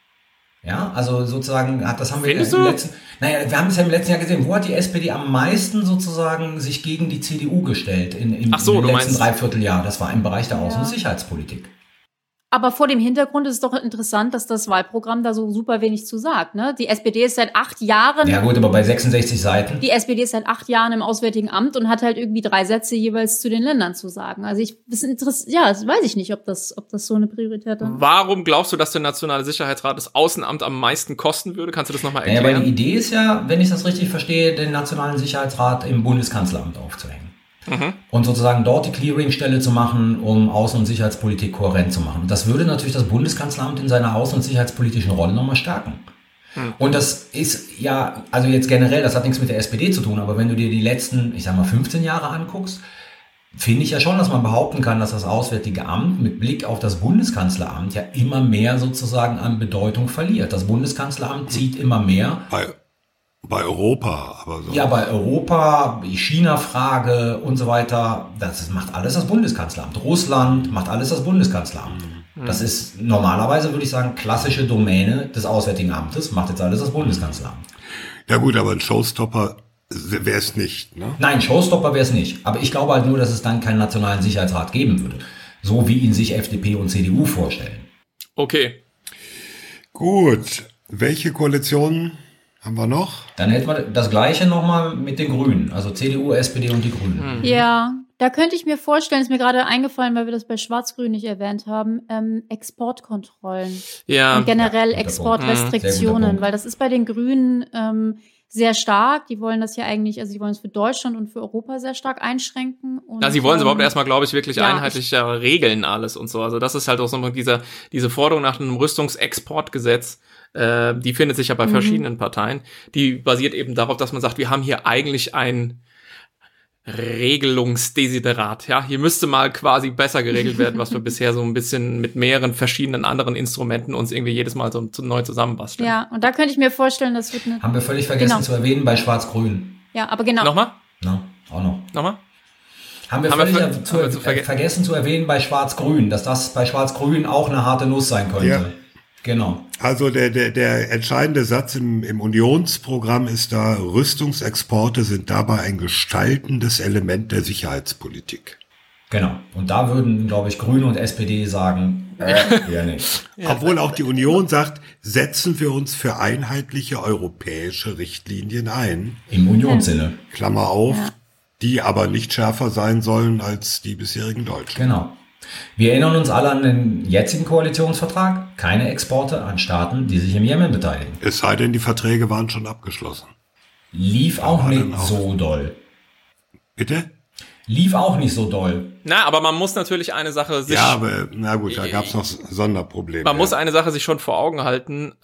ja, also sozusagen, das haben wir wir haben es ja im letzten Jahr gesehen, wo hat die SPD am meisten sozusagen sich gegen die CDU gestellt im letzten Dreivierteljahr? Das war im Bereich der Außen- und Sicherheitspolitik. Aber vor dem Hintergrund ist es doch interessant, dass das Wahlprogramm da so super wenig zu sagt, ne? Die SPD ist seit 8 Jahren... Ja gut, aber bei 66 Seiten. Die SPD ist seit 8 Jahren im Auswärtigen Amt und hat halt irgendwie 3 Sätze jeweils zu den Ländern zu sagen. Also das weiß ich nicht, ob das so eine Priorität ist. Warum glaubst du, dass der Nationale Sicherheitsrat das Außenamt am meisten kosten würde? Kannst du das nochmal erklären? Ja, aber die Idee ist ja, wenn ich das richtig verstehe, den Nationalen Sicherheitsrat im Bundeskanzleramt aufzuhängen. und sozusagen dort die Clearingstelle zu machen, um Außen- und Sicherheitspolitik kohärent zu machen. Und das würde natürlich das Bundeskanzleramt in seiner außen- und sicherheitspolitischen Rolle nochmal stärken. Und das ist ja, also jetzt generell, das hat nichts mit der SPD zu tun, aber wenn du dir die letzten, 15 Jahre anguckst, finde ich ja schon, dass man behaupten kann, dass das Auswärtige Amt mit Blick auf das Bundeskanzleramt ja immer mehr sozusagen an Bedeutung verliert. Das Bundeskanzleramt zieht immer mehr. Bei Europa, aber so. Ja, bei Europa, die China-Frage und so weiter, das macht alles das Bundeskanzleramt. Russland macht alles das Bundeskanzleramt. Das ist normalerweise, würde ich sagen, klassische Domäne des Auswärtigen Amtes, macht jetzt alles das Bundeskanzleramt. Ja gut, aber ein Showstopper wäre es nicht, ne? Nein, Showstopper wäre es nicht. Aber ich glaube halt nur, dass es dann keinen nationalen Sicherheitsrat geben würde. So wie ihn sich FDP und CDU vorstellen. Okay. Gut. Welche Koalitionen haben wir noch? Dann hätten wir das Gleiche nochmal mit den Grünen. Also CDU, SPD und die Grünen. Ja, da könnte ich mir vorstellen, ist mir gerade eingefallen, weil wir das bei Schwarz-Grün nicht erwähnt haben, Exportkontrollen. Ja. Und generell Sehr guter Exportrestriktionen, Punkt. weil das ist bei den Grünen sehr stark. Die wollen das ja eigentlich, also die wollen es für Deutschland und für Europa sehr stark einschränken. Und, Sie wollen es überhaupt erstmal, glaube ich, wirklich ja, einheitlicher regeln alles und so. Also das ist halt auch so diese Forderung nach einem Rüstungsexportgesetz, die findet sich ja bei verschiedenen Parteien. Die basiert eben darauf, dass man sagt, wir haben hier eigentlich ein Regelungsdesiderat. Ja, hier müsste mal quasi besser geregelt werden, was wir bisher so ein bisschen mit mehreren verschiedenen anderen Instrumenten uns irgendwie jedes Mal so neu zusammenbasteln. Ja, und da könnte ich mir vorstellen, das wird Haben wir völlig vergessen Genau. zu erwähnen bei Schwarz-Grün. Ja, aber genau. Nochmal? Na, auch noch. Nochmal? Haben wir vergessen zu erwähnen bei Schwarz-Grün, dass das bei Schwarz-Grün auch eine harte Nuss sein könnte. Ja. Genau. Also der entscheidende Satz im Unionsprogramm ist da, Rüstungsexporte sind dabei ein gestaltendes Element der Sicherheitspolitik. Genau. Und da würden, glaube ich, Grüne und SPD sagen, ja nicht. Obwohl auch die Union sagt, setzen wir uns für einheitliche europäische Richtlinien ein. Im Unionssinne. Klammer auf, die aber nicht schärfer sein sollen als die bisherigen deutschen. Genau. Wir erinnern uns alle an den jetzigen Koalitionsvertrag. Keine Exporte an Staaten, die sich im Jemen beteiligen. Es sei denn, die Verträge waren schon abgeschlossen. Lief auch Aber nicht dann auch. so doll. Bitte? Lief auch nicht so doll. Na, aber man muss natürlich eine Sache sich... Ja, aber na gut, da gab's noch Sonderprobleme. Man muss eine Sache sich schon vor Augen halten.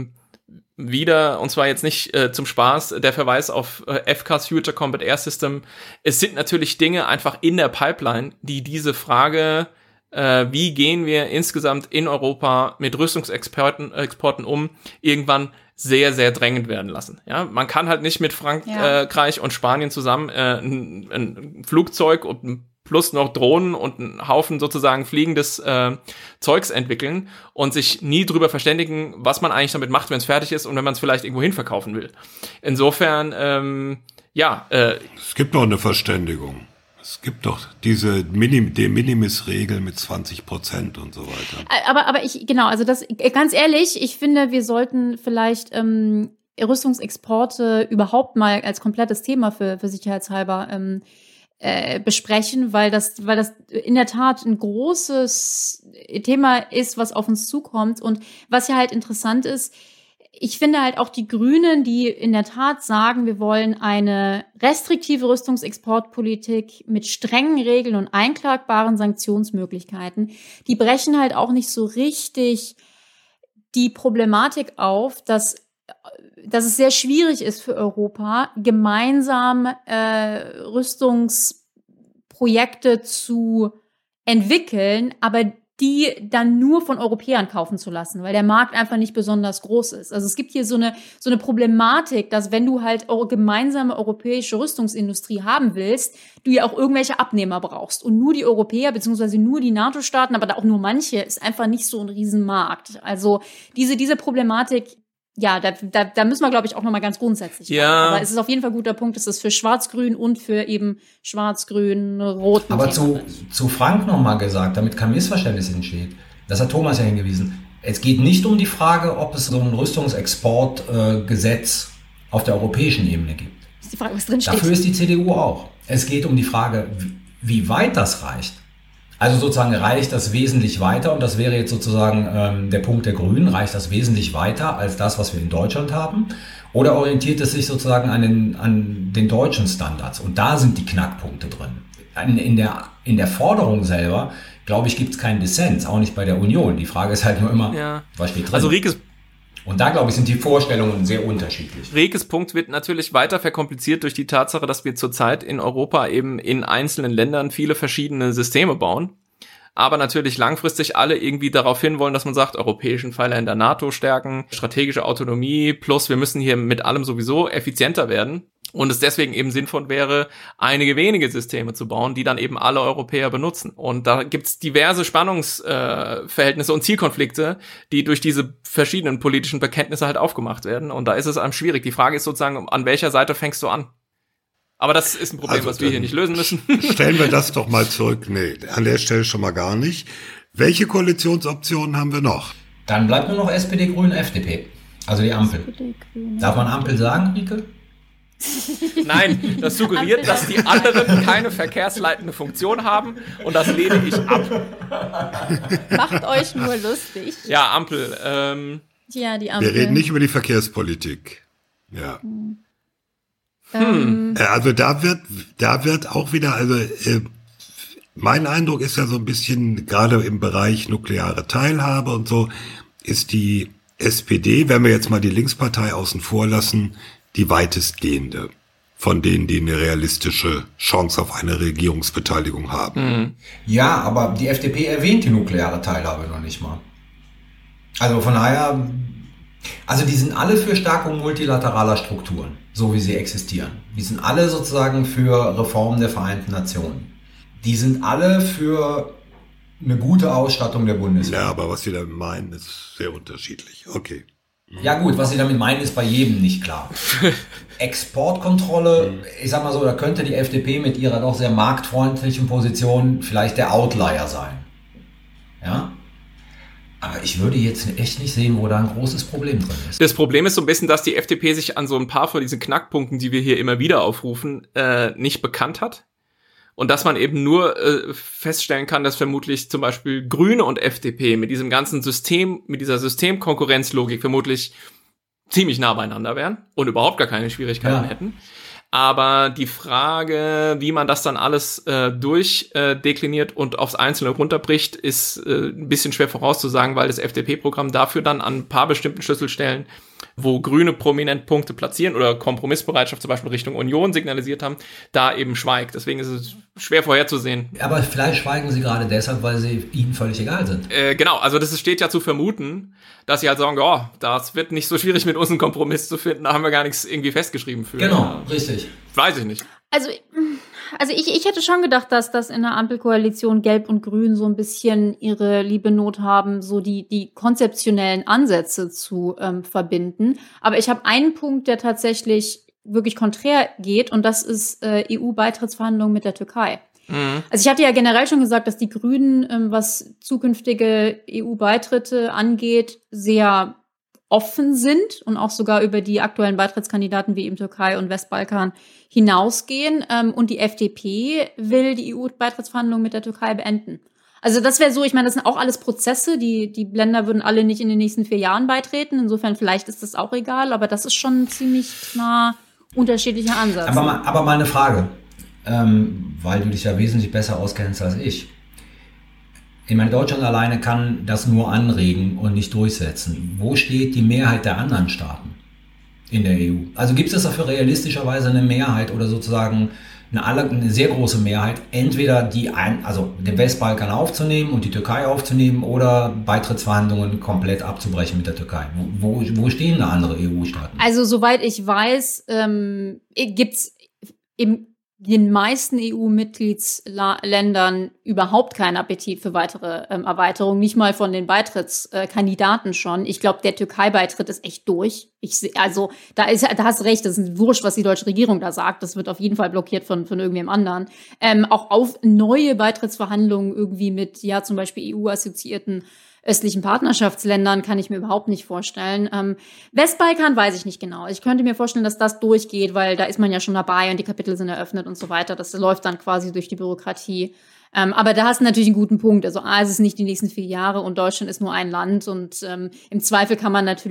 Wieder, und zwar jetzt nicht zum Spaß, der Verweis auf FCAS Future Combat Air System. Es sind natürlich Dinge einfach in der Pipeline, die diese Frage, wie gehen wir insgesamt in Europa mit Rüstungsexporten um, irgendwann sehr, sehr drängend werden lassen. Ja, man kann halt nicht mit Frankreich und Spanien zusammen ein Flugzeug und plus noch Drohnen und einen Haufen sozusagen fliegendes Zeugs entwickeln und sich nie drüber verständigen, was man eigentlich damit macht, wenn es fertig ist und wenn man es vielleicht irgendwo hin verkaufen will. Insofern, es gibt doch eine Verständigung. Es gibt doch diese De Minimis-Regel mit 20% und so weiter. Aber also das, ganz ehrlich, ich finde, wir sollten vielleicht Rüstungsexporte überhaupt mal als komplettes Thema für sicherheitshalber besprechen, weil das in der Tat ein großes Thema ist, was auf uns zukommt. Und was ja halt interessant ist, ich finde halt auch die Grünen, die in der Tat sagen, wir wollen eine restriktive Rüstungsexportpolitik mit strengen Regeln und einklagbaren Sanktionsmöglichkeiten, die brechen halt auch nicht so richtig die Problematik auf, dass es sehr schwierig ist für Europa, gemeinsam Rüstungsprojekte zu entwickeln, aber die dann nur von Europäern kaufen zu lassen, weil der Markt einfach nicht besonders groß ist. Also es gibt hier so eine Problematik, dass wenn du halt gemeinsame europäische Rüstungsindustrie haben willst, du ja auch irgendwelche Abnehmer brauchst. Und nur die Europäer, beziehungsweise nur die NATO-Staaten, aber da auch nur manche, ist einfach nicht so ein Riesenmarkt. Also diese Problematik, ja, da müssen wir, glaube ich, auch nochmal ganz grundsätzlich machen. Aber es ist auf jeden Fall ein guter Punkt, dass es für Schwarz-Grün und für eben Schwarz-Grün-Roten. Aber zu Frank nochmal gesagt, damit kein Missverständnis entsteht, das hat Thomas ja hingewiesen. Es geht nicht um die Frage, ob es so ein Rüstungsexportgesetz auf der europäischen Ebene gibt. Das ist die Frage, was drin steht. Dafür ist die CDU auch. Es geht um die Frage, wie weit das reicht. Also sozusagen reicht das wesentlich weiter, und das wäre jetzt sozusagen der Punkt der Grünen, reicht das wesentlich weiter als das, was wir in Deutschland haben? Oder orientiert es sich sozusagen an den deutschen Standards? Und da sind die Knackpunkte drin. in der Forderung selber, glaube ich, gibt es keinen Dissens, auch nicht bei der Union. Die Frage ist halt nur immer, was steht drin? Also und da, glaube ich, sind die Vorstellungen sehr unterschiedlich. Riekes Punkt wird natürlich weiter verkompliziert durch die Tatsache, dass wir zurzeit in Europa eben in einzelnen Ländern viele verschiedene Systeme bauen. Aber natürlich langfristig alle irgendwie darauf hinwollen, dass man sagt, europäischen Pfeiler in der NATO stärken, strategische Autonomie, plus wir müssen hier mit allem sowieso effizienter werden. Und es deswegen eben sinnvoll wäre, einige wenige Systeme zu bauen, die dann eben alle Europäer benutzen. Und da gibt's diverse Spannungsverhältnisse und Zielkonflikte, die durch diese verschiedenen politischen Bekenntnisse halt aufgemacht werden. Und da ist es einem schwierig. Die Frage ist sozusagen, an welcher Seite fängst du an? Aber das ist ein Problem, was wir hier nicht lösen müssen. Stellen wir das doch mal zurück. Nee, an der Stelle schon mal gar nicht. Welche Koalitionsoptionen haben wir noch? Dann bleibt nur noch SPD, Grünen, FDP. Also die Ampel. Darf man Ampel sagen, Rieke? Nein, das suggeriert, dass die anderen keine verkehrsleitende Funktion haben und das lehne ich ab. Macht euch nur lustig. Ja, Ampel. Ja, die Ampel. Wir reden nicht über die Verkehrspolitik. Ja. Also da wird auch wieder, mein Eindruck ist ja so ein bisschen, gerade im Bereich nukleare Teilhabe und so, ist die SPD, wenn wir jetzt mal die Linkspartei außen vor lassen, die weitestgehende von denen, die eine realistische Chance auf eine Regierungsbeteiligung haben. Ja, aber die FDP erwähnt die nukleare Teilhabe noch nicht mal. Also von daher, also die sind alle für Stärkung multilateraler Strukturen, so wie sie existieren. Die sind alle sozusagen für Reformen der Vereinten Nationen. Die sind alle für eine gute Ausstattung der Bundeswehr. Ja, aber was sie damit meinen, ist sehr unterschiedlich. Okay. Ja gut, was sie damit meinen, ist bei jedem nicht klar. Exportkontrolle, ich sag mal so, da könnte die FDP mit ihrer doch sehr marktfreundlichen Position vielleicht der Outlier sein. Ja? Aber ich würde jetzt echt nicht sehen, wo da ein großes Problem drin ist. Das Problem ist so ein bisschen, dass die FDP sich an so ein paar von diesen Knackpunkten, die wir hier immer wieder aufrufen, nicht bekannt hat. Und dass man eben nur feststellen kann, dass vermutlich zum Beispiel Grüne und FDP mit diesem ganzen System, mit dieser Systemkonkurrenzlogik vermutlich ziemlich nah beieinander wären und überhaupt gar keine Schwierigkeiten hätten. Aber die Frage, wie man das dann alles durchdekliniert und aufs Einzelne runterbricht, ist ein bisschen schwer vorauszusagen, weil das FDP-Programm dafür dann an ein paar bestimmten Schlüsselstellen, wo Grüne prominent Punkte platzieren oder Kompromissbereitschaft zum Beispiel Richtung Union signalisiert haben, da eben schweigt. Deswegen ist es schwer vorherzusehen. Aber vielleicht schweigen sie gerade deshalb, weil sie ihnen völlig egal sind. Genau, also das steht ja zu vermuten, dass sie halt sagen, oh, das wird nicht so schwierig mit uns einen Kompromiss zu finden, da haben wir gar nichts irgendwie festgeschrieben für. Genau, richtig. Weiß ich nicht. Also ich hätte schon gedacht, dass das in der Ampelkoalition Gelb und Grün so ein bisschen ihre liebe Not haben, so die konzeptionellen Ansätze zu verbinden. Aber ich habe einen Punkt, der tatsächlich wirklich konträr geht, und das ist EU-Beitrittsverhandlungen mit der Türkei. Also ich hatte ja generell schon gesagt, dass die Grünen, was zukünftige EU-Beitritte angeht, sehr offen sind und auch sogar über die aktuellen Beitrittskandidaten wie eben Türkei und Westbalkan hinausgehen. Und die FDP will die EU-Beitrittsverhandlungen mit der Türkei beenden. Also das wäre so, ich meine, das sind auch alles Prozesse, die Länder würden alle nicht in den nächsten 4 Jahren beitreten. Insofern vielleicht ist das auch egal, aber das ist schon ein ziemlich klar unterschiedlicher Ansatz. Aber mal eine Frage, weil du dich ja wesentlich besser auskennst als ich. Ich meine, Deutschland alleine kann das nur anregen und nicht durchsetzen. Wo steht die Mehrheit der anderen Staaten in der EU? Also gibt es dafür realistischerweise eine Mehrheit oder sozusagen eine sehr große Mehrheit, entweder den Westbalkan aufzunehmen und die Türkei aufzunehmen oder Beitrittsverhandlungen komplett abzubrechen mit der Türkei? Wo stehen da andere EU-Staaten? Also soweit ich weiß, gibt's im den meisten EU-Mitgliedsländern überhaupt keinen Appetit für weitere Erweiterungen, nicht mal von den Beitrittskandidaten schon. Ich glaube, der Türkei-Beitritt ist echt durch. Da hast du recht, das ist wurscht, was die deutsche Regierung da sagt. Das wird auf jeden Fall blockiert von irgendwem anderen. Auch auf neue Beitrittsverhandlungen irgendwie mit, zum Beispiel EU-assoziierten östlichen Partnerschaftsländern kann ich mir überhaupt nicht vorstellen. Westbalkan weiß ich nicht genau. Ich könnte mir vorstellen, dass das durchgeht, weil da ist man ja schon dabei und die Kapitel sind eröffnet und so weiter. Das läuft dann quasi durch die Bürokratie. Aber da hast du natürlich einen guten Punkt. Also es ist nicht die nächsten 4 Jahre und Deutschland ist nur ein Land und im Zweifel kann man natürlich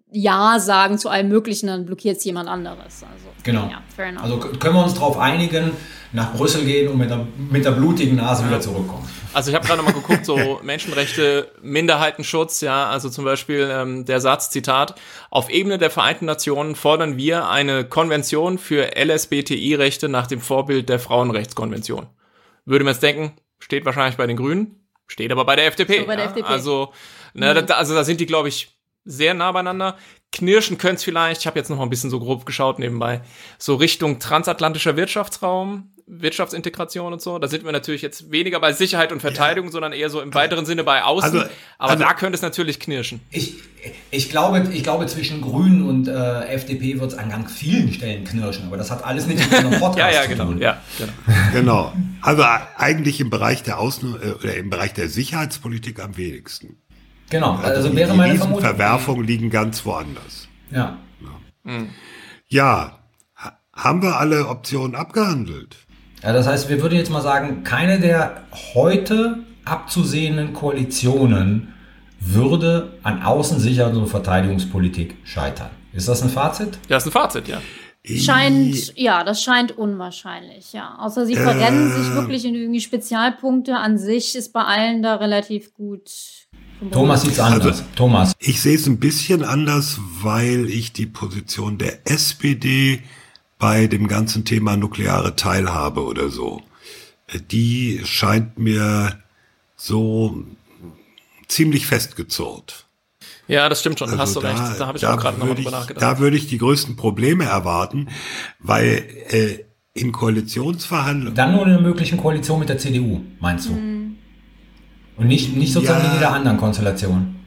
Ja sagen zu allem Möglichen, dann blockiert es jemand anderes. Also, genau. Ja, fair enough. Also können wir uns darauf einigen, nach Brüssel gehen und mit der blutigen Nase wieder zurückkommen. Also ich habe gerade noch mal geguckt, so Menschenrechte, Minderheitenschutz, ja, also zum Beispiel der Satz, Zitat, auf Ebene der Vereinten Nationen fordern wir eine Konvention für LSBTI-Rechte nach dem Vorbild der Frauenrechtskonvention. Würde man jetzt denken, steht wahrscheinlich bei den Grünen, steht aber bei der FDP. So bei der FDP. Also, da sind die, glaube ich, sehr nah beieinander. Knirschen könnte es vielleicht, ich habe jetzt noch mal ein bisschen so grob geschaut nebenbei, so Richtung transatlantischer Wirtschaftsraum, Wirtschaftsintegration und so. Da sind wir natürlich jetzt weniger bei Sicherheit und Verteidigung, sondern eher so im weiteren Sinne bei Außen. Aber da könnte es natürlich knirschen. Ich glaube, zwischen Grünen und FDP wird es an ganz vielen Stellen knirschen, aber das hat alles nichts mit einem Podcast zu tun. Ja, genau. Genau. Also eigentlich im Bereich der oder im Bereich der Sicherheitspolitik am wenigsten. Genau, also wäre meine Vermutung. Verwerfungen liegen ganz woanders. Ja. Ja, haben wir alle Optionen abgehandelt? Ja, das heißt, wir würden jetzt mal sagen, keine der heute abzusehenden Koalitionen würde an Außensicherheits- und Verteidigungspolitik scheitern. Ist das ein Fazit? Ja, ist ein Fazit, ja. Das scheint unwahrscheinlich, ja. Außer sie verrennen sich wirklich in irgendwie Spezialpunkte. An sich ist bei allen da relativ gut. Thomas sieht es anders. Also, Thomas. Ich sehe es ein bisschen anders, weil ich die Position der SPD bei dem ganzen Thema nukleare Teilhabe oder so, die scheint mir so ziemlich festgezurrt. Ja, das stimmt schon, Also hast du recht. Da habe ich auch gerade nochmal drüber nachgedacht. Da würde ich die größten Probleme erwarten, weil in Koalitionsverhandlungen... Dann nur in einer möglichen Koalition mit der CDU, meinst du? Und nicht sozusagen in jeder anderen Konstellation?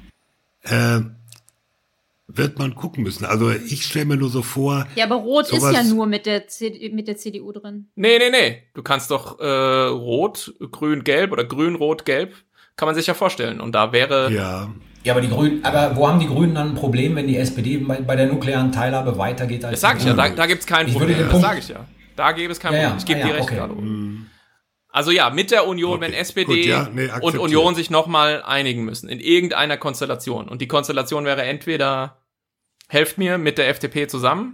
Wird man gucken müssen. Also ich stelle mir nur so vor... Ja, aber Rot ist ja nur mit der CDU drin. Nee. Du kannst doch Rot, Grün, Gelb oder Grün, Rot, Gelb, kann man sich ja vorstellen. Und da wäre... Ja, aber wo haben die Grünen dann ein Problem, wenn die SPD bei der nuklearen Teilhabe weitergeht als... Das sage ich ja, da gibt es kein Problem. Das sage ich ja. Da gäbe es kein Problem. Ich gebe dir recht gerade. Also ja, mit der Union, wenn SPD und Union sich nochmal einigen müssen, in irgendeiner Konstellation. Und die Konstellation wäre entweder, helft mir, mit der FDP zusammen.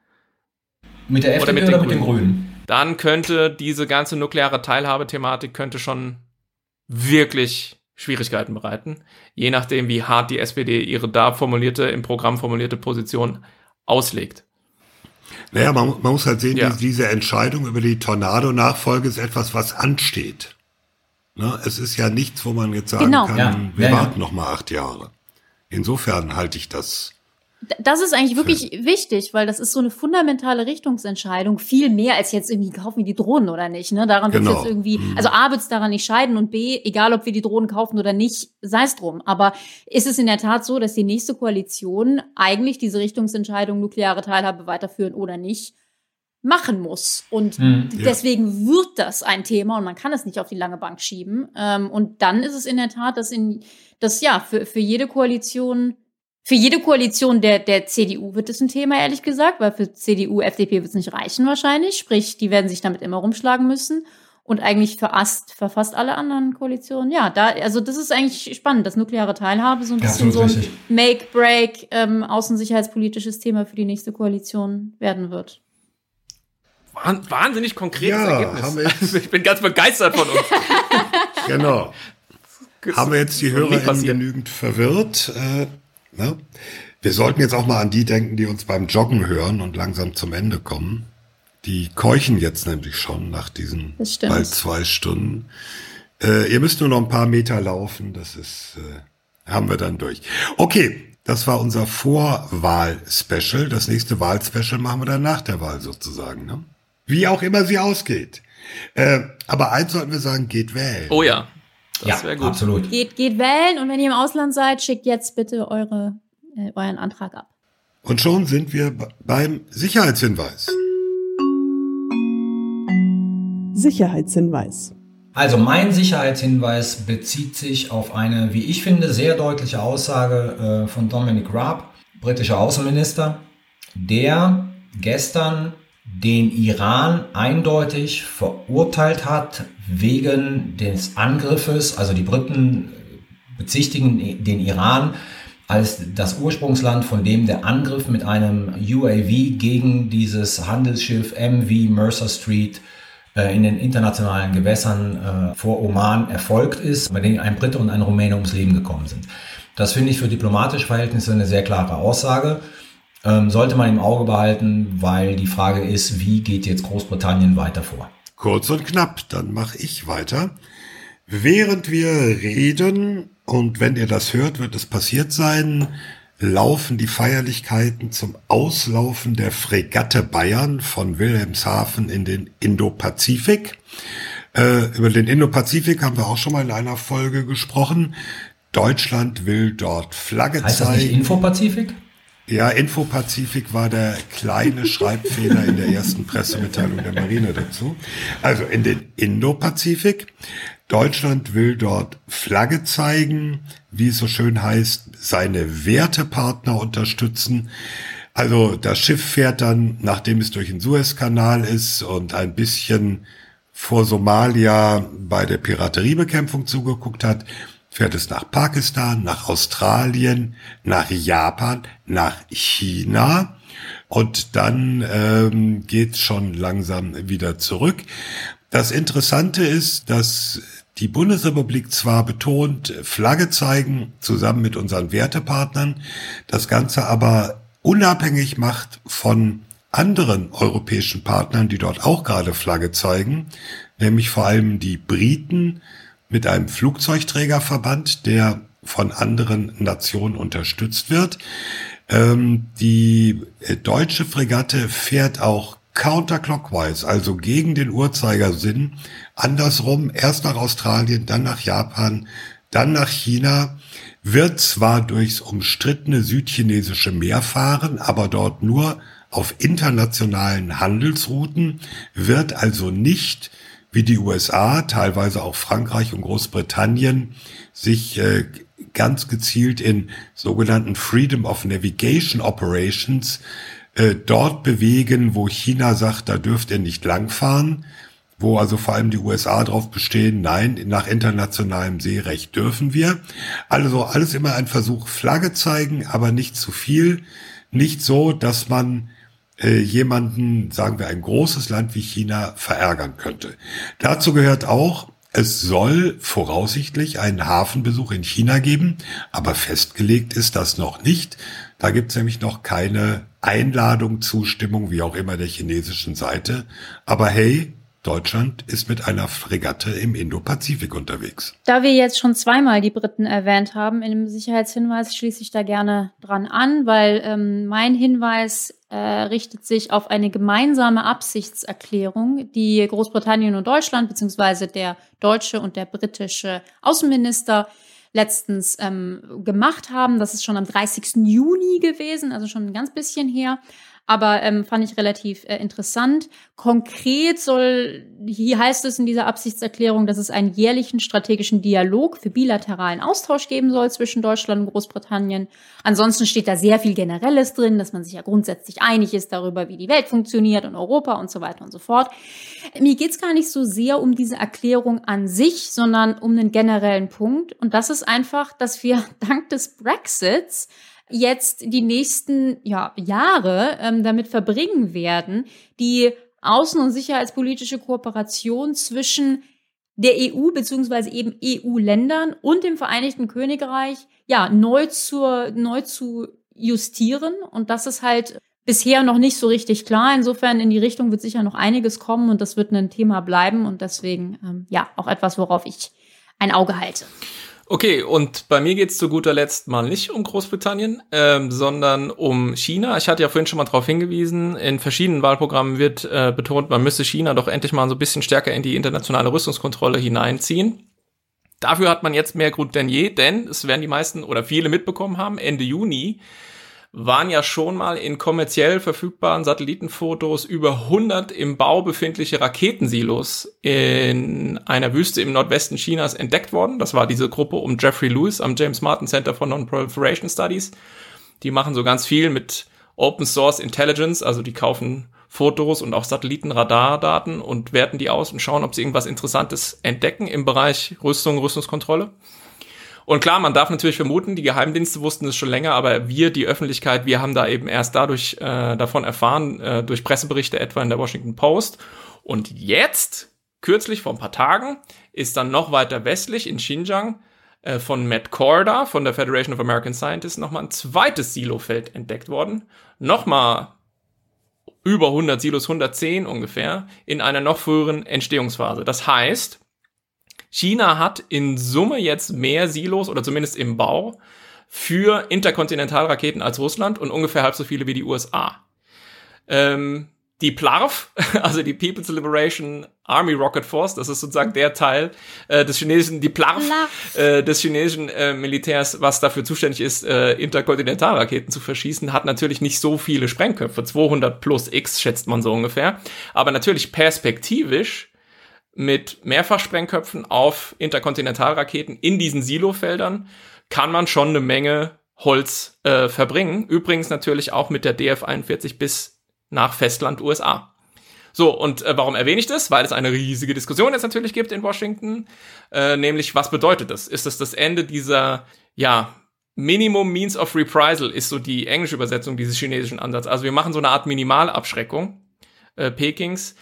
Mit der FDP oder mit den Grünen? Dann könnte diese ganze nukleare Teilhabe-Thematik könnte schon wirklich Schwierigkeiten bereiten. Je nachdem, wie hart die SPD ihre im Programm formulierte Position auslegt. Naja, man muss halt sehen, diese Entscheidung über die Tornado-Nachfolge ist etwas, was ansteht. Ne? Es ist ja nichts, wo man jetzt sagen kann, wir warten noch mal 8 Jahre. Insofern halte ich das. Das ist eigentlich wirklich wichtig, weil das ist so eine fundamentale Richtungsentscheidung, viel mehr als jetzt irgendwie, kaufen wir die Drohnen oder nicht, ne? Daran wird jetzt irgendwie, also A, wird es daran nicht scheiden und B, egal ob wir die Drohnen kaufen oder nicht, sei es drum. Aber ist es in der Tat so, dass die nächste Koalition eigentlich diese Richtungsentscheidung nukleare Teilhabe weiterführen oder nicht machen muss. Und deswegen wird das ein Thema und man kann es nicht auf die lange Bank schieben. Und dann ist es in der Tat, dass für jede Koalition der CDU wird es ein Thema, ehrlich gesagt, weil für CDU, FDP wird es nicht reichen wahrscheinlich. Sprich, die werden sich damit immer rumschlagen müssen. Und eigentlich für fast alle anderen Koalitionen. Ja, also das ist eigentlich spannend, dass nukleare Teilhabe so ein bisschen so ein Make-Break außensicherheitspolitisches Thema für die nächste Koalition werden wird. Wahnsinnig konkretes Ergebnis. Ich bin ganz begeistert von uns. Genau. Haben wir jetzt die HörerInnen genügend verwirrt? Ne? Wir sollten jetzt auch mal an die denken, die uns beim Joggen hören und langsam zum Ende kommen. Die keuchen jetzt nämlich schon nach diesen bald 2 Stunden. Ihr müsst nur noch ein paar Meter laufen, das ist, haben wir dann durch. Okay, das war unser Vorwahl-Special. Das nächste Wahl-Special machen wir dann nach der Wahl sozusagen. Ne? Wie auch immer sie ausgeht. Aber eins sollten wir sagen, geht wählen. Oh ja. Das wäre gut. Absolut. Geht wählen und wenn ihr im Ausland seid, schickt jetzt bitte euren Antrag ab. Und schon sind wir beim Sicherheitshinweis. Sicherheitshinweis. Also mein Sicherheitshinweis bezieht sich auf eine, wie ich finde, sehr deutliche Aussage von Dominic Raab, britischer Außenminister, der gestern den Iran eindeutig verurteilt hat wegen des Angriffes. Also die Briten bezichtigen den Iran, als das Ursprungsland, von dem der Angriff mit einem UAV gegen dieses Handelsschiff MV Mercer Street in den internationalen Gewässern vor Oman erfolgt ist, bei dem ein Brite und ein Rumäne ums Leben gekommen sind. Das finde ich für diplomatische Verhältnisse eine sehr klare Aussage. Sollte man im Auge behalten, weil die Frage ist, wie geht jetzt Großbritannien weiter vor? Kurz und knapp, dann mache ich weiter. Während wir reden, und wenn ihr das hört, wird es passiert sein, laufen die Feierlichkeiten zum Auslaufen der Fregatte Bayern von Wilhelmshaven in den Indopazifik. Über den Indopazifik haben wir auch schon mal in einer Folge gesprochen. Deutschland will dort Flagge zeigen. Heißt das nicht Infopazifik? Ja, Infopazifik war der kleine Schreibfehler in der ersten Pressemitteilung der Marine dazu. Also in den Indopazifik. Deutschland will dort Flagge zeigen, wie es so schön heißt, seine Wertepartner unterstützen. Also das Schiff fährt dann, nachdem es durch den Suezkanal ist und ein bisschen vor Somalia bei der Pirateriebekämpfung zugeguckt hat, fährt es nach Pakistan, nach Australien, nach Japan, nach China und dann geht's schon langsam wieder zurück. Das Interessante ist, dass die Bundesrepublik zwar betont, Flagge zeigen, zusammen mit unseren Wertepartnern, das Ganze aber unabhängig macht von anderen europäischen Partnern, die dort auch gerade Flagge zeigen, nämlich vor allem die Briten mit einem Flugzeugträgerverband, der von anderen Nationen unterstützt wird. Die deutsche Fregatte fährt auch counterclockwise, also gegen den Uhrzeigersinn, andersrum, erst nach Australien, dann nach Japan, dann nach China, wird zwar durchs umstrittene südchinesische Meer fahren, aber dort nur auf internationalen Handelsrouten, wird also nicht, wie die USA, teilweise auch Frankreich und Großbritannien, sich ganz gezielt in sogenannten Freedom of Navigation Operations dort bewegen, wo China sagt, da dürft ihr nicht langfahren, wo also vor allem die USA drauf bestehen, nein, nach internationalem Seerecht dürfen wir. Also alles immer ein Versuch, Flagge zeigen, aber nicht zu viel, nicht so, dass man jemanden, sagen wir ein großes Land wie China, verärgern könnte. Dazu gehört auch, es soll voraussichtlich einen Hafenbesuch in China geben, aber festgelegt ist das noch nicht. Da gibt es nämlich noch keine Einladung, Zustimmung, wie auch immer der chinesischen Seite. Aber hey, Deutschland ist mit einer Fregatte im Indopazifik unterwegs. Da wir jetzt schon zweimal die Briten erwähnt haben, in dem Sicherheitshinweis schließe ich da gerne dran an, weil mein Hinweis richtet sich auf eine gemeinsame Absichtserklärung, die Großbritannien und Deutschland, beziehungsweise der deutsche und der britische Außenminister letztens gemacht haben. Das ist schon am 30. Juni gewesen, also schon ein ganz bisschen her. Aber fand ich relativ interessant. Konkret hier heißt es in dieser Absichtserklärung, dass es einen jährlichen strategischen Dialog für bilateralen Austausch geben soll zwischen Deutschland und Großbritannien. Ansonsten steht da sehr viel Generelles drin, dass man sich ja grundsätzlich einig ist darüber, wie die Welt funktioniert und Europa und so weiter und so fort. Mir geht's gar nicht so sehr um diese Erklärung an sich, sondern um einen generellen Punkt. Und das ist einfach, dass wir dank des Brexits jetzt die nächsten Jahre damit verbringen werden, die außen- und sicherheitspolitische Kooperation zwischen der EU bzw. eben EU-Ländern und dem Vereinigten Königreich neu zu justieren. Und das ist halt bisher noch nicht so richtig klar. Insofern in die Richtung wird sicher noch einiges kommen und das wird ein Thema bleiben und deswegen auch etwas, worauf ich ein Auge halte. Okay, und bei mir geht's zu guter Letzt mal nicht um Großbritannien, sondern um China. Ich hatte ja vorhin schon mal darauf hingewiesen, in verschiedenen Wahlprogrammen wird betont, man müsse China doch endlich mal so ein bisschen stärker in die internationale Rüstungskontrolle hineinziehen. Dafür hat man jetzt mehr Grund denn je, denn es werden die meisten oder viele mitbekommen haben, Ende Juni waren ja schon mal in kommerziell verfügbaren Satellitenfotos über 100 im Bau befindliche Raketensilos in einer Wüste im Nordwesten Chinas entdeckt worden. Das war diese Gruppe um Jeffrey Lewis am James Martin Center for Non-Proliferation Studies. Die machen so ganz viel mit Open Source Intelligence, also die kaufen Fotos und auch Satellitenradardaten und werten die aus und schauen, ob sie irgendwas Interessantes entdecken im Bereich Rüstung, Rüstungskontrolle. Und klar, man darf natürlich vermuten, die Geheimdienste wussten es schon länger, aber wir, die Öffentlichkeit, wir haben da eben erst dadurch davon erfahren, durch Presseberichte etwa in der Washington Post. Und jetzt, kürzlich vor ein paar Tagen, ist dann noch weiter westlich in Xinjiang von Matt Korda von der Federation of American Scientists nochmal ein zweites Silofeld entdeckt worden. Nochmal über 100 Silos, 110 ungefähr, in einer noch früheren Entstehungsphase. Das heißt, China hat in Summe jetzt mehr Silos, oder zumindest im Bau, für Interkontinentalraketen als Russland und ungefähr halb so viele wie die USA. Die PLARF, also die People's Liberation Army Rocket Force, das ist sozusagen der Teil des chinesischen, die PLARF des chinesischen Militärs, was dafür zuständig ist, Interkontinentalraketen zu verschießen, hat natürlich nicht so viele Sprengköpfe, 200 plus X schätzt man so ungefähr, aber natürlich perspektivisch mit Mehrfachsprengköpfen auf Interkontinentalraketen in diesen Silofeldern kann man schon eine Menge Holz verbringen. Übrigens natürlich auch mit der DF-41 bis nach Festland USA. So, und warum erwähne ich das? Weil es eine riesige Diskussion jetzt natürlich gibt in Washington, nämlich was bedeutet das? Ist das Ende dieser, Minimum Means of Reprisal ist so die englische Übersetzung dieses chinesischen Ansatzes. Also wir machen so eine Art Minimalabschreckung Pekings.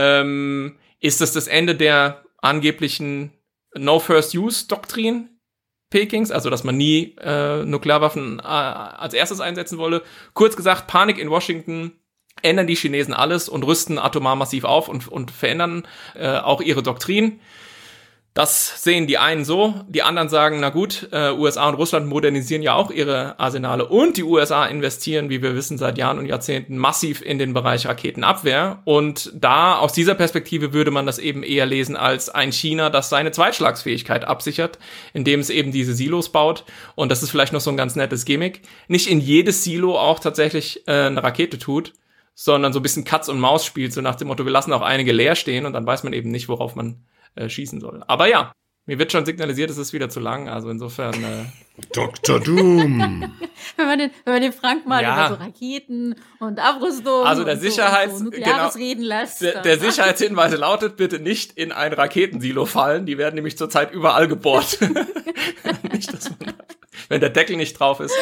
Ist das Ende der angeblichen No-First-Use-Doktrin Pekings, also dass man nie Nuklearwaffen als erstes einsetzen wolle? Kurz gesagt, Panik in Washington, ändern die Chinesen alles und rüsten atomar massiv auf und verändern auch ihre Doktrin. Das sehen die einen so, die anderen sagen, na gut, USA und Russland modernisieren ja auch ihre Arsenale und die USA investieren, wie wir wissen, seit Jahren und Jahrzehnten massiv in den Bereich Raketenabwehr. Und da, aus dieser Perspektive würde man das eben eher lesen als ein China, das seine Zweitschlagsfähigkeit absichert, indem es eben diese Silos baut. Und das ist vielleicht noch so ein ganz nettes Gimmick. Nicht in jedes Silo auch tatsächlich eine Rakete tut, sondern so ein bisschen Katz und Maus spielt, so nach dem Motto, wir lassen auch einige leer stehen und dann weiß man eben nicht, worauf man schießen soll. Aber ja, mir wird schon signalisiert, es ist wieder zu lang, also insofern Dr. Doom. wenn man den Frank mal über so Raketen und Abrüstung also der so Nukleares reden lässt. Der Sicherheitshinweis lautet, bitte nicht in ein Raketensilo fallen, die werden nämlich zurzeit überall gebohrt. Nicht, dass man, wenn der Deckel nicht drauf ist.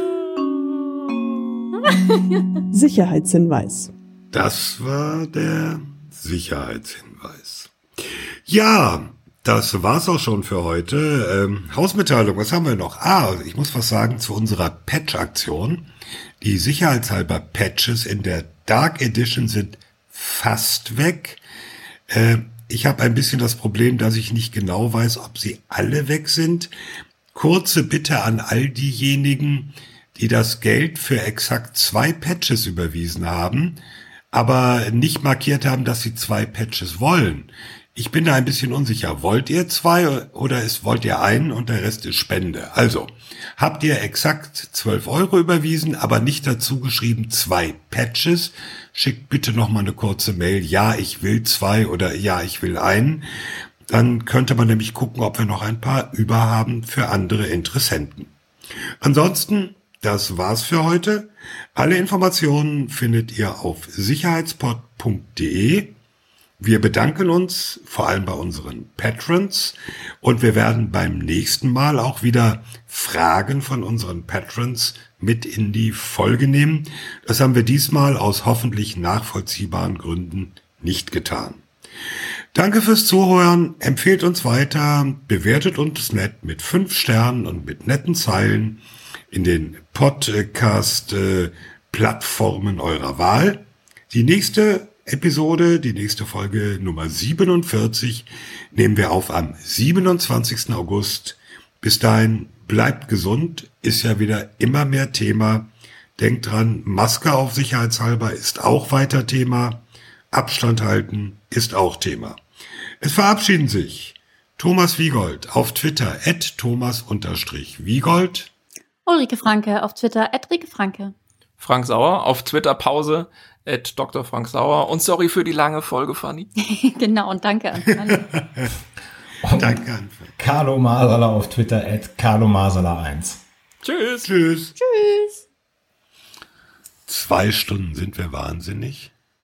Sicherheitshinweis. Das war der Sicherheitshinweis. Ja, das war's auch schon für heute. Hausmitteilung, was haben wir noch? Ich muss was sagen zu unserer Patch-Aktion. Die sicherheitshalber Patches in der Dark Edition sind fast weg. Ich habe ein bisschen das Problem, dass ich nicht genau weiß, ob sie alle weg sind. Kurze Bitte an all diejenigen, die das Geld für exakt 2 Patches überwiesen haben, aber nicht markiert haben, dass sie 2 Patches wollen. Ich bin da ein bisschen unsicher. Wollt ihr 2 oder wollt ihr einen und der Rest ist Spende? Also, habt ihr exakt 12 € überwiesen, aber nicht dazu geschrieben 2 Patches? Schickt bitte nochmal eine kurze Mail. Ja, ich will 2 oder ja, ich will einen. Dann könnte man nämlich gucken, ob wir noch ein paar über haben für andere Interessenten. Ansonsten, das war's für heute. Alle Informationen findet ihr auf sicherheitspod.de. Wir bedanken uns vor allem bei unseren Patrons und wir werden beim nächsten Mal auch wieder Fragen von unseren Patrons mit in die Folge nehmen. Das haben wir diesmal aus hoffentlich nachvollziehbaren Gründen nicht getan. Danke fürs Zuhören, empfehlt uns weiter, bewertet uns nett mit 5 Sternen und mit netten Zeilen in den Podcast-Plattformen eurer Wahl. Die nächste Episode, die nächste Folge Nummer 47, nehmen wir auf am 27. August. Bis dahin, bleibt gesund, ist ja wieder immer mehr Thema. Denkt dran, Maske auf sicherheitshalber ist auch weiter Thema. Abstand halten ist auch Thema. Es verabschieden sich Thomas Wiegold auf Twitter @Thomas_Wiegold. Ulrike Franke auf Twitter @RikeFranke. Frank Sauer auf Twitter Pause @Dr. Frank Sauer. Und sorry für die lange Folge, Fanny. Genau, und danke an Fanny. Danke an Carlo Masala auf Twitter @CarloMasala1. Tschüss. Tschüss. Tschüss. 2 Stunden sind wir wahnsinnig.